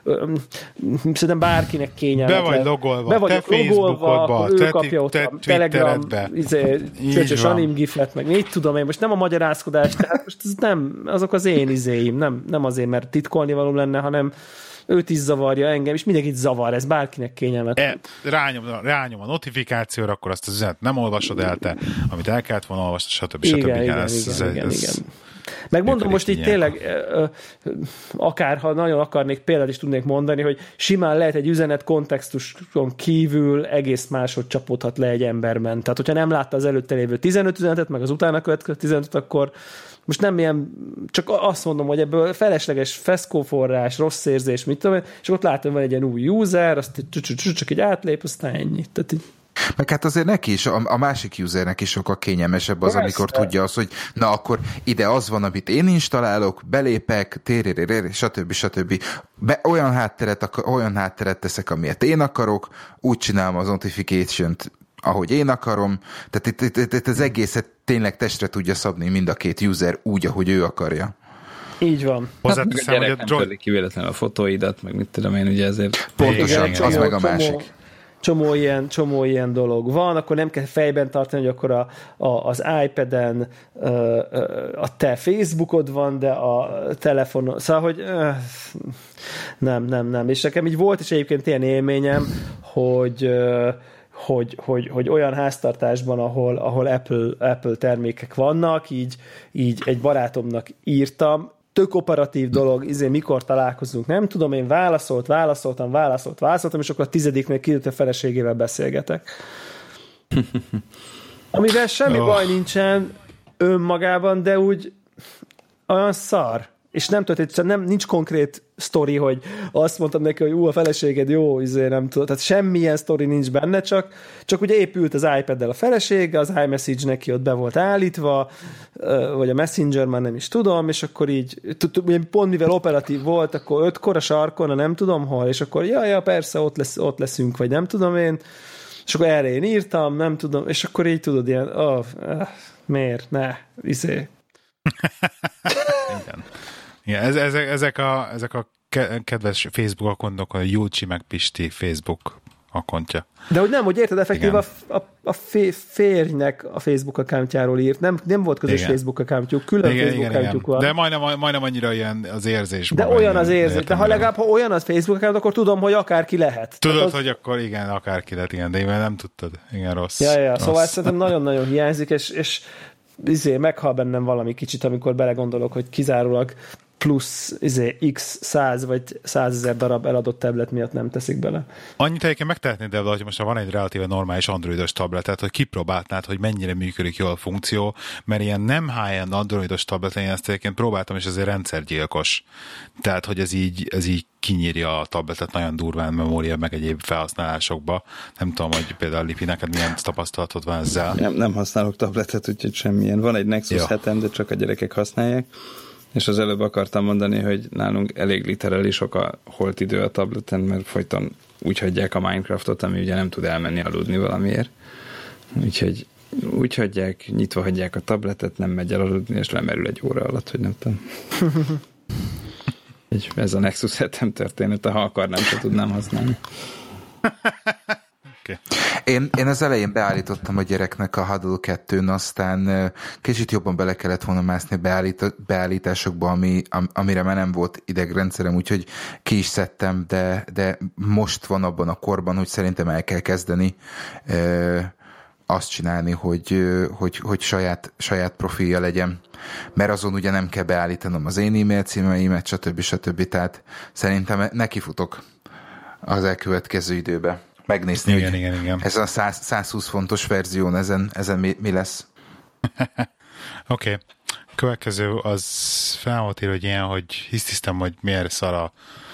szerintem bárkinek kényelmetlen. Be vagy logolva, be vagy te Facebookodba, ő te, kapja ott te a Telegram, izé, csöcsös anim giflet, meg mit tudom én, most nem a magyarázkodás, tehát most ez nem, azok az én izéim, nem, nem azért, mert titkolni való lenne, hanem őt is zavarja, engem, és mindenkit zavar, ez bárkinek kényelmetlen. E, rányom, rányom a notifikációra, akkor azt az üzenet nem olvasod el te, amit el kellett volna olvasni, stb. Igen, stb. Igen, igen, ez, igen, ez, igen, ez, igen. Meg mondom, most így tényleg, akár ha nagyon akarnék példát is tudnék mondani, hogy simán lehet egy üzenet kontextuson kívül egész máshogy csapódhat le egy emberben. Tehát, hogyha nem látta az előtte lévő tizenöt üzenetet, meg az utána következő tizenötöt, akkor most nem ilyen, csak azt mondom, hogy ebből felesleges feszkóforrás, rossz érzés, mit tudom, és ott látom, van egy ilyen új user, azt csak így átlép, aztán ennyi. Tehát így meg hát azért neki is, a, a másik usernek is sokkal kényelmesebb az, amikor tudja azt, hogy na akkor ide az van, amit én installálok, belépek, térérérér, stb. stb. Be, olyan, hátteret, olyan hátteret teszek, amilyet én akarok, úgy csinálom az notification-t ahogy én akarom, tehát itt, itt, itt, itt az egészet tényleg testre tudja szabni mind a két user úgy, ahogy ő akarja. Így van. Hozzáteszem, hogy a nem droid... ki véletlenül a fotóidat, meg mit tudom én, ugye ezért... Pontosan, igen, csomó, az meg a másik. Csomó, csomó, ilyen, csomó ilyen dolog van, akkor nem kell fejben tartani, hogy akkor a, a, az iPad-en a te Facebookod van, de a telefonon... Szóval, hogy nem, nem, nem. És nekem így volt is egyébként ilyen élményem, hogy... Hogy, hogy, hogy olyan háztartásban, ahol, ahol Apple, Apple termékek vannak, így, így egy barátomnak írtam, tök operatív dolog, izé, mikor találkozunk, nem tudom, én válaszolt, válaszoltam, válaszolt, válaszoltam, és akkor a tizediknél kijött a feleségével beszélgetek. Amivel semmi oh. baj nincsen önmagában, de úgy olyan szar. És nem történt, nem, nincs konkrét sztori, hogy azt mondtam neki, hogy ú, a feleséged jó, izé, nem tudom, tehát semmilyen sztori nincs benne, csak, csak ugye épült az iPad-del a feleség, az iMessage neki ott be volt állítva, vagy a Messenger, már nem is tudom, és akkor így, pont mivel operatív volt, akkor ötkor a sarkon, nem tudom hol, és akkor ja, ja, persze, ott, lesz, ott leszünk, vagy nem tudom én, és akkor erre én írtam, nem tudom, és akkor így tudod, ilyen, oh, miért, ne, izé. Igen. Igen, ezek, ezek, a, ezek a kedves Facebook akkontok, a Júcsi meg Pisti Facebook akkontja. De hogy nem, hogy érted, effektív a, a, a férjnek a Facebook accountjáról írt, nem, nem volt közös igen. Facebook accountjuk, külön igen, Facebook igen, accountjuk igen. van. De majdnem, majdnem annyira ilyen az érzés. De olyan az érzés, de ha legalább ha olyan az Facebook account, akkor tudom, hogy akárki lehet. Tudod, az... hogy akkor igen, akárki lehet, igen, de én nem tudtad. Igen, rossz. Ja, ja, rossz. Szóval szerintem nagyon-nagyon hiányzik, és, és izé, meghal bennem valami kicsit, amikor belegondolok, hogy kizárólag plusz izé, x száz vagy százezer darab eladott tablet miatt nem teszik bele. Annyit egyébként megtehetnéd, de hogy most van egy relatíve normális androidos tabletet, hogy kipróbáltnád, hogy mennyire működik jól a funkció, mert ilyen nem high-end androidos tableten én ezt egyébként próbáltam, és azért rendszergyilkos. Tehát, hogy ez így, ez így kinyírja a tabletet nagyon durván memória, meg egyéb felhasználásokba. Nem tudom, hogy például Lipi, neked milyen tapasztalatod van ezzel? Nem, nem használok tabletet, úgyhogy semmilyen. Van egy Nexus hetem, de csak a gyerekek használják. És az előbb akartam mondani, hogy nálunk elég literally sok a holt idő a tableten, mert folyton úgy hagyják a Minecraftot, ami ugye nem tud elmenni aludni valamiért. Úgyhogy úgy hagyják, nyitva hagyják a tabletet, nem megy el aludni, és lemerül egy óra alatt, hogy nem tudom. Ez a Nexus hetem története, ha akarnám, se tudnám használni. Okay. Én, én az elején beállítottam a gyereknek a Huddle kettőn, aztán kicsit jobban bele kellett volna mászni beállít, beállításokba, ami, am, amire már nem volt idegrendszerem, úgyhogy ki is szedtem, de, de most van abban a korban, hogy szerintem el kell kezdeni e, azt csinálni, hogy, hogy, hogy saját, saját profilja legyen, mert azon ugye nem kell beállítanom az én e-mail címeimet, stb. stb. Tehát szerintem nekifutok az elkövetkező időben. Megnézni, igen, igen, igen. ez a száz, százhúsz fontos verzión, ezen, ezen mi, mi lesz. Oké. Okay. Következő az fel volt ír, hogy ilyen, hogy hisztisztem, hogy miért szar a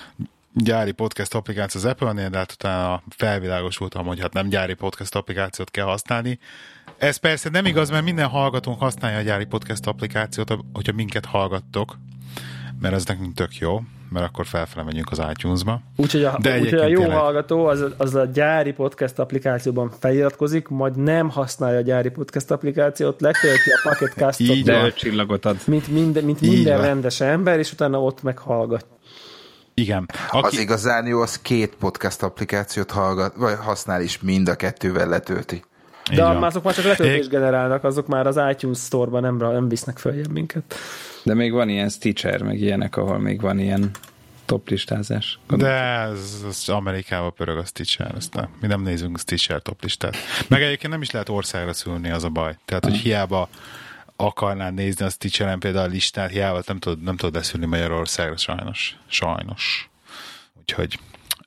gyári podcast applikáció az Apple-nél, de hát utána felvilágosultam, hogy hát nem gyári podcast applikációt kell használni. Ez persze nem igaz, mert minden hallgatónk használja a gyári podcast applikációt, hogyha minket hallgattok, mert ez nekünk tök jó, mert akkor felfele megyünk az iTunes-ba. Úgyhogy a, úgy, a jó tényleg... hallgató az, az a gyári podcast applikációban feliratkozik, majd nem használja a gyári podcast applikációt, letölti a Pocket Castot, de csillagot ad. Mint minden, mint minden rendes ember, és utána ott meghallgat. Igen. Aki... Az igazán jó, az két podcast applikációt hallgat, vagy használ is, mind a kettővel letölti. De azok már csak letöltés generálnak, azok már az iTunes Store-ban nem, nem visznek följebb minket. De még van ilyen Stitcher, meg ilyenek, ahol még van ilyen toplistázás. De ez, ez Amerikában pörög a Stitcher, aztán mi nem nézünk Stitcher toplistát. Meg egyébként nem is lehet országra szülni, az a baj. Tehát, hogy hiába akarnál nézni a Stitcheren például a listát, hiába nem tudod, nem tudod leszülni Magyarországra, sajnos. Sajnos. Úgyhogy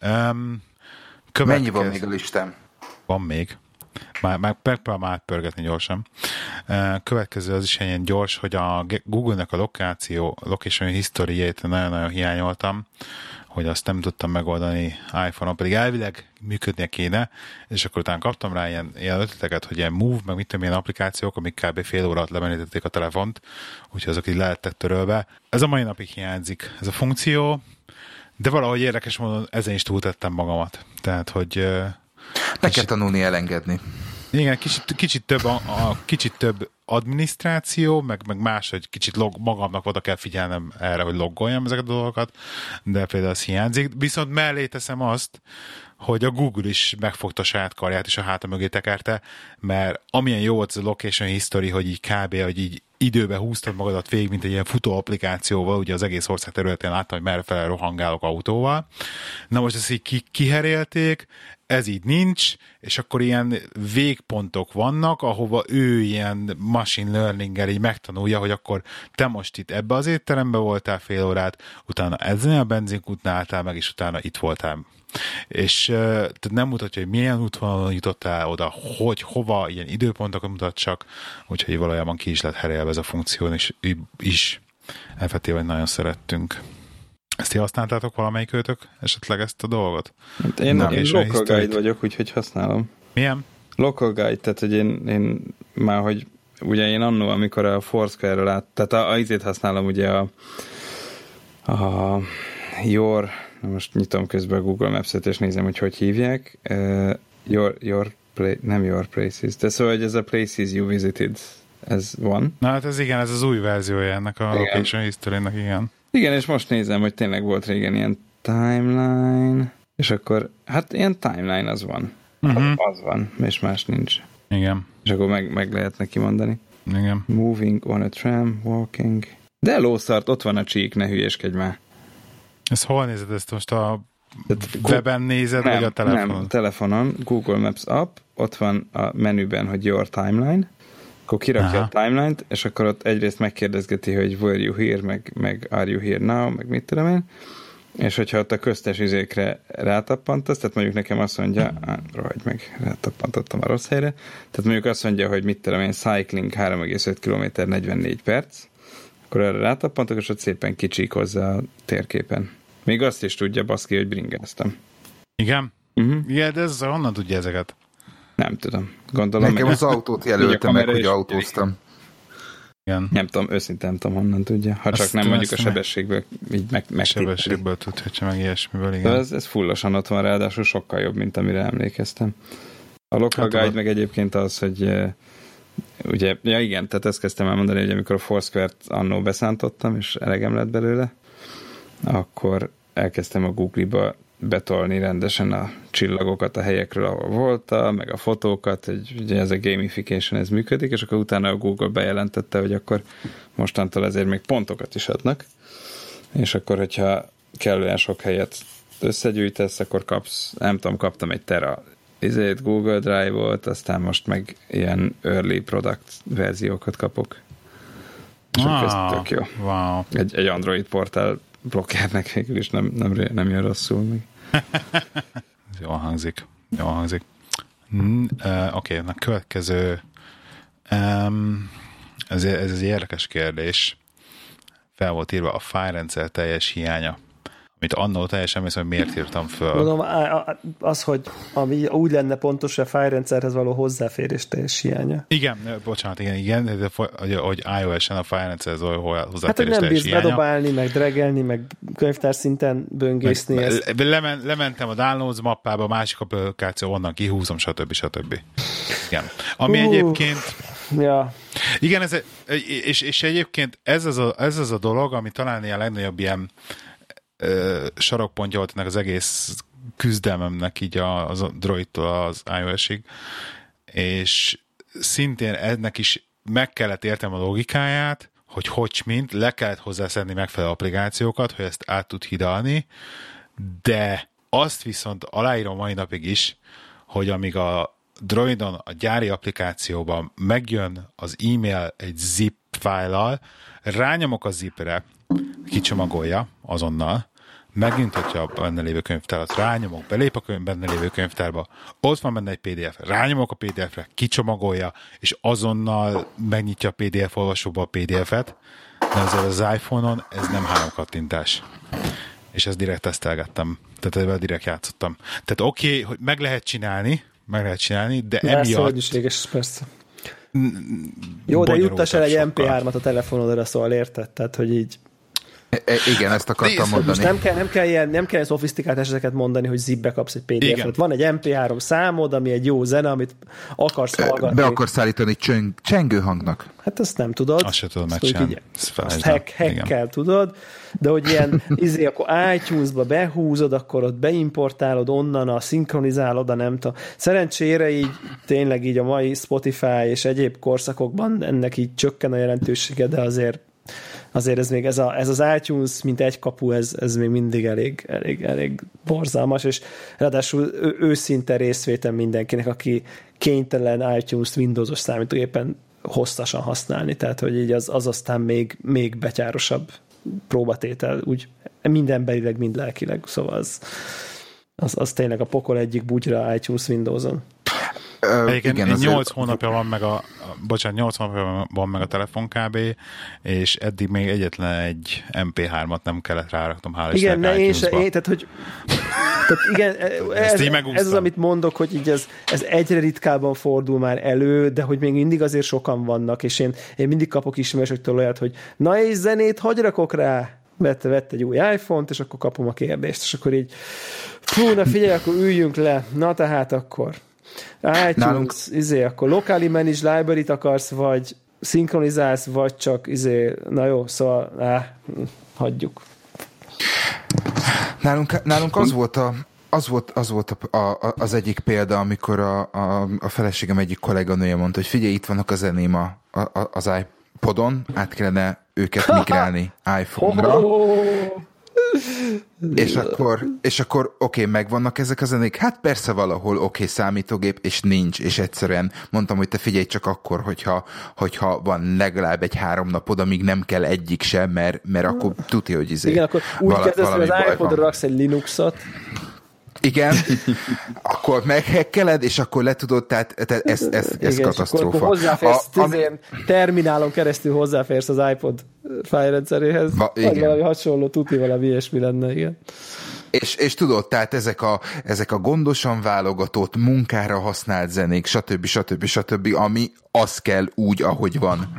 um, következ... Mennyi van még a listán? Van még. Már, már megpróbálom átpörgetni gyorsan. Következő az is ilyen gyors, hogy a Google-nek a lokáció, location history-jét nagyon-nagyon hiányoltam, hogy azt nem tudtam megoldani iPhone-on, pedig elvileg működnie kéne, és akkor utána kaptam rá ilyen, ilyen ötleteket, hogy ilyen Move, meg mit tudom, ilyen applikációk, amik kb. Fél óra alatt lemenítették a telefont, úgyhogy azok így lehettek törölve. Ez a mai napig hiányzik, ez a funkció, de valahogy érdekes módon ezen is túltettem magamat. Tehát, hogy meg kell tanulni elengedni. Igen, kicsit, kicsit több a, a kicsit több adminisztráció, meg, meg más, hogy kicsit log, magamnak oda kell figyelnem erre, hogy loggoljam ezeket a dolgokat, de például az hiányzik. Viszont mellé teszem azt, hogy a Google is megfogta a saját karját, és a háta mögé tekerte, mert amilyen jó volt az a location history, hogy így kb. Hogy így időbe húztad magadat végig, mint egy ilyen futó applikációval, ugye az egész ország területén láttam, hogy merrefele rohangálok autóval. Na most ezt így ki, kiherélték, ez így nincs, és akkor ilyen végpontok vannak, ahova ő ilyen machine learning-gel így megtanulja, hogy akkor te most itt ebbe az étterembe voltál fél órát, utána ezen a benzinkútnál álltál meg, és utána itt voltál. És uh, tehát nem mutatja, hogy milyen útvonalon jutottál oda, hogy hova, ilyen időpontokat mutat csak, úgyhogy valójában ki is lett herélve ez a funkció, és is effektíven nagyon szerettünk. Ezt ti használtátok valamelyik őtök esetleg ezt a dolgot? Hát én, én local guide vagyok, úgyhogy használom. Milyen? Local guide, tehát hogy én, én már, hogy ugye én annó, amikor a Foursquare-ről át, tehát a, a izét használom ugye a, a Your, most nyitom közben a Google Maps-et, és nézem, hogy hogy hívják. Uh, your, your play, nem Your Places, de szóval, hogy ez a Places You Visited, ez van. Na hát ez igen, ez az új verziója ennek a igen. Location History-nek, igen. Igen, és most nézem, hogy tényleg volt régen ilyen timeline, és akkor, hát ilyen timeline az van. Uh-huh. Az van, és más nincs. Igen. És akkor meg, meg lehet neki mondani. Igen. Moving on a tram, walking. De lószart, ott van a csík, ne hülyéskedj már. Ezt hol nézed? Ezt most a Tehát, weben nézed, nem, vagy a telefonon? Nem, telefonon, Google Maps app, ott van a menüben, hogy Your Timeline, akkor kirakja Aha. a timeline-t, és akkor ott egyrészt megkérdezgeti, hogy were you here, meg, meg are you here now, meg mit tudom én, és hogyha ott a köztes üzékre rátappantasz, tehát mondjuk nekem azt mondja, á, rohagy meg, rátappantottam a rossz helyre, tehát mondjuk azt mondja, hogy mit tudom én, cycling három egész öt kilométer negyvennégy perc, akkor erre rátappantok, és ott szépen kicsík hozzá a térképen. Még azt is tudja, baszki, hogy bringáztam. Igen? Uh-huh. Igen, de ez honnan tudja ezeket? Nem tudom. Gondolom, nekem az autót jelölte meg, hogy autóztam. Igen. Nem tudom, őszintén nem tudom, honnan tudja. Ha csak nem mondjuk a sebességből így meg, meg sebességből tudhatja meg ilyesmiből, igen. Ez, ez fullosan ott van, ráadásul sokkal jobb, mint amire emlékeztem. A Local hát Guide az... meg egyébként az, hogy ugye, ja igen, tehát ezt kezdtem elmondani, hogy amikor a Foursquare-t annó beszántottam, és elegem lett belőle, akkor elkezdtem a Google-ba betolni rendesen a csillagokat a helyekről, ahol voltam, meg a fotókat, hogy ugye ez a gamification, ez működik, és akkor utána a Google bejelentette, hogy akkor mostantól ezért még pontokat is adnak, és akkor, hogyha kellően sok helyet összegyűjtesz, akkor kapsz, nem tudom, kaptam egy tera izét, Google Drive-ot, aztán most meg ilyen early product verziókat kapok. És wow, ez tök jó. Wow. Egy, egy Android portál blokkernek végül is nem, nem, nem jön rosszul még. Jól hangzik. Jól hangzik. Mm, uh, Oké, okay, a következő um, ez, ez egy érdekes kérdés. Fel volt írva a fájlrendszer teljes hiánya. Amit annól teljesen emlékszem, hogy miért írtam föl. Mondom, az, hogy ami úgy lenne pontos, hogy a fájlrendszerhez való hozzáférés teljes hiánya. Igen, bocsánat, igen, igen, de hogy, hogy iOS-en a fájlrendszerhez való hozzáférés hát, hogy nem bírsz bedobálni, meg dregelni, meg könyvtár szinten böngészni. Meg, ezt. Lemen, lementem a Downloads mappába, a másik applikáció, onnan kihúzom, stb. stb. Igen. Ami uh, egyébként... Ja. Igen, ez, és, és egyébként ez az, a, ez az a dolog, ami talán ilyen legnagyobb ilyen sarokpontja volt ennek az egész küzdelmemnek így az Androidtól az iOS-ig, és szintén ennek is meg kellett értem a logikáját, hogy hogy mint, le kellett hozzászedni megfelelő applikációkat, hogy ezt át tud hidalni, de azt viszont aláírom mai napig is, hogy amíg a Droidon, a gyári applikációban megjön az e-mail egy zip fájllal, rányomok a zipre, kicsomagolja azonnal, megnyithatja a benne lévő könyvtárat, rányomok, belép a könyv, benne lévő könyvtárba, ott van benne egy pé dé ef, rányomok a pé dé efre, kicsomagolja, és azonnal megnyitja a pé dé ef olvasóba a pé dé efet, de ezzel az iPhone-on ez nem három kattintás. És ezt direkt tesztelgettem. Tehát ezzel direkt játszottam. Tehát oké, okay, hogy meg lehet csinálni, meg lehet csinálni, de persze, emiatt... hogy is réges, persze. Jó, de juttass el egy em pé hármat a telefonodra, szóval érted? Tehát, hogy így... E, igen, ezt akartam Nézd, mondani. Most nem kell, nem kell ilyen, nem kell szofisztikált eseteket mondani, hogy zipbe kapsz egy pé dé ef-et. Van egy em pé három számod, ami egy jó zene, amit akarsz hallgatni. Be akarsz állítani csöng, csengő hangnak. Hát ezt nem tudod. Azt sem tudom Azt megcsinálni. így, azt hack, hackkel tudod, de hogy ilyen izé, akkor iTunes-ba behúzod, akkor ott beimportálod onnan, a szinkronizálod, a nem tudom. Szerencsére így tényleg így a mai Spotify és egyéb korszakokban ennek így csökken a jelentősége, de azért azért ez még ez, a, ez az iTunes, mint egy kapu, ez, ez még mindig elég, elég, elég borzalmas, és ráadásul ő, őszinte részvétel mindenkinek, aki kénytelen iTunes-t Windowsos számítógépen hosszasan használni, tehát hogy így az, az aztán még, még betyárosabb próbatétel, úgy mind emberileg, mind lelkileg, szóval az, az, az tényleg a pokol egyik bugyra iTunes Windowson. Uh, Egyébként igen, nyolc hónapja van meg a, a bocsánat, nyolc hónapja van meg a telefon kb, és eddig még egyetlen egy em pé hármat nem kellett ráraknom, hál' igen, ne, én se, én, tehát hogy tehát igen, ez, ez az, amit mondok, hogy így ez, ez egyre ritkábban fordul már elő, de hogy még mindig azért sokan vannak, és én, én mindig kapok ismerősöktől olyat, hogy na és zenét hogy rakok rá? Vett, vett egy új iPhone-t, és akkor kapom a kérdést, és akkor így fú, na figyelj, akkor üljünk le, na tehát akkor iTunes, nálunk... izé, akkor locally managed library-t akarsz, vagy szinkronizálsz, vagy csak izé, na jó, szóval áh, hagyjuk. Nálunk, nálunk az volt a az volt, az, volt a, a, az egyik példa, amikor a, a, a feleségem egyik kolléganője mondta, hogy figyelj, itt vannak a zeném a, a, az iPodon, át kellene őket migrálni iPhone-ra. És akkor, és akkor oké, okay, megvannak ezek a zenék? Hát persze valahol oké, okay, számítógép, és nincs, és egyszerűen mondtam, hogy te figyelj csak akkor, hogyha, hogyha van legalább egy három napod, amíg nem kell egyik sem, mert, mert akkor tudja, hogy izé. Igen, akkor úgy vala, kezdesz, hogy az iPodra raksz egy Linuxot. Igen, akkor meghekkeled, és akkor le tudod, tehát, tehát ez, ez, ez igen, katasztrófa. Akkor, akkor hozzáférsz, a, ami... terminálon keresztül hozzáférsz az iPod fájrendszeréhez, vagy valami hasonló, tuti valami ilyesmi lenne, igen. És, és tudod, tehát ezek a, ezek a gondosan válogatott, munkára használt zenék, stb. stb. stb., ami az kell úgy, ahogy van.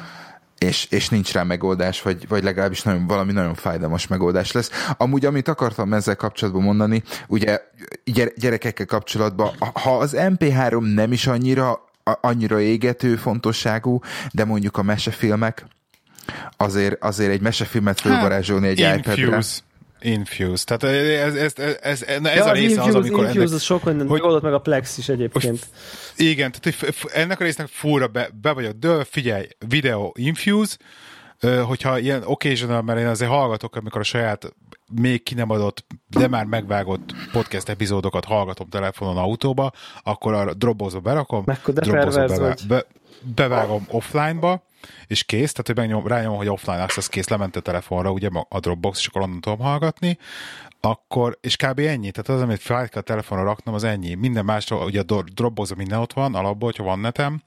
És, és nincs rá megoldás, vagy, vagy legalábbis nagyon, valami nagyon fájdalmas megoldás lesz. Amúgy, amit akartam ezzel kapcsolatban mondani, ugye gyerekekkel kapcsolatban, ha az em pé három nem is annyira, annyira égető fontosságú, de mondjuk a mesefilmek, azért, azért egy mesefilmet fölvarázsolni egy iPad-re. Infuse. Tehát ez, ez, ez, ez, ez ja, a része Infuse, az, amikor Infuse ennek... az sok minden hogy, oldott meg a Plex is egyébként. Hogy, igen, tehát hogy ennek a résznek fúra be, be vagyok, de figyelj, videó Infuse, hogyha ilyen occasional, mert én azért hallgatok, amikor a saját még ki nem adott, de már megvágott podcast epizódokat hallgatom telefonon, autóba, akkor a Dropboxba berakom, Dropboxba be, be, bevágom offline-ba, és kész, tehát hogy megnyom, rányom, hogy offline access kész, lement a telefonra, ugye a Dropbox, és akkor onnan tudom hallgatni, akkor, és kb. Ennyi, tehát az, amit fel kell a telefonra raknom, az ennyi. Minden másról, ugye a Dropboxban minden ott van, alapból, hogyha van netem,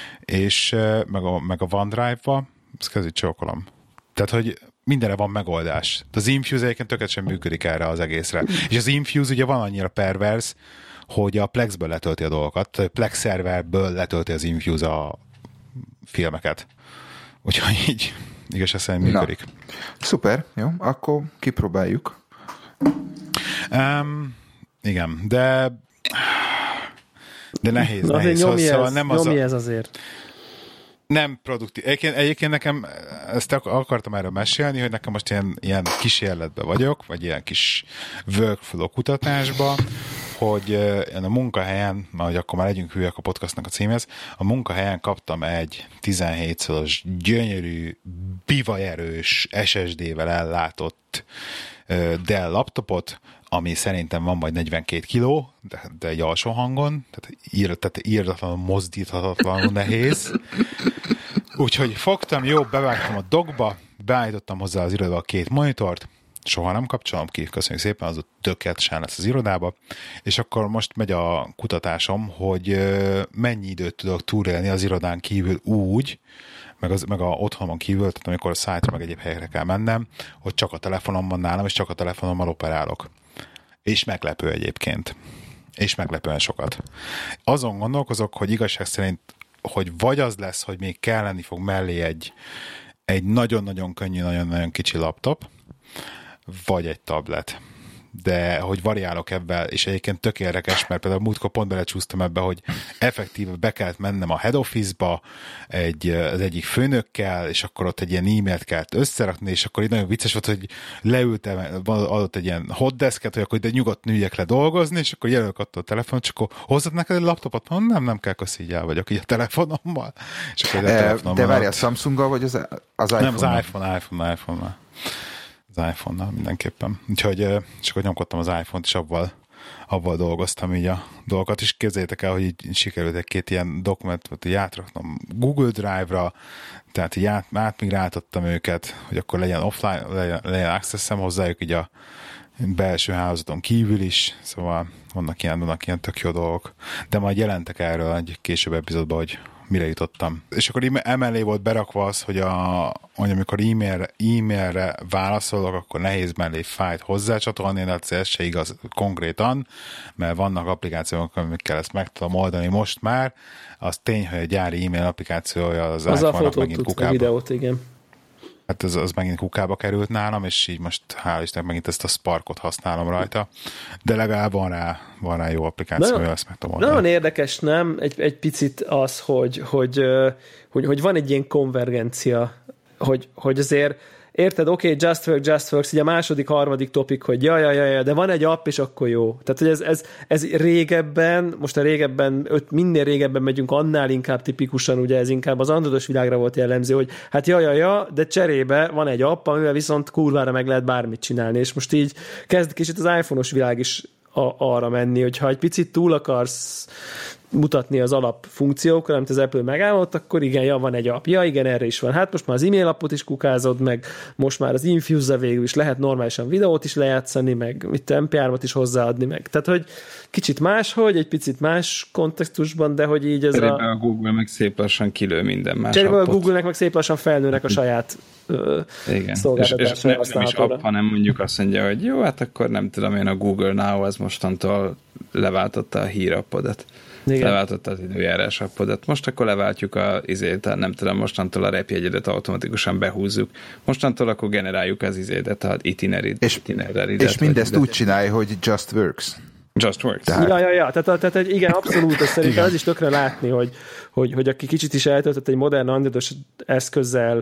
és meg a, meg a OneDrive-ba, ezt kezdjük csókolom. Tehát, hogy mindenre van megoldás. Az Infuse egyébként tökéletesen működik erre az egészre. És az Infuse ugye van annyira pervers, hogy a Plexből letölti a dolgokat, a Plex szerverből letölti az Infuse a filmeket. Úgyhogy így igazság szerint működik. Na. Szuper, jó, akkor kipróbáljuk. Um, igen, de de nehéz, Na, nehéz. Nyomj szóval ez, nem az nyomj a... ez azért. Nem produktív. Egyébként, egyébként nekem, ezt akartam erről mesélni, hogy nekem most ilyen, ilyen kísérletben vagyok, vagy ilyen kis workflow kutatásban, hogy a munkahelyen, hogy akkor már legyünk hülyek a podcastnak a címhez, a munkahelyen kaptam egy tizenhét szoros gyönyörű, bivajerős es es dé-vel ellátott Dell laptopot, ami szerintem van majd negyvenkét kiló, de, de egy alsó hangon, tehát, ír, tehát írdatlanul, mozdíthatatlanul nehéz. Úgyhogy fogtam, jó, bevágtam a dockba, beállítottam hozzá az irodába a két monitort, soha nem kapcsolom ki, köszönjük szépen, az ott tökéletesen lesz az irodába, és akkor most megy a kutatásom, hogy mennyi időt tudok túlélni az irodán kívül úgy, meg, az, meg a otthonomon kívül, tehát amikor a szájtra meg egyéb helyekre kell mennem, hogy csak a telefonom van nálam, és csak a telefonommal operálok. És meglepő egyébként. És meglepően sokat. Azon gondolkozok, hogy igazság szerint, hogy vagy az lesz, hogy még kelleni fog mellé egy, egy nagyon-nagyon könnyű, nagyon-nagyon kicsi laptop, vagy egy tablet. De hogy variálok ebben, és egyébként tök érdekes, mert például múltkor pont belecsúsztam ebbe, hogy effektíve be kellett mennem a head office-ba egy, az egyik főnökkel, és akkor ott egy ilyen e-mailt kellett összerakni, és akkor így nagyon vicces volt, hogy leültem, adott egy ilyen hotdesket, hogy akkor ide nyugodtan üljek le dolgozni, és akkor jelölök attól a telefon, csak akkor hozzad neked egy laptopot? Mondom, nem, nem kell, akkor így el vagyok így a telefonommal. És akkor a telefonommal de várj, a Samsunggal vagy az, az iPhone-nal? Nem, az iPhone, iPhone, iPhone-nal. Az iPhone-nal mindenképpen. Úgyhogy csak nyomkodtam az iPhone-t, és abban, abban dolgoztam így a dolgokat, és képzeljétek el, hogy így sikerült egy-két ilyen dokumentumot így átraknom Google Drive-ra, tehát így át, átmigráltattam őket, hogy akkor legyen offline, legyen, legyen access-em hozzájuk így a belső hálózaton kívül is, szóval vannak ilyen, vannak ilyen tök jó dolgok. De majd jelentek erről egy később epizódban, hogy mire jutottam. És akkor emellé volt berakva az, hogy, a, hogy amikor e-mail, e-mailre válaszolok, akkor nehéz mellé fájt hozzácsatolni, de ez se igaz konkrétan, mert vannak applikációk, amikkel ezt meg tudom oldani most már. Az tény, hogy a gyári e-mail applikációja az, az iPhone-nak megint kukába. Videót, igen. Hát az, az megint kukába került nálam, és így most hál' Istennek megint ezt a Sparkot használom rajta. De legalább van rá, van rá jó applikáció, hogy ezt meg tudom oldani. Nagyon érdekes, nem? Egy, egy picit az, hogy, hogy, hogy, hogy van egy ilyen konvergencia, hogy, hogy azért érted, oké, okay, Just Work, Just Works, így a második, harmadik topik, hogy ja, ja, ja, ja, de van egy app, és akkor jó. Tehát, hogy ez, ez, ez régebben, most a régebben, öt, minél régebben megyünk, annál inkább tipikusan, ugye ez inkább az androidos világra volt jellemző, hogy hát ja, ja, ja, de cserébe van egy app, amivel viszont kurvára meg lehet bármit csinálni, és most így kezd kicsit az iPhone-os világ is a, arra menni, hogyha egy picit túl akarsz mutatni az alapfunkciókra, amit az Apple megálmodott, akkor igen, ja, van egy app. Ja, igen, erre is van. Hát most már az e-mail appot is kukázod, meg most már az Infuse-a végül is lehet normálisan videót is lejátszani, meg mit em pé hármat is hozzáadni, meg. Tehát, hogy kicsit máshogy, egy picit más kontextusban, de hogy így ez Cserébe a... a Google meg szép lassan kilő minden más Cserébe appot. a Google-nek meg szép lassan felnőnek a saját szolgáltatásra. És, és nem, nem is app, hanem mondjuk azt mondja, hogy jó, hát akkor nem tudom én, a Google Now az mostantól leváltotta a hírappodat. Igen. Leváltotta az időjárás appodat. Most akkor leváltjuk a izét, nem tudom, mostantól a repjegyedet automatikusan behúzzuk. Mostantól akkor generáljuk az izédet, az itinerid. És, és mindezt úgy csinálja, hogy just works. Just works. Tehát... Ja, ja, ja. Tehát, tehát egy, igen, abszolút, ez szerintem ez is tökre látni, hogy, hogy, hogy aki kicsit is eltöltött egy modern androidos eszközzel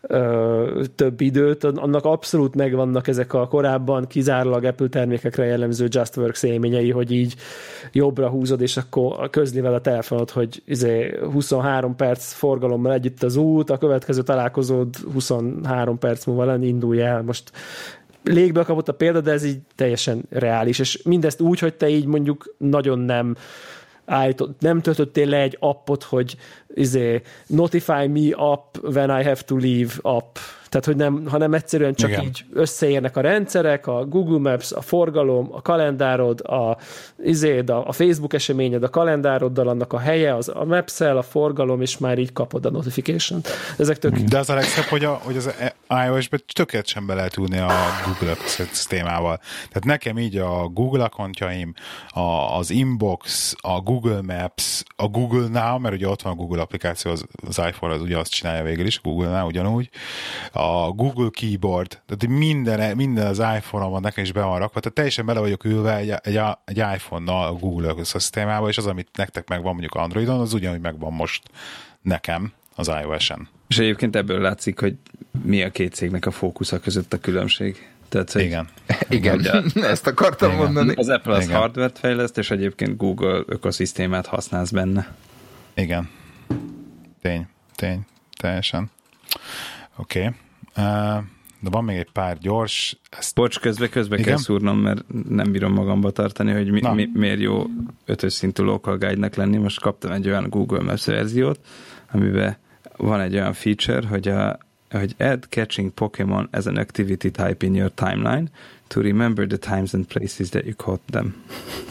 ö, több időt, annak abszolút megvannak ezek a korábban kizárólag Apple termékekre jellemző Just Works élményei, hogy így jobbra húzod, és akkor közli vele a telefonod, hogy izé huszonhárom perc forgalommal együtt az út, a következő találkozód huszonhárom perc múlva indulj el. Most légből kapott a példa, de ez így teljesen reális, és mindezt úgy, hogy te így mondjuk nagyon nem állított, nem töltöttél le egy appot, hogy izé, notify me app when I have to leave app, tehát hogy nem, hanem egyszerűen csak igen. Így összeérnek a rendszerek, a Google Maps, a forgalom, a kalendárod, a, izéd, a Facebook eseményed, a kalendároddal, annak a helye, az, a Maps-el, a forgalom, és már így kapod a notification-t. Ezek tök... De az a legszebb, hogy, a, hogy az iOS-be tökéletesen be lehet ülni a Google szisztémával. Tehát nekem így a Google accountjaim, a, az Inbox, a Google Maps, a Google Now, mert ugye ott van a Google applikáció, az, az iPhone az ugye azt csinálja végül is, a Google Now ugyanúgy, a Google Keyboard, tehát minden, minden az iPhone-on van, nekem is be van rakva, tehát teljesen bele vagyok ülve egy, egy, egy iPhone-nal a Google ökoszisztémába, és az, amit nektek megvan mondjuk Androidon, az ugyanúgy megvan most nekem az iOS-en. És egyébként ebből látszik, hogy mi a két cégnek a fókusza között a különbség. Tehát, hogy igen. Igen, a, ezt akartam igen. mondani. Az Apple az hardware-t fejleszt, és egyébként Google ökoszisztémát használsz benne. Igen. Tény, tény, teljesen. Oké. Okay. Uh, de van még egy pár gyors. Ezt... Bocs, közbe, közbe kell szúrnom, mert nem bírom magamba tartani, hogy mi, mi, miért jó ötös szintű local guide-nek lenni. Most kaptam egy olyan Google Maps verziót, amiben van egy olyan feature, hogy, a, hogy add catching Pokémon as an activity type in your timeline to remember the times and places that you caught them.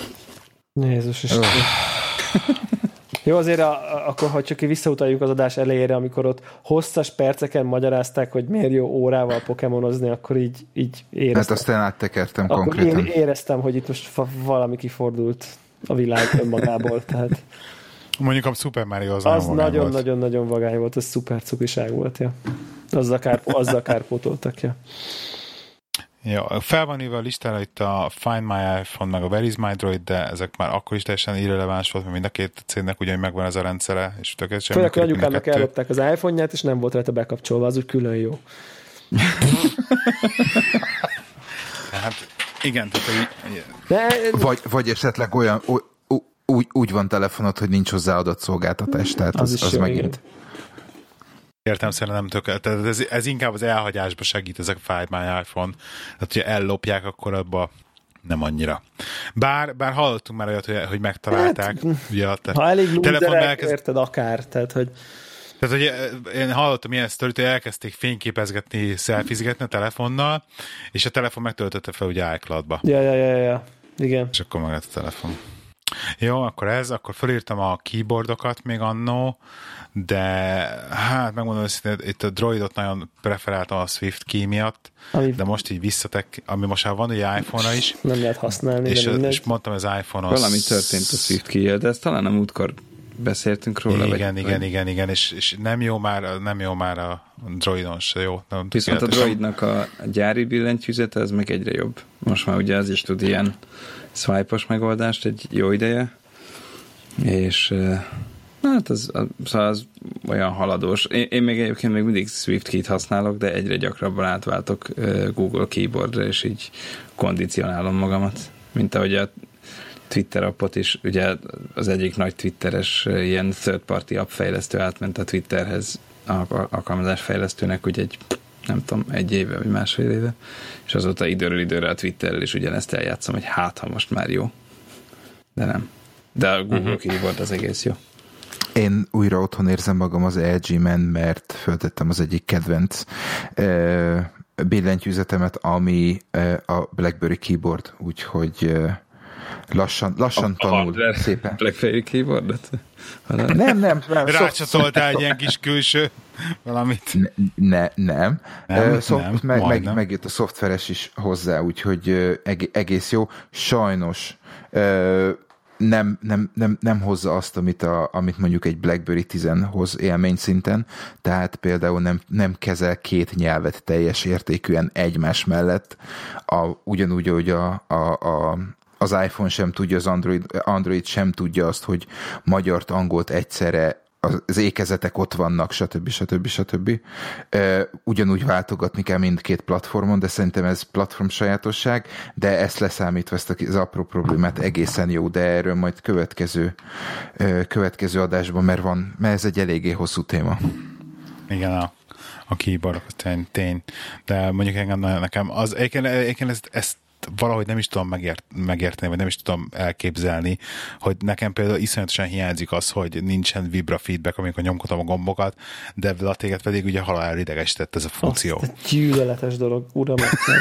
Jézus Isten. Jó, azért a, akkor, ha csak visszautaljuk az adás elejére, amikor ott hosszas perceken magyarázták, hogy miért jó órával pokémonozni, akkor így, így éreztem. Hát aztán áttekertem akkor konkrétan. Én éreztem, hogy itt most valami kifordult a világ önmagából. Tehát mondjuk a Super Mario az, az nagyon-nagyon-nagyon vagány volt, az szuper cukiság volt. Ja. Azzal, kár, azzal kárpótoltak. Ja. Jó, fel van írva a listára itt a Find My iPhone, meg a Where is My Droid, de ezek már akkor is teljesen irreleváns volt, mert mind a két cégnek ugyanúgy megvan ez a rendszere, és tökéletesen főleg, hogy anyukámnak ellopták az iPhone-ját, és nem volt rajta bekapcsolva, az úgy külön jó. Hát igen, tehát hogy... De... Vagy, vagy esetleg olyan, úgy, úgy van telefonod, hogy nincs hozzá adatszolgáltatás, tehát az, az, az jó, megint... Igen. Értem, szerintem nem tökéletes. Ez, ez inkább az elhagyásba segít, ezek a Find My iPhone. Tehát, hogyha ellopják, akkor abba nem annyira. Bár, bár hallottunk már olyat, hogy, hogy megtalálták. Hát, ugye, a te, ha elég lúderek, elkezd... érted akár. Tehát, hogy... Tehát, hogy én hallottam ilyen sztorit, hogy elkezdték fényképezgetni, szelfizgetni a telefonnal, és a telefon megtöltötte fel ugye iCloud-ba. Ja, ja, ja, ja. Igen. És akkor meg lett a telefon. Jó, akkor ez, akkor felírtam a keyboardokat még annó, de hát megmondom őszintén, itt a Droidot nagyon preferáltam a Swift key miatt, ami, de most így visszatek, ami most már van ugye iPhone-ra is. Nem lehet használni. És, és mondtam, az iPhone-on... Valami történt a Swift key-jel, de ezt talán a múltkor beszéltünk róla. Igen, vagy, igen, vagy... igen, igen, és, és nem jó már, nem jó már a Droidon se jó. Nem, viszont a Droidnak a gyári billentyűzete, ez meg egyre jobb. Most már ugye az is tud ilyen swipe-os megoldást egy jó ideje, és hát az, az, az olyan haladós. Én, én még egyébként még mindig Swift key-t használok, de egyre gyakrabban átváltok Google Keyboardra, és így kondicionálom magamat. Mint ahogy a Twitter appot is, ugye az egyik nagy twitteres ilyen third party app fejlesztő átment a Twitterhez alkalmazásfejlesztőnek, ugye egy nem tudom, egy éve, vagy másfél éve, és azóta időről időre a Twitterrel is ugyanezt eljátszom, hogy hát, ha most már jó. De nem. De a Google uh-huh. Keyboard az egész jó. Én újra otthon érzem magam az el gé-men, mert föltettem az egyik kedvenc uh, billentyűzetemet, ami uh, a BlackBerry Keyboard, úgyhogy uh, lassan, lassan a, tanul a szépen. BlackBerry Keyboardot? Nem, nem. nem Rácsatoltál egy ilyen kis külső valamit? Ne, ne, nem. nem, uh, szó, nem meg, meg, megjött a szoftveres is hozzá, úgyhogy uh, egész jó. Sajnos uh, nem, nem, nem, nem hozza azt, amit, a, amit mondjuk egy BlackBerry tíz hoz élmény szinten, tehát például nem, nem kezel két nyelvet teljes értékűen egymás mellett, a, ugyanúgy, hogy a, a, a az iPhone sem tudja, az Android, Android sem tudja azt, hogy magyart, angolt egyszerre, az ékezetek ott vannak, stb. stb. stb. Ugyanúgy váltogatni kell mindkét platformon, de szerintem ez platform sajátosság, de ezt leszámítva, ezt az apró problémát egészen jó, de erről majd következő, következő adásban, mert van, mert ez egy eléggé hosszú téma. Igen, a, a keyboardok, tény, tény. De mondjuk engem, nekem az, egyébként ezt, ezt valahogy nem is tudom megért, megérteni, vagy nem is tudom elképzelni, hogy nekem például iszonyatosan hiányzik az, hogy nincsen vibra feedback, amikor nyomkodom a gombokat, de a téged pedig ugye halál idegesített ez a funkció. Azt a gyűlöletes dolog, uram.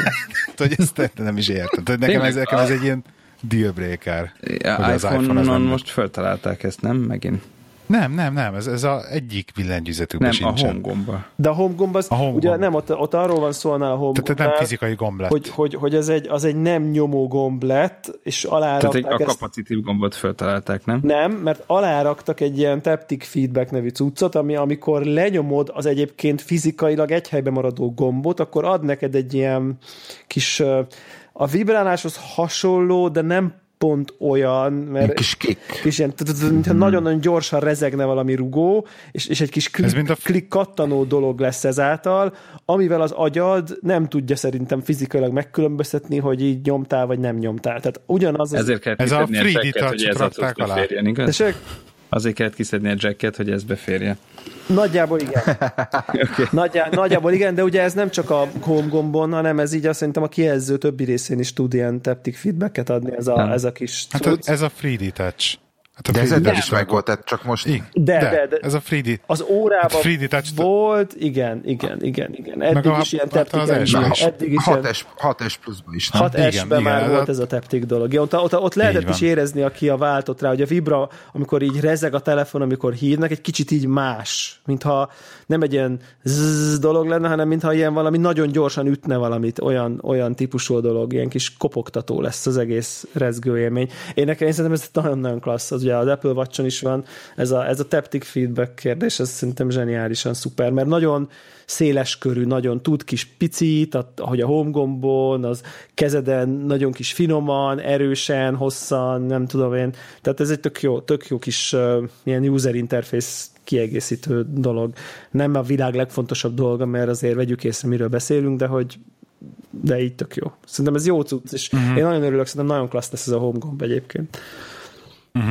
Hogy ezt nem is értem. Nekem ez, nekem ez egy ilyen dealbreaker. Ja, iPhone-on most feltalálták ezt, nem? Megint. Nem, nem, nem, ez, ez az egyik billentyűzetükben sincsen. Nem, a home gomba. De a home gomba, az, a home ugye gomb. Nem, ott, ott arról van szó annál a home Tehát nem fizikai gomb lett. Hogy, hogy, hogy ez egy, az egy nem nyomó gomb lett, és alárakták Tehát a kapacitív gombot feltalálták, nem? Nem, mert aláraktak egy ilyen Taptic Feedback nevű cuccot, ami amikor lenyomod az egyébként fizikailag egy helyben maradó gombot, akkor ad neked egy ilyen kis, a vibráláshoz hasonló, de nem pont olyan, mert kis kick. Kis ilyen, mintha nagyon-nagyon gyorsan rezegne valami rugó, és, és egy kis klik, a... klik kattanó dolog lesz ezáltal, amivel az agyad nem tudja szerintem fizikailag megkülönböztetni, hogy így nyomtál, vagy nem nyomtál. Tehát ugyanaz az... Ezért kellett ez a kiszedni a jacket, hogy ez a beférjen, igaz? Azért kellett kiszedni a jacket, hogy ez beférje. Nagyjából igen. Okay. Nagyjá, nagyjából igen, de ugye ez nem csak a home gombon, hanem ez így azt szerintem a kijelző többi részén is tud ilyen taptic feedbacket adni ez a, ez a kis hát cucc. Ez a free D touch. Hát de ezzel is meg volt, tehát csak most... Igen, de, de, de, de, ez a free D. Az órában hát volt, igen, igen, igen, igen. Eddig a, is ilyen hát taptic. Eddig is hat S pluszban is, nem? hat S-ben már igen, volt ez a taptic dolog. Ja, ott, ott, ott lehetett is érezni, aki a váltott rá, hogy a vibra, amikor így rezeg a telefon, amikor hívnak, egy kicsit így más, mintha nem egy ilyen zzz dolog lenne, hanem mintha ilyen valami nagyon gyorsan ütne valamit, olyan, olyan típusú dolog, ilyen kis kopogtató lesz az egész rezgő élmény. Én nekem én szerintem ez nagyon-nagyon klassz, az ugye az Apple Watch-on is van, ez a, ez a taptic feedback kérdés, ez szerintem zseniálisan szuper, mert nagyon széles körű, nagyon tud kis picit, ahogy a home gombon, az kezeden nagyon kis finoman, erősen, hosszan, nem tudom én, tehát ez egy tök jó, tök jó kis uh, ilyen user interface kiegészítő dolog. Nem a világ legfontosabb dolga, mert azért vegyük észre, miről beszélünk, de hogy de így tök jó. Szerintem ez jó cucc, és uh-huh. én nagyon örülök, szerintem nagyon klassz lesz ez a home gomb egyébként. Uh-huh.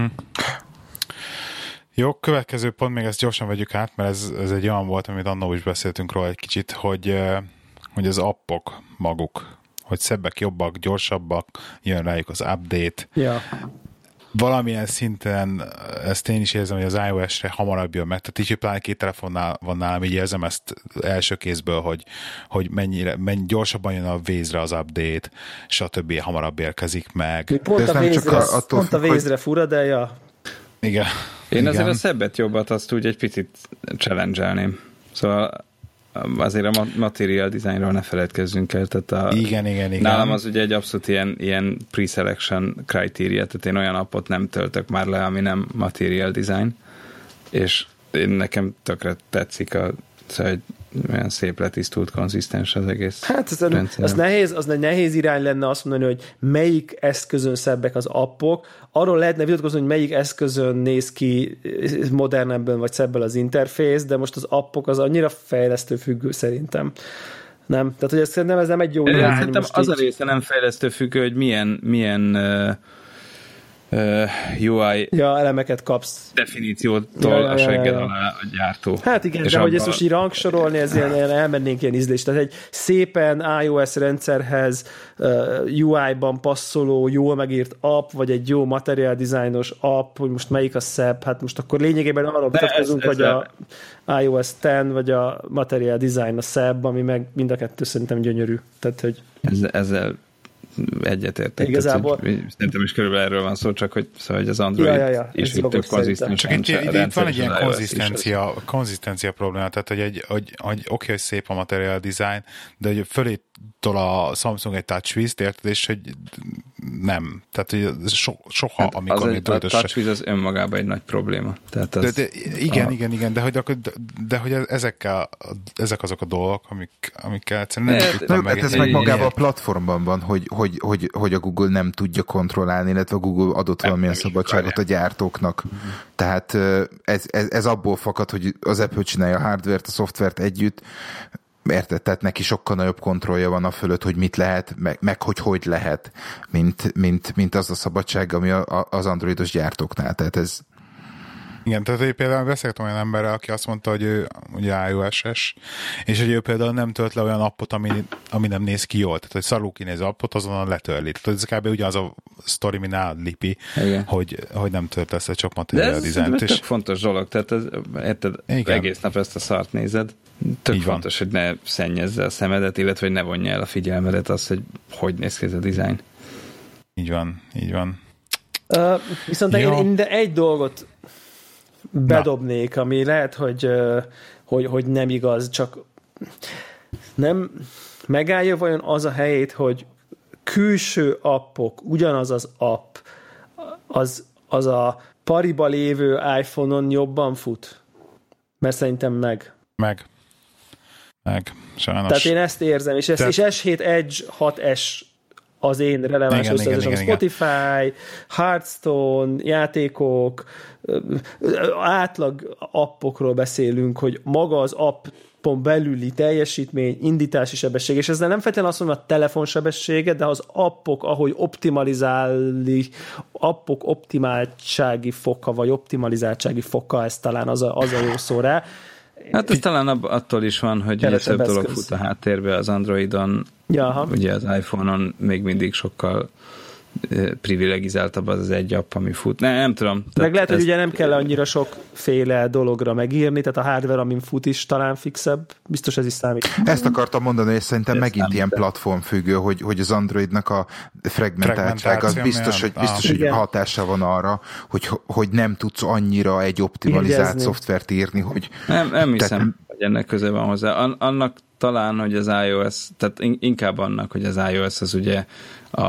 Jó, következő pont, még ezt gyorsan vegyük át, mert ez, ez egy olyan volt, amit annól is beszéltünk róla egy kicsit, hogy, hogy az appok maguk, hogy szebbek, jobbak, gyorsabbak, jön rájuk az update. Ja. Valamilyen szinten ezt én is érzem, hogy az iOS-re hamarabb jön meg. Tehát így, pláne két telefonnál van nálam, így érzem ezt első kézből, hogy, hogy mennyire, mennyi gyorsabban jön a Waze-re az update, és a többi hamarabb érkezik meg. Pont a Waze-re, pont a Waze-re fura, de ja. Igen. Én Igen. azért a szebbet jobbat azt úgy egy picit challenge-elném. Szóval azért a material designról ne feledkezzünk el. Tehát a, igen, igen, igen. Nálam az ugye egy abszolút ilyen, ilyen pre-selection criteria, tehát én olyan appot nem töltök már le, ami nem material design, és én nekem tökre tetszik a, szóval egy olyan szép letisztult, konzisztens az egész. Hát az, az, nehéz, az egy nehéz irány lenne azt mondani, hogy melyik eszközön szebbek az appok. Arról lehetne vitatkozni, hogy melyik eszközön néz ki modernebben vagy szebbel az interfész, de most az appok az annyira fejlesztő függő szerintem. Nem? Tehát, hogy ez szerintem ez nem egy jó irány. Szerintem az így... a része nem fejlesztő függő, hogy milyen, milyen uh, Uh, U I ja, elemeket kapsz. Definíciótól ja, ja, a segged ja, ja. alá a gyártó. Hát igen, és de abba... hogy ezt most így rangsorolni, ez ilyen, elmennénk ilyen ízlés. Tehát egy szépen iOS rendszerhez uh, U I-ban passzoló, jól megírt app, vagy egy jó material designos app, hogy most melyik a szebb, hát most akkor lényegében arról vitatkozunk, hogy a iOS tíz vagy a material design a szebb, ami meg mind a kettő szerintem gyönyörű. Tehát, hogy... Ezzel, ezzel egyetértek. Igazából... Szerintem is körülbelül erről van szó, csak hogy, szóval, hogy az Android ja, ja, ja. is több konzisztens. Csak itt, itt, itt van egy ilyen konzisztencia, konzisztencia probléma, tehát hogy, egy, hogy, hogy oké, okay, hogy szép a material design, de hogy fölé tol a Samsung egy TouchWiz-t, érted, és hogy nem. Tehát, hogy so, soha, hát amikor még töltös... A TouchWiz az önmagában egy nagy probléma. Tehát az, de, de, igen, a... igen, igen, de hogy, de, de hogy ezekkel, ezek azok a dolgok, amik, amikkel egyszerűen nem tudtam meg. Hát ez meg magában a platformban van, hogy, hogy, hogy, hogy a Google nem tudja kontrollálni, illetve a Google adott nem, valamilyen nem szabadságot a gyártóknak. Uh-huh. Tehát ez, ez, ez abból fakad, hogy az Apple csinálja a hardware-t, a szoftvert együtt, érted? Tehát neki sokkal nagyobb kontrollja van a fölött, hogy mit lehet, meg, meg hogy hogy lehet, mint, mint, mint az a szabadság, ami a, a, az androidos gyártóknál. Tehát ez... Igen, tehát hogy például beszéltem olyan emberrel, aki azt mondta, hogy ő ugye iOS-es, és hogy ő például nem tölt le olyan appot, ami, ami nem néz ki jól. Tehát, hogy szarul kinéz appot, azonnal letörli. Tehát ez kb. Ugyanaz a sztori, mint nálad Lipi, hogy, hogy nem tölt lesz egy csak material dizájnt. De ez tök fontos dolog. Tehát ez, érted, egész nap ezt a szart nézed. Tök így fontos, van. Hogy ne szennyezze a szemedet, illetve hogy ne vonja el a figyelmedet az, hogy hogy néz ki ez a dizájn. Így van, így van. Uh, viszont én, én de egy dolgot bedobnék, Na. ami lehet, hogy, hogy, hogy nem igaz, csak nem megállja vajon az a helyét, hogy külső appok, ugyanaz az app, az, az a pariba lévő iPhone-on jobban fut? Mert szerintem meg. Meg. Meg. Sajnos. Tehát én ezt érzem, és, ezt, Te... és es hét Edge hat es az én releváns összeállításom. Spotify, Hearthstone, játékok, átlag appokról beszélünk, hogy maga az appon belüli teljesítmény, indítási sebesség, és ezzel nem feltétlenül azt mondom a telefonsebessége, de az appok, ahogy optimalizálni, appok optimáltsági foka, vagy optimalizáltsági foka, ez talán az a, az a jó szó rá. Hát ez talán attól is van, hogy ugye több dolog fut a háttérbe az Androidon, Jaha. Ugye az iPhone-on még mindig sokkal privilegizáltabb az az egy app, ami fut. Ne, nem tudom. Meg lehet, hogy ugye nem kell annyira sokféle dologra megírni, tehát a hardware, amin fut is talán fixebb. Biztos ez is számít. Ezt akartam mondani, és szerintem ez megint ilyen platformfüggő, hogy, hogy az Androidnak a fragmentáltsága az biztos, hogy, biztos, hogy hatása van arra, hogy, hogy nem tudsz annyira egy optimalizált Érgezni. szoftvert írni, hogy... Nem, nem hiszem, nem... hogy ennek köze van hozzá. Annak talán, hogy az iOS, tehát inkább annak, hogy az iOS az ugye a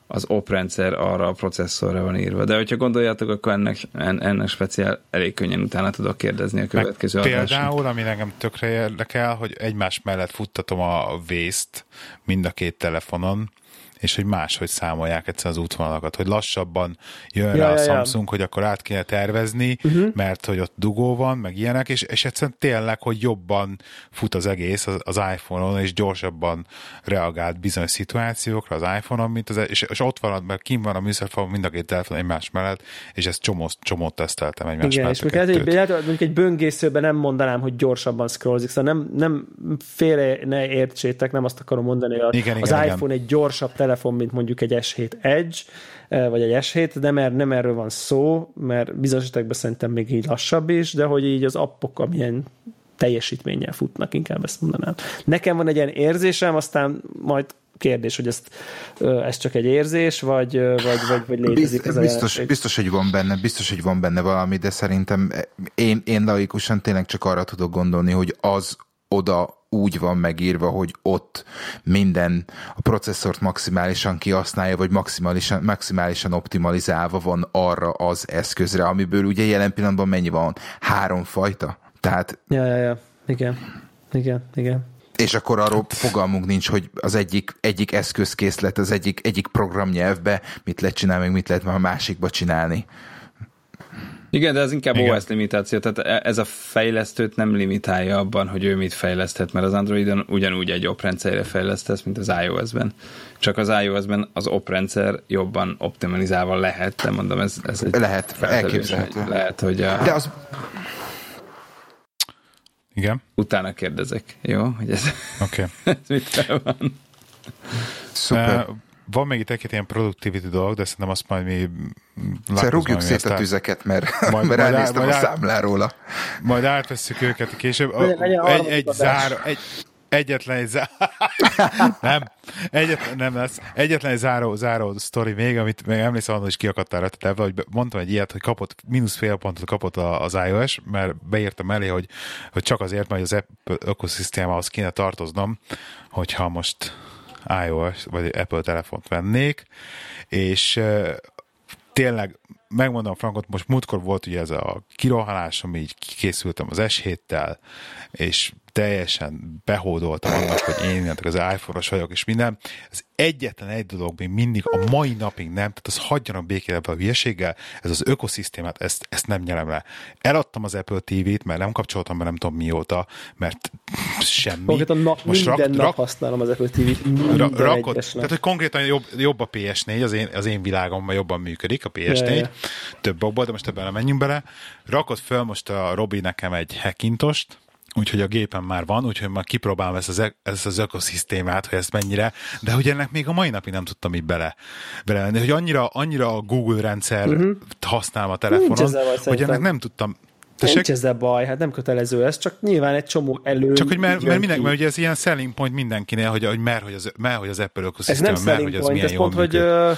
az oprendszer arra a processzorra van írva. De hogyha gondoljátok, akkor ennek, ennek speciál elég könnyen utána tudok kérdezni a következő adásra. Például, ami engem tökre érdekel, hogy egymás mellett futtatom a vészt mind a két telefonon, és hogy máshogy számolják egyszer az útvonalakat, hogy lassabban jön ja, rá a ja, Samsung, ja. hogy akkor át kéne tervezni, uh-huh. mert hogy ott dugó van, meg ilyenek, és, és egyszerűen tényleg, hogy jobban fut az egész az, az iPhone-on, és gyorsabban reagált bizonyos szituációkra az iPhone-on, mint az, és, és ott van, mert kim van a műszerfalon mind a két telefon egymás mellett, és ezt csomó, csomót teszteltem egymás igen, mellett. Igen, és egy, lehet, mondjuk egy böngészőben nem mondanám, hogy gyorsabban scrollzik, szóval nem, nem félre ne értsétek, nem azt akarom mondani, hogy igen, az igen, iPhone igen. egy gyorsabb telefon, telefon, mint mondjuk egy es hét Edge, vagy egy es hét, de mert nem erről van szó, mert bizonyos esetekben szerintem még így lassabb is, de hogy így az appok amilyen teljesítménnyel futnak, inkább ezt mondanám. Nekem van egy ilyen érzésem, aztán majd kérdés, hogy ezt, ez csak egy érzés, vagy, vagy, vagy, vagy létezik ez a biztos, biztos, hogy van benne, biztos, hogy van benne valami, de szerintem én, én laikusan tényleg csak arra tudok gondolni, hogy az oda úgy van megírva, hogy ott minden a processzort maximálisan kihasználja, vagy maximálisan, maximálisan optimalizálva van arra az eszközre, amiből ugye jelen pillanatban mennyi van? Három fajta? Tehát... Ja, ja, ja. Igen. Igen, igen. És akkor arról fogalmunk nincs, hogy az egyik, egyik eszközkészlet, az egyik, egyik programnyelvbe mit lehet csinálni, meg mit lehet már a másikba csinálni. Igen, de ez inkább igen. o es limitáció, tehát ez a fejlesztőt nem limitálja abban, hogy ő mit fejleszthet, mert az Androidon ugyanúgy egy oprendszerre fejlesztesz, mint az iOS-ben. Csak az iOS-ben az oprendszer jobban optimalizálva lehet, de mondom, ez, ez egy lehet, elképzelhető. Lehet, hogy a... De az... Igen? Utána kérdezek, jó? Hogy ez, okay. ez mit van? Szuper. Uh, van még itt egy ilyen productivity dolog, de szerintem azt majd mi... Szóval rúgjuk szét a tüzeket, mert, majd, mert elnéztem majd a számláról. Majd átvesszük őket később. Egy, egy záró... Egy, Egyetlen egy záró... nem, egyetlen, nem lesz. Egyetlen egy záró, záró sztori még, amit még emlékszem, hogy is kiakadtál rá, ebben, hogy mondtam egy ilyet, hogy kapott, mínusz fél pontot kapott az iOS, mert beírtam elé, hogy, hogy csak azért, mert az Apple ökoszisztémához kéne tartoznom, hogyha most iOS vagy Apple telefont vennék, és uh, tényleg megmondom Frankot, most múltkor volt ugye ez a kirohanásom, így készültem az es héttel, és teljesen behódoltam annak, hogy én az iPhone-os vagyok, és minden. Ez egyetlen egy dolog még mindig a mai napig nem, tehát az hagyjanak békére ebbe a hülyeséggel, ez az ökoszisztémát, ezt, ezt nem nyelem le. Eladtam az Apple té vét, mert nem kapcsoltam be nem tudom mióta, mert semmi. Konkrétan nap, most minden rak, nap rak, használom az Apple té vét, minden rakod, tehát, hogy konkrétan jobb, jobb a pé es négy, az én, az én világomban jobban működik a pé es négy, ja, ja. több okból, de most ebben nem menjünk bele. Rakod föl most a Robi nekem egy Hackintost, úgyhogy a gépen már van, úgyhogy már kipróbálom ezt az, ezt az ökoszisztémát, hogy ezt mennyire, de hogy ennek még a mai napig nem tudtam így bele, bele lenni, hogy annyira, annyira a Google rendszer uh-huh. használom a telefonon, hogy ennek nem tudtam. Tessék? Nincs ezzel baj, hát nem kötelező ez, csak nyilván egy csomó elő. Csak hogy mert, mert, minden, mert ugye ez ilyen selling point mindenkinél, hogy, hogy mer, hogy az, mer, hogy az Apple ökoszisztéma, mer, hogy ez point, milyen jól működik. Hogy,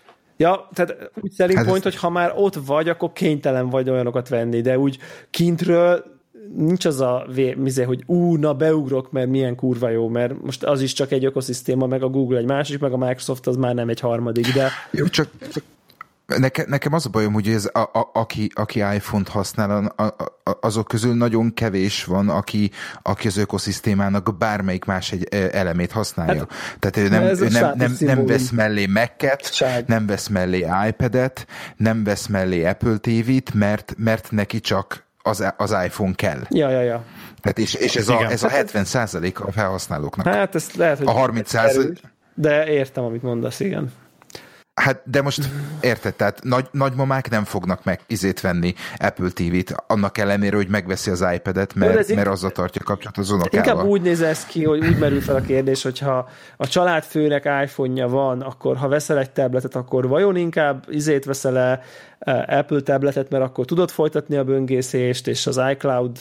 ja, tehát úgy selling hát point, ez... hogy ha már ott vagy, akkor kénytelen vagy olyanokat venni, de úgy kintről nincs az a mizé, hogy ú, na beugrok, mert milyen kurva jó, mert most az is csak egy ökoszisztéma, meg a Google egy másik, meg a Microsoft az már nem egy harmadik, de... Jó, csak, csak neke, nekem az a bajom, hogy ez a, a, aki, aki iPhone-t használ, a, a, azok közül nagyon kevés van, aki, aki az ökoszisztémának bármelyik más egy elemét használja. Hát, tehát ő nem, ő nem, nem, nem vesz mellé Mac-et, nem vesz mellé iPad-et, nem vesz mellé Apple té vét, mert, mert neki csak Az, az iPhone kell. Ja, ja, ja. Tehát és, és ez, a, ez a hetven százalék a felhasználóknak. Hát ez lehet, hogy... A harminc százalék... De értem, amit mondasz, igen. Hát, de most érted, tehát nagy, nagymamák nem fognak meg izét venni Apple té vét, annak ellenére, hogy megveszi az iPad-et, mert, mert azzal tartja kapcsolatot az unokával. Inkább úgy néz ez ki, hogy úgy merül fel a kérdés, hogyha a családfőnek iPhone-ja van, akkor ha veszel egy tabletet, akkor vajon inkább izét veszel-e Apple tabletet, mert akkor tudod folytatni a böngészést, és az iCloud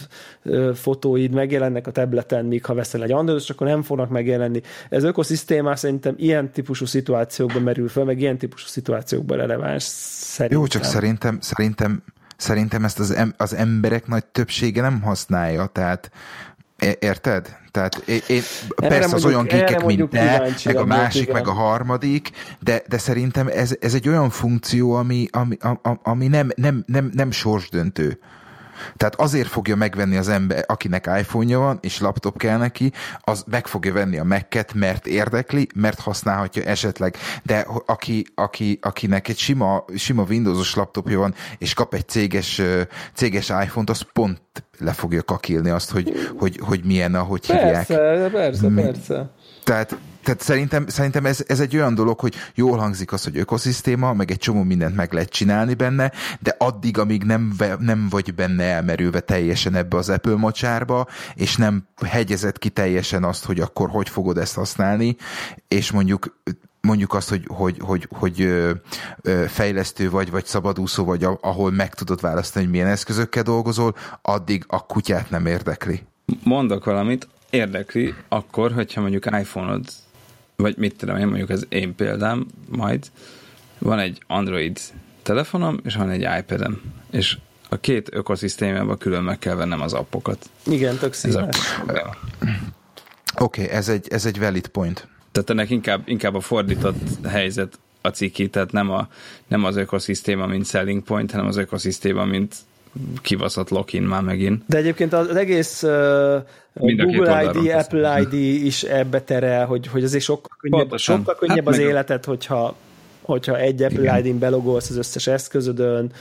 fotóid megjelennek a tableten, míg ha veszel egy Androidot, akkor nem fognak megjelenni. Ez ökoszisztéma szerintem ilyen típusú szituációkban merül fel, meg ilyen típusú szituációkban releváns szerintem. Jó, csak szerintem, szerintem, szerintem ezt az, em, az emberek nagy többsége nem használja, tehát Érted? Tehát én, én, persze mondjuk, az olyan gékek, mint te, meg a másik, igen. meg a harmadik, de, de szerintem ez, ez egy olyan funkció, ami, ami, ami nem, nem, nem, nem sorsdöntő. Tehát azért fogja megvenni az ember, akinek iPhone-ja van, és laptop kell neki, az meg fogja venni a Mac-et, mert érdekli, mert használhatja esetleg. De aki, aki, akinek egy sima, sima Windowsos laptopja van, és kap egy céges, céges iPhone-t, az pont le fogja kakilni azt, hogy, hogy, hogy milyen, ahogy persze, hívják. Persze, persze, persze. Tehát Tehát szerintem, szerintem ez, ez egy olyan dolog, hogy jól hangzik az, hogy ökoszisztéma, meg egy csomó mindent meg lehet csinálni benne, de addig, amíg nem, nem vagy benne elmerülve teljesen ebbe az Apple mocsárba, és nem hegyezed ki teljesen azt, hogy akkor hogy fogod ezt használni, és mondjuk mondjuk azt, hogy, hogy, hogy, hogy ö, ö, fejlesztő vagy, vagy szabadúszó vagy, ahol meg tudod választani, hogy milyen eszközökkel dolgozol, addig a kutyát nem érdekli. Mondok valamit, érdekli akkor, hogyha mondjuk iPhone-od, vagy mit tudom én, mondjuk az én példám, majd van egy Android telefonom, és van egy iPad-em, és a két ökoszisztémában külön meg kell vennem az appokat. Igen, tök szíves. Oké, okay, ez, egy, ez egy valid point. Tehát ennek inkább, inkább a fordított helyzet a ciki, tehát nem, a, nem az ökoszisztéma, mint selling point, hanem az ökoszisztéma, mint kibaszott lock-in már megint. De egyébként az egész uh, Google I D, Apple I D is ebbe terel, hogy, hogy azért sokkal könnyebb, sokkal könnyebb hát az életed, hogyha, hogyha egy Apple I D-n belogolsz az összes eszközödön.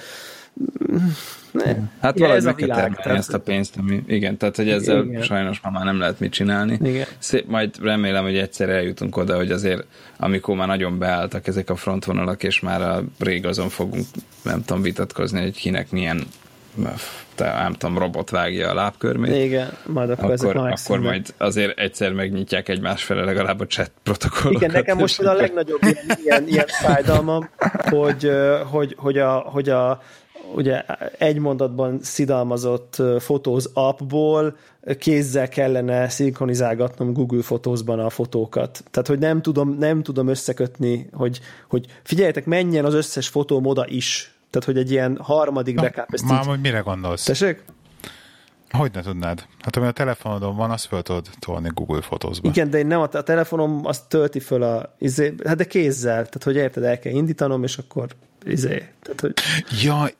Ne. Hát valahogy meg kell termelni ezt a pénzt, ami, igen, tehát hogy ezzel igen. sajnos már nem lehet mit csinálni. Szép, majd remélem, hogy egyszer eljutunk oda, hogy azért amikor már nagyon beálltak ezek a frontvonalak, és már a rég azon fogunk, nem tudom, vitatkozni, hogy kinek milyen te, nem tudom, robot vágja a lábkörmét. Igen, majd akkor, akkor, akkor majd azért egyszer megnyitják egymás felé legalább a chat protokollokat. Igen, nekem most a legnagyobb ilyen, ilyen, ilyen fájdalmam, hogy, hogy, hogy a, hogy a ugye egy mondatban szidalmazott Photos appból kézzel kellene szinkronizálgatnom Google Photos-ban a fotókat. Tehát, hogy nem tudom, nem tudom összekötni, hogy, hogy figyeljetek, menjen az összes fotóm oda is. Tehát, hogy egy ilyen harmadik Na, backup. Ezt már így... hogy mire gondolsz? Tessék? Hogy ne tudnád? Hát ami a telefonodon van, azt fel tudod tolni Google Photos-ba. Igen, de én nem, a telefonom azt tölti föl a izé, hát de kézzel. Tehát, hogy érted, el kell indítanom, és akkor izé. Tehát, hogy... Jaj,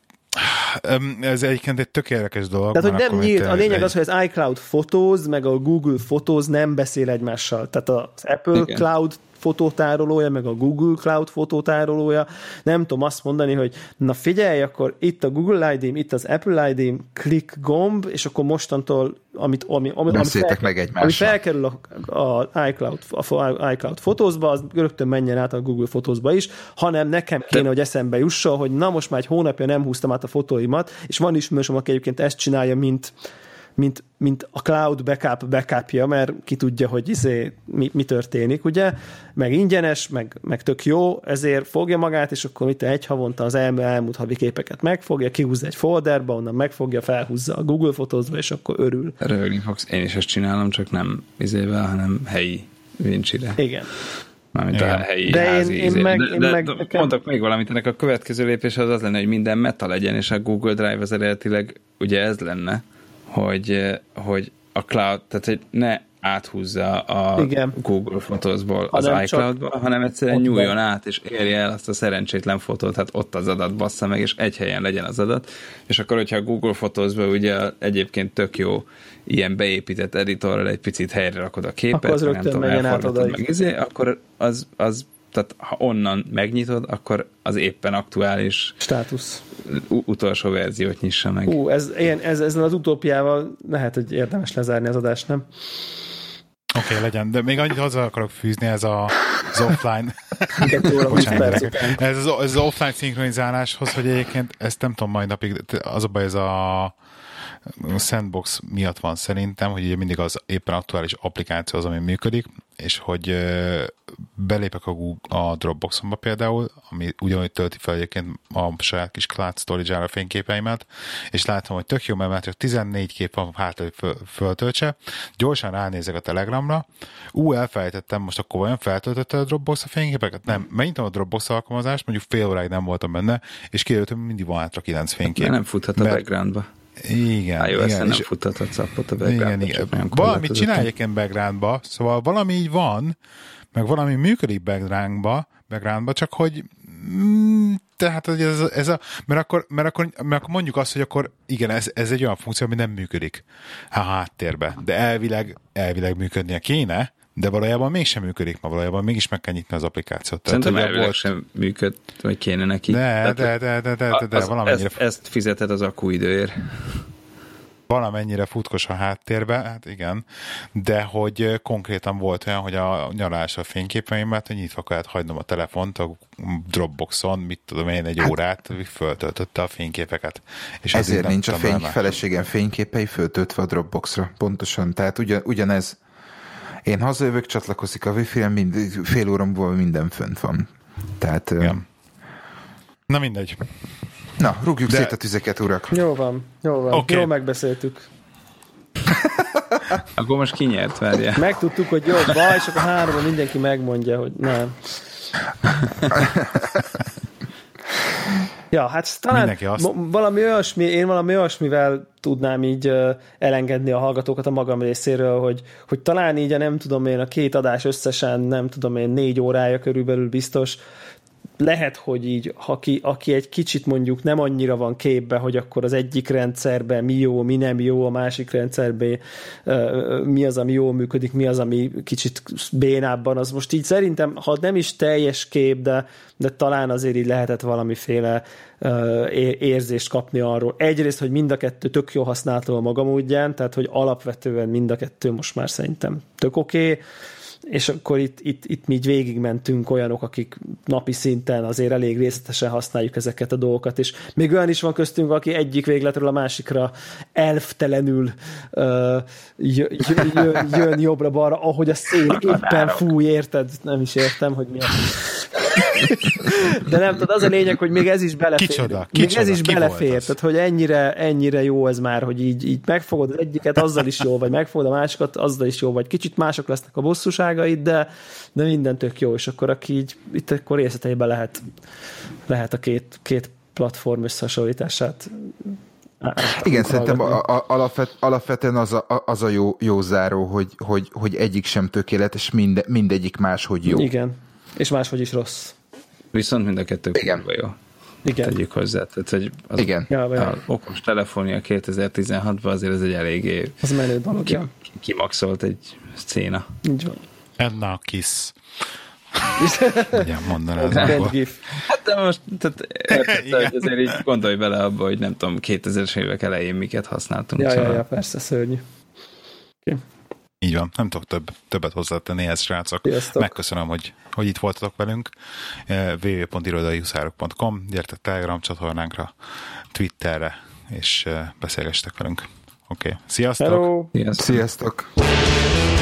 ez egyébként egy tök érdekes dolog. Tehát, hogy nem nyílt. A lényeg egy... az, hogy az iCloud Photos meg a Google Photos nem beszél egymással. Tehát az Apple Igen. Cloud fotótárolója, meg a Google Cloud fotótárolója. Nem tudom azt mondani, hogy na figyelj, akkor itt a Google I D-m, itt az Apple I D-m, klik gomb, és akkor mostantól, amit, ami, ami, ami, fel, meg ami felkerül a, a iCloud, a iCloud Photos-ba, az rögtön menjen át a Google Photos-ba is, hanem nekem kéne, De... hogy eszembe jusson, hogy na most már egy hónapja nem húztam át a fotóimat, és van ismerősöm, aki egyébként ezt csinálja, mint Mint, mint a cloud backup backupja, mert ki tudja, hogy izé, mi, mi történik, ugye? Meg ingyenes, meg, meg tök jó, ezért fogja magát, és akkor mit egy havonta az el, elmúlt havi képeket megfogja, kihúzza egy folderba, onnan megfogja, felhúzza a Google Photos-ba, és akkor örül. Röhögni fogsz. Én is ezt csinálom, csak nem izével, hanem helyi Vinci-re. Igen. Mármint a helyi de házi én, én meg, de, én de, meg de nekem... mondok még valamit, ennek a következő lépés az az lenne, hogy minden meta legyen, és a Google Drive az eredetileg ugye ez lenne, hogy, hogy a cloud, tehát hogy ne áthúzza a Igen. Google Photos-ból az iCloud-ba, hanem egyszerűen nyúljon van. át, és érje el azt a szerencsétlen fotót, hát ott az adat bassza meg, és egy helyen legyen az adat, és akkor, hogyha a Google Photos-ba ugye egyébként tök jó ilyen beépített editorral egy picit helyre rakod a képet, akkor az rögtön menjen át oda meg izé, akkor az, az tehát ha onnan megnyitod, akkor az éppen aktuális státusz u- utolsó verziót nyissa meg. Ú, ez, ilyen, ez, ezzel az utópiával lehet, hogy érdemes lezárni az adást, nem? Oké, okay, legyen, de még annyit hozzá akarok fűzni, ez a, az offline Bocsánat, ez, az, ez az offline szinkronizáláshoz, hogy egyébként ezt nem tudom majd napig, az a baj, ez a Sandbox miatt van szerintem, hogy ugye mindig az éppen aktuális applikáció az, ami működik, és hogy belépek a, Google, a Dropboxomba például, ami ugyanúgy tölti fel egyébként a saját kis cloud storage-ára a fényképeimet, és látom, hogy tök jó, mert már csak tizennégy kép van hátra, hogy föl, föltöltse. Gyorsan ránézek a Telegramra. Ú, elfelejtettem, most akkor olyan feltöltötte a Dropbox a fényképeket? Nem. Megnyitom a Dropbox alkalmazást, mondjuk fél óráig nem voltam benne, és kiderült, hogy mindig van hátra kilenc fénykép. De nem futhat a mert... backgroundba. Igen, iOS-en igen. nem futtathatsz appot a backgroundba. Igen, igen. Valamit csinálják én backgroundba, szóval valami így van, meg valami működik backgroundba, backgroundba csak hogy mm, tehát hogy ez, ez a, mert akkor, mert, akkor, mert akkor mondjuk azt, hogy akkor igen, ez, ez egy olyan funkció, ami nem működik a háttérbe, de elvileg, elvileg működnie kéne, de valójában mégsem működik, ma valójában mégis meg kell nyitni az applikációt. Szerintem elvileg volt... sem működ, vagy kéne neki. De, de, de, de, de, de, de valamennyire... Ezt, ezt fizeted az akkuidőért. Valamennyire futkos a háttérbe, hát igen, de hogy konkrétan volt olyan, hogy a nyaralásra fényképeimben, hogy nyitva kellett hagynom a telefont a Dropboxon, mit tudom én, egy hát, órát, föltöltötte a fényképeket. És ezért nincs a fény, feleségem fényképei föltöltve a Dropboxra, pontosan. Tehát ugyan, ugyanez. Én hazajövök, csatlakozik a Wi-Fi-en, mind, fél óramból minden fönt van. Tehát... Igen. Na mindegy. Na, rúgjuk de... szét a tüzeket, urak. Jó van, jó van. Okay. Jól megbeszéltük. Akkor most ki nyert, várjál? Megtudtuk, hogy jó, baj, és akkor háromban mindenki megmondja, hogy nem. Ja, hát talán azt... valami olyasmi, én valami olyasmivel tudnám így uh, elengedni a hallgatókat a magam részéről, hogy, hogy talán így a nem tudom én, a két adás összesen nem tudom én, négy órája körülbelül biztos, lehet, hogy így, aki, aki egy kicsit mondjuk nem annyira van képbe, hogy akkor az egyik rendszerben mi jó, mi nem jó, a másik rendszerben uh, mi az, ami jól működik, mi az, ami kicsit bénábban, az most így szerintem, ha nem is teljes kép, de, de talán azért így lehetett valamiféle uh, érzést kapni arról. Egyrészt, hogy mind a kettő tök jól használtam a maga módján, tehát, hogy alapvetően mind a kettő most már szerintem tök oké, okay. És akkor itt, itt, itt mi így végigmentünk olyanok, akik napi szinten azért elég részletesen használjuk ezeket a dolgokat, és még olyan is van köztünk, aki egyik végletről a másikra elftelenül uh, jön, jön, jön jobbra-balra, ahogy a szél éppen fúj, érted? Nem is értem, hogy mi a... De nem, tudod, az a lényeg, hogy még ez is belefér. Kicsoda, még kicsoda, ez is ki belefér, tehát hogy ennyire, ennyire jó ez már, hogy így, így megfogod az egyiket, azzal is jó, vagy megfogod a másikat, azzal is jó, vagy kicsit mások lesznek a bosszúságaid, de, de minden tök jó, és akkor aki így, itt akkor részleteiben lehet, lehet a két, két platform összehasonlítását. Igen, szerintem a, a, alapvet, alapvetően az a, az a jó, jó záró, hogy, hogy, hogy egyik sem tökéletes, minde, mindegyik máshogy jó. Igen, és máshogy is rossz. Viszont mind a kettő kurva jó. Igen. Tegyük hozzá. Tehát, hogy az igen. Ja, okos telefonja kétezer-tizenhatban azért ez egy eléggé az menő dolog, ki, ja. kimaxolt egy szcéna. Így van. Enna a kiss. Ugyan mondaná az abban. Hát de most tehát értette, hogy azért így gondolj bele abba, hogy nem tudom, kétezres évek elején miket használtunk. Ja, szóval... ja, ja, persze, szörnyű. Okay. Így van, nem tudok több, többet hozzátenni ehhez, srácok. Sziasztok. Megköszönöm, hogy, hogy itt voltatok velünk. double-u double-u double-u pont irodai huszárok pont com, gyertek Telegram csatornánkra, Twitterre, és beszélgessetek velünk. Oké, okay. Sziasztok! Hello. Sziasztok! Sziasztok.